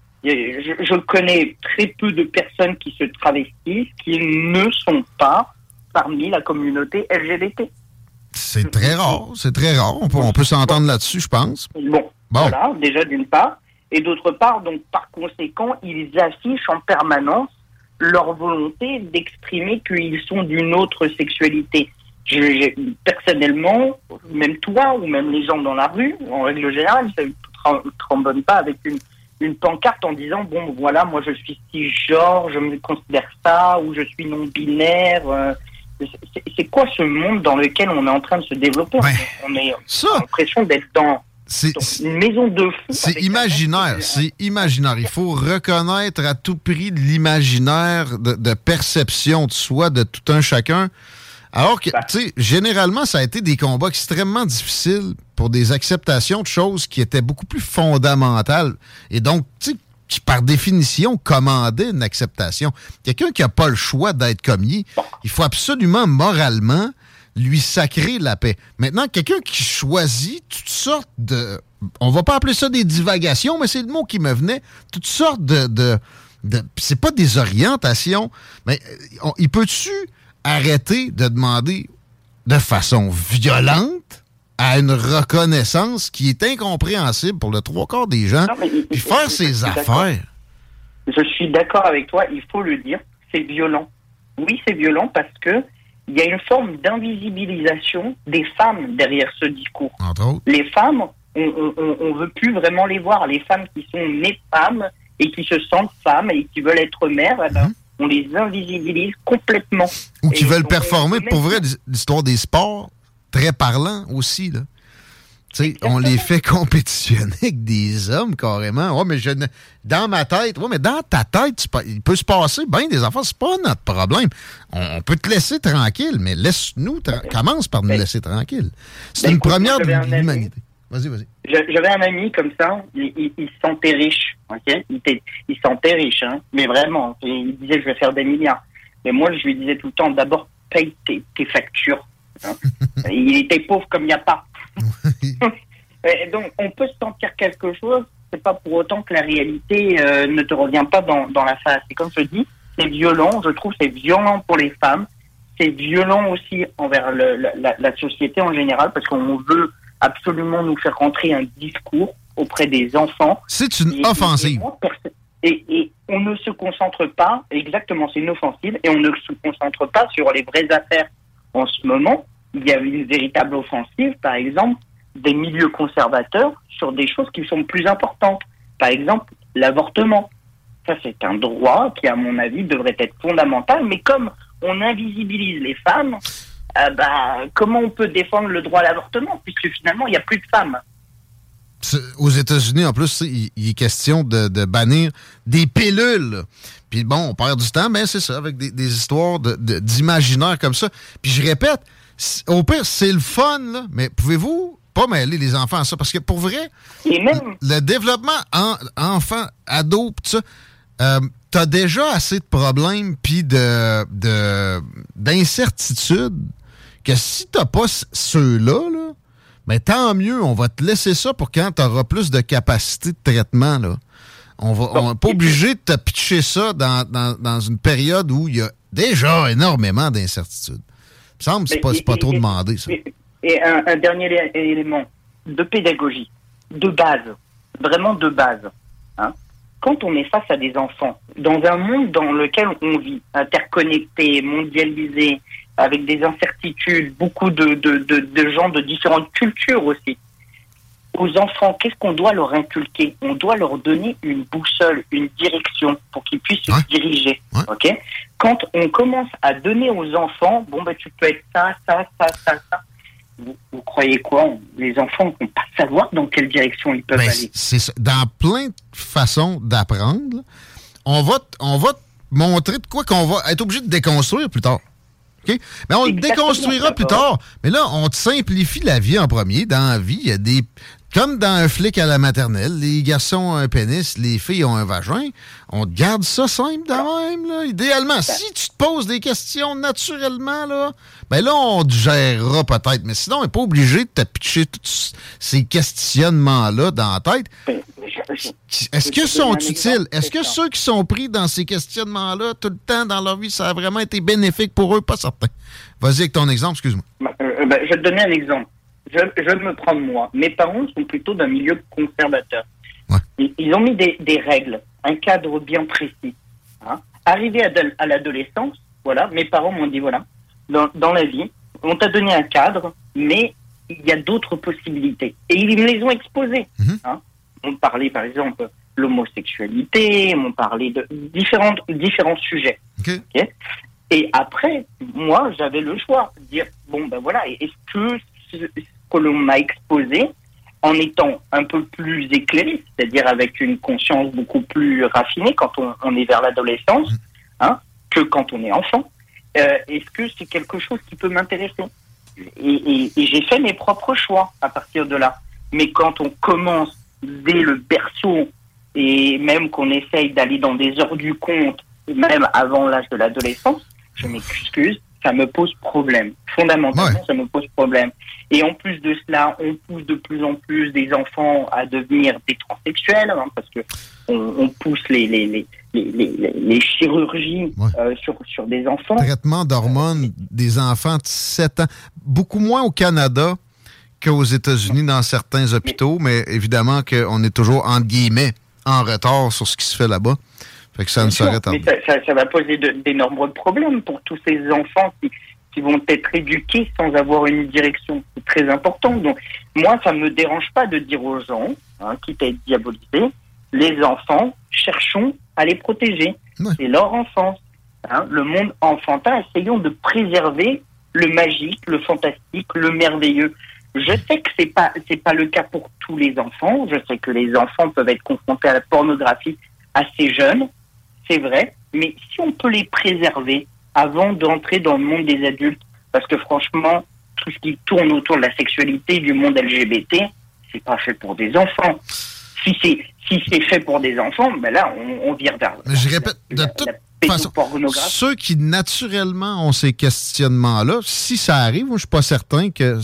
je connais très peu de personnes qui se travestissent qui ne sont pas parmi la communauté LGBT. C'est très rare, On peut s'entendre là-dessus, je pense. Bon. Voilà, déjà d'une part. Et d'autre part, donc par conséquent, ils affichent en permanence leur volonté d'exprimer qu'ils sont d'une autre sexualité. Personnellement, même toi ou même les gens dans la rue, en règle générale, ça ne trombonne pas avec une pancarte en disant « Bon, voilà, moi je suis cisgenre, je me considère ça, ou je suis non-binaire. » C'est quoi ce monde dans lequel on est en train de se développer? On a l'impression d'être dans une maison de fous. C'est imaginaire, Il faut reconnaître à tout prix l'imaginaire de perception de soi de tout un chacun. Alors que, tu sais, généralement, ça a été des combats extrêmement difficiles pour des acceptations de choses qui étaient beaucoup plus fondamentales. Et donc, tu sais, qui par définition commandaient une acceptation. Quelqu'un qui n'a pas le choix d'être commis, il faut absolument, moralement, lui sacrer la paix. Maintenant, quelqu'un qui choisit toutes sortes de... On va pas appeler ça des divagations, mais c'est le mot qui me venait. Toutes sortes de c'est pas des orientations, mais il peut-tu arrêter de demander de façon violente à une reconnaissance qui est incompréhensible pour le 3/4 des gens, puis faire ses affaires? Je suis d'accord avec toi, il faut le dire, c'est violent. Oui, c'est violent parce que il y a une forme d'invisibilisation des femmes derrière ce discours. Entre autres. Les femmes, on veut plus vraiment les voir. Les femmes qui sont nées femmes et qui se sentent femmes et qui veulent être mères, on les invisibilise complètement. Ou qui veulent performer. Pour vrai, l'histoire des sports, très parlant aussi, là. On les fait compétitionner avec des hommes, carrément. Ouais, mais dans ma tête, mais dans ta tête, il peut se passer bien des affaires. C'est pas notre problème. On peut te laisser tranquille, mais laisse-nous, commence par nous laisser tranquille. C'est une première de l'humanité. Vas-y. J'avais un ami comme ça, il se sentait riche, ok? Il se sentait riche, hein? Mais vraiment. Il disait, je vais faire des milliards. Mais moi, je lui disais tout le temps, d'abord, paye tes factures. Hein? Il était pauvre comme il n'y a pas. Et donc, on peut se sentir quelque chose, c'est pas pour autant que la réalité ne te revient pas dans la face. Et comme je dis, c'est violent, je trouve c'est violent pour les femmes, c'est violent aussi envers la société en général, parce qu'on veut absolument nous faire rentrer un discours auprès des enfants. C'est une offensive. Et on ne se concentre pas, exactement, c'est une offensive, et on ne se concentre pas sur les vraies affaires. En ce moment, il y a une véritable offensive, par exemple, des milieux conservateurs sur des choses qui sont plus importantes. Par exemple, l'avortement. Ça, c'est un droit qui, à mon avis, devrait être fondamental, mais comme on invisibilise les femmes, comment on peut défendre le droit à l'avortement, puisque finalement, il n'y a plus de femmes. Aux États-Unis, en plus, il est question de bannir des pilules. Puis bon, on perd du temps, mais c'est ça, avec des histoires d'imaginaire comme ça. Puis je répète, au pire, c'est le fun, là, mais pouvez-vous pas mêler les enfants à ça? Parce que pour vrai, le développement enfant, ado, pis tout ça, t'as déjà assez de problèmes puis d'incertitudes que si t'as pas ceux-là, là, ben tant mieux, on va te laisser ça pour quand t'auras plus de capacité de traitement, là. On n'est pas obligé de te pitcher ça dans une période où il y a déjà énormément d'incertitudes. Il me semble que c'est pas trop demandé, ça. Et un dernier élément de pédagogie, de base, vraiment de base. Hein. Quand on est face à des enfants, dans un monde dans lequel on vit, interconnecté, mondialisé, avec des incertitudes, beaucoup de gens de différentes cultures aussi, aux enfants, qu'est-ce qu'on doit leur inculquer? On doit leur donner une boussole, une direction pour qu'ils puissent se diriger. Ouais. Ok? Quand on commence à donner aux enfants, tu peux être ça. Vous croyez quoi? Les enfants ne vont pas savoir dans quelle direction ils peuvent aller. C'est ça. Dans plein de façons d'apprendre, on va te montrer de quoi qu'on va être obligé de déconstruire plus tard. Okay? Mais on le déconstruira plus tard. Mais là, on te simplifie la vie en premier. Dans la vie, il y a des... Comme dans un flic à la maternelle, les garçons ont un pénis, les filles ont un vagin. On te garde ça simple de même, là. Idéalement, si tu te poses des questions naturellement, là, ben là, on te gérera peut-être. Mais sinon, on n'est pas obligé de te pitcher tous ces questionnements-là dans la tête. Est-ce qu'ils sont utiles? Est-ce que ceux qui sont pris dans ces questionnements-là tout le temps dans leur vie, ça a vraiment été bénéfique pour eux? Pas certain. Vas-y avec ton exemple, excuse-moi. Je vais te donner un exemple. Je me prends de moi. Mes parents sont plutôt d'un milieu conservateur. Ouais. Ils ont mis des règles, un cadre bien précis. Hein. Arrivé à l'adolescence, voilà, mes parents m'ont dit, voilà, dans la vie, on t'a donné un cadre, mais il y a d'autres possibilités. Et ils me les ont exposées. Mm-hmm. Hein. On parlait, par exemple, de l'homosexualité, on parlait de différents sujets. Okay. Okay. Et après, moi, j'avais le choix de dire, est-ce que ce que l'on m'a exposé, en étant un peu plus éclairé, c'est-à-dire avec une conscience beaucoup plus raffinée quand on est vers l'adolescence, hein, que quand on est enfant, est-ce que c'est quelque chose qui peut m'intéresser? Et j'ai fait mes propres choix à partir de là. Mais quand on commence dès le berceau, et même qu'on essaye d'aller dans des heures du compte, même avant l'âge de l'adolescence, je m'excuse, ça me pose problème. Fondamentalement, ça me pose problème. Et en plus de cela, on pousse de plus en plus des enfants à devenir des transsexuels, hein, parce que on pousse les chirurgies sur des enfants. Traitement d'hormones des enfants de 7 ans. Beaucoup moins au Canada qu'aux États-Unis dans certains hôpitaux, mais évidemment qu'on est toujours, entre guillemets, en retard sur ce qui se fait là-bas. Fait que ça ne serait tardé. Ça va poser d'énormes problèmes pour tous ces enfants qui vont être éduqués sans avoir une direction. C'est très important. Donc, moi, ça ne me dérange pas de dire aux gens, quitte à être diabolisés, les enfants, cherchons à les protéger. Ouais. C'est leur enfance. Hein. Le monde enfantin, essayons de préserver le magique, le fantastique, le merveilleux. Je sais que c'est pas le cas pour tous les enfants. Je sais que les enfants peuvent être confrontés à la pornographie assez jeunes. C'est vrai, mais si on peut les préserver avant d'entrer dans le monde des adultes, parce que franchement, tout ce qui tourne autour de la sexualité du monde LGBT, c'est pas fait pour des enfants. Si c'est fait pour des enfants, ben là, on vire vers... Mais je répète, de toute façon, ceux qui naturellement ont ces questionnements-là, si ça arrive, moi je suis pas certain que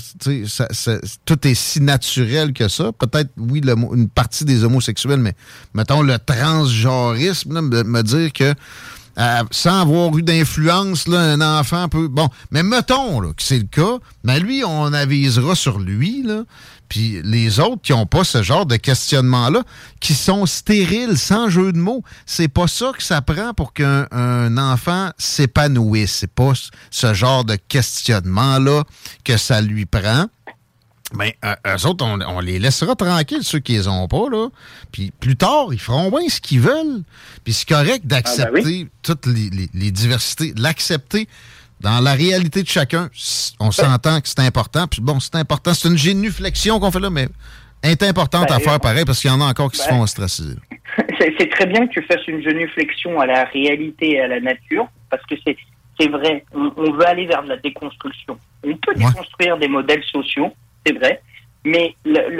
tout est si naturel que ça. Peut-être, oui, une partie des homosexuels, mais mettons le transgenrisme, là, me dire que sans avoir eu d'influence, là, un enfant peut... Bon, mais mettons là, que c'est le cas, mais lui, on avisera sur lui, là. Puis les autres qui n'ont pas ce genre de questionnement-là, qui sont stériles, sans jeu de mots, c'est pas ça que ça prend pour qu'un enfant s'épanouisse. C'est pas ce genre de questionnement-là que ça lui prend. Mais eux autres, on les laissera tranquilles, ceux qui les ont pas, là. Puis plus tard, ils feront bien ce qu'ils veulent. Puis c'est correct d'accepter toutes les diversités, l'accepter dans la réalité de chacun. On s'entend que c'est important. Puis bon, c'est important. C'est une génuflexion qu'on fait là, mais est importante à faire pareil parce qu'il y en a encore qui se font ostraciser. C'est très bien que tu fasses une génuflexion à la réalité et à la nature, parce que c'est vrai, on veut aller vers de la déconstruction. On peut déconstruire des modèles sociaux, c'est vrai, mais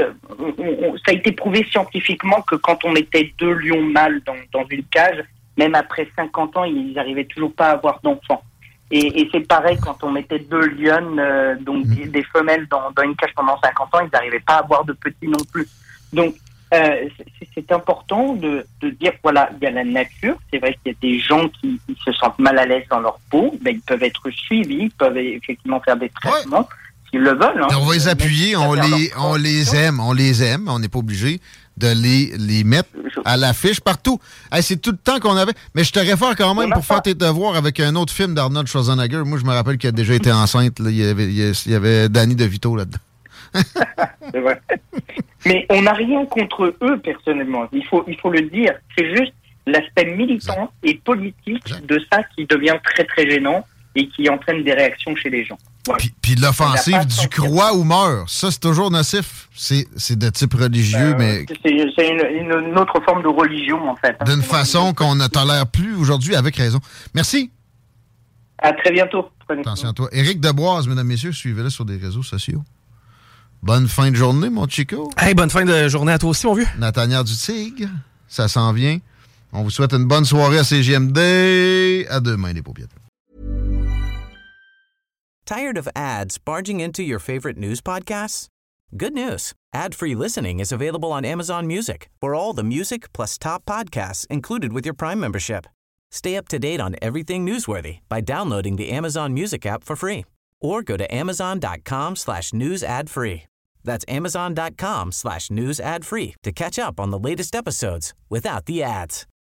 ça a été prouvé scientifiquement que quand on mettait 2 lions mâles dans une cage, même après 50 ans, ils n'arrivaient toujours pas à avoir d'enfants. Et c'est pareil quand on mettait 2 lionnes, donc des femelles dans une cage pendant 50 ans, ils n'arrivaient pas à avoir de petits non plus. Donc, c'est important de dire, voilà, il y a la nature. C'est vrai qu'il y a des gens qui se sentent mal à l'aise dans leur peau. Ben, ils peuvent être suivis, ils peuvent effectivement faire des traitements s'ils le veulent. Hein. On va les appuyer, on les aime. On n'est pas obligé de les mettre à l'affiche partout. Hey, c'est tout le temps qu'on avait. Mais je te réfère quand même pour faire tes devoirs avec un autre film d'Arnold Schwarzenegger. Moi, je me rappelle qu'il a déjà été enceinte. Là. Il y avait Danny DeVito là-dedans. C'est vrai. Mais on n'a rien contre eux, personnellement. Il faut le dire. C'est juste l'aspect militant et politique de ça qui devient très, très gênant et qui entraîne des réactions chez les gens. Voilà. Puis l'offensive du croix ou meurt, ça, c'est toujours nocif. C'est de type religieux, mais... C'est une autre forme de religion, en fait. D'une façon qu'on ne tolère plus aujourd'hui, avec raison. Merci. À très bientôt. Attention à toi. Éric Deboise, mesdames, messieurs, suivez-le sur des réseaux sociaux. Bonne fin de journée, mon chico. Hey, bonne fin de journée à toi aussi, mon vieux. Nathaniel Dutig, ça s'en vient. On vous souhaite une bonne soirée à CJMD. À demain, les paupiètes. Tired of ads barging into your favorite news podcasts? Good news. Ad-free listening is available on Amazon Music for all the music plus top podcasts included with your Prime membership. Stay up to date on everything newsworthy by downloading the Amazon Music app for free or go to amazon.com/news ad free. That's amazon.com/news ad free to catch up on the latest episodes without the ads.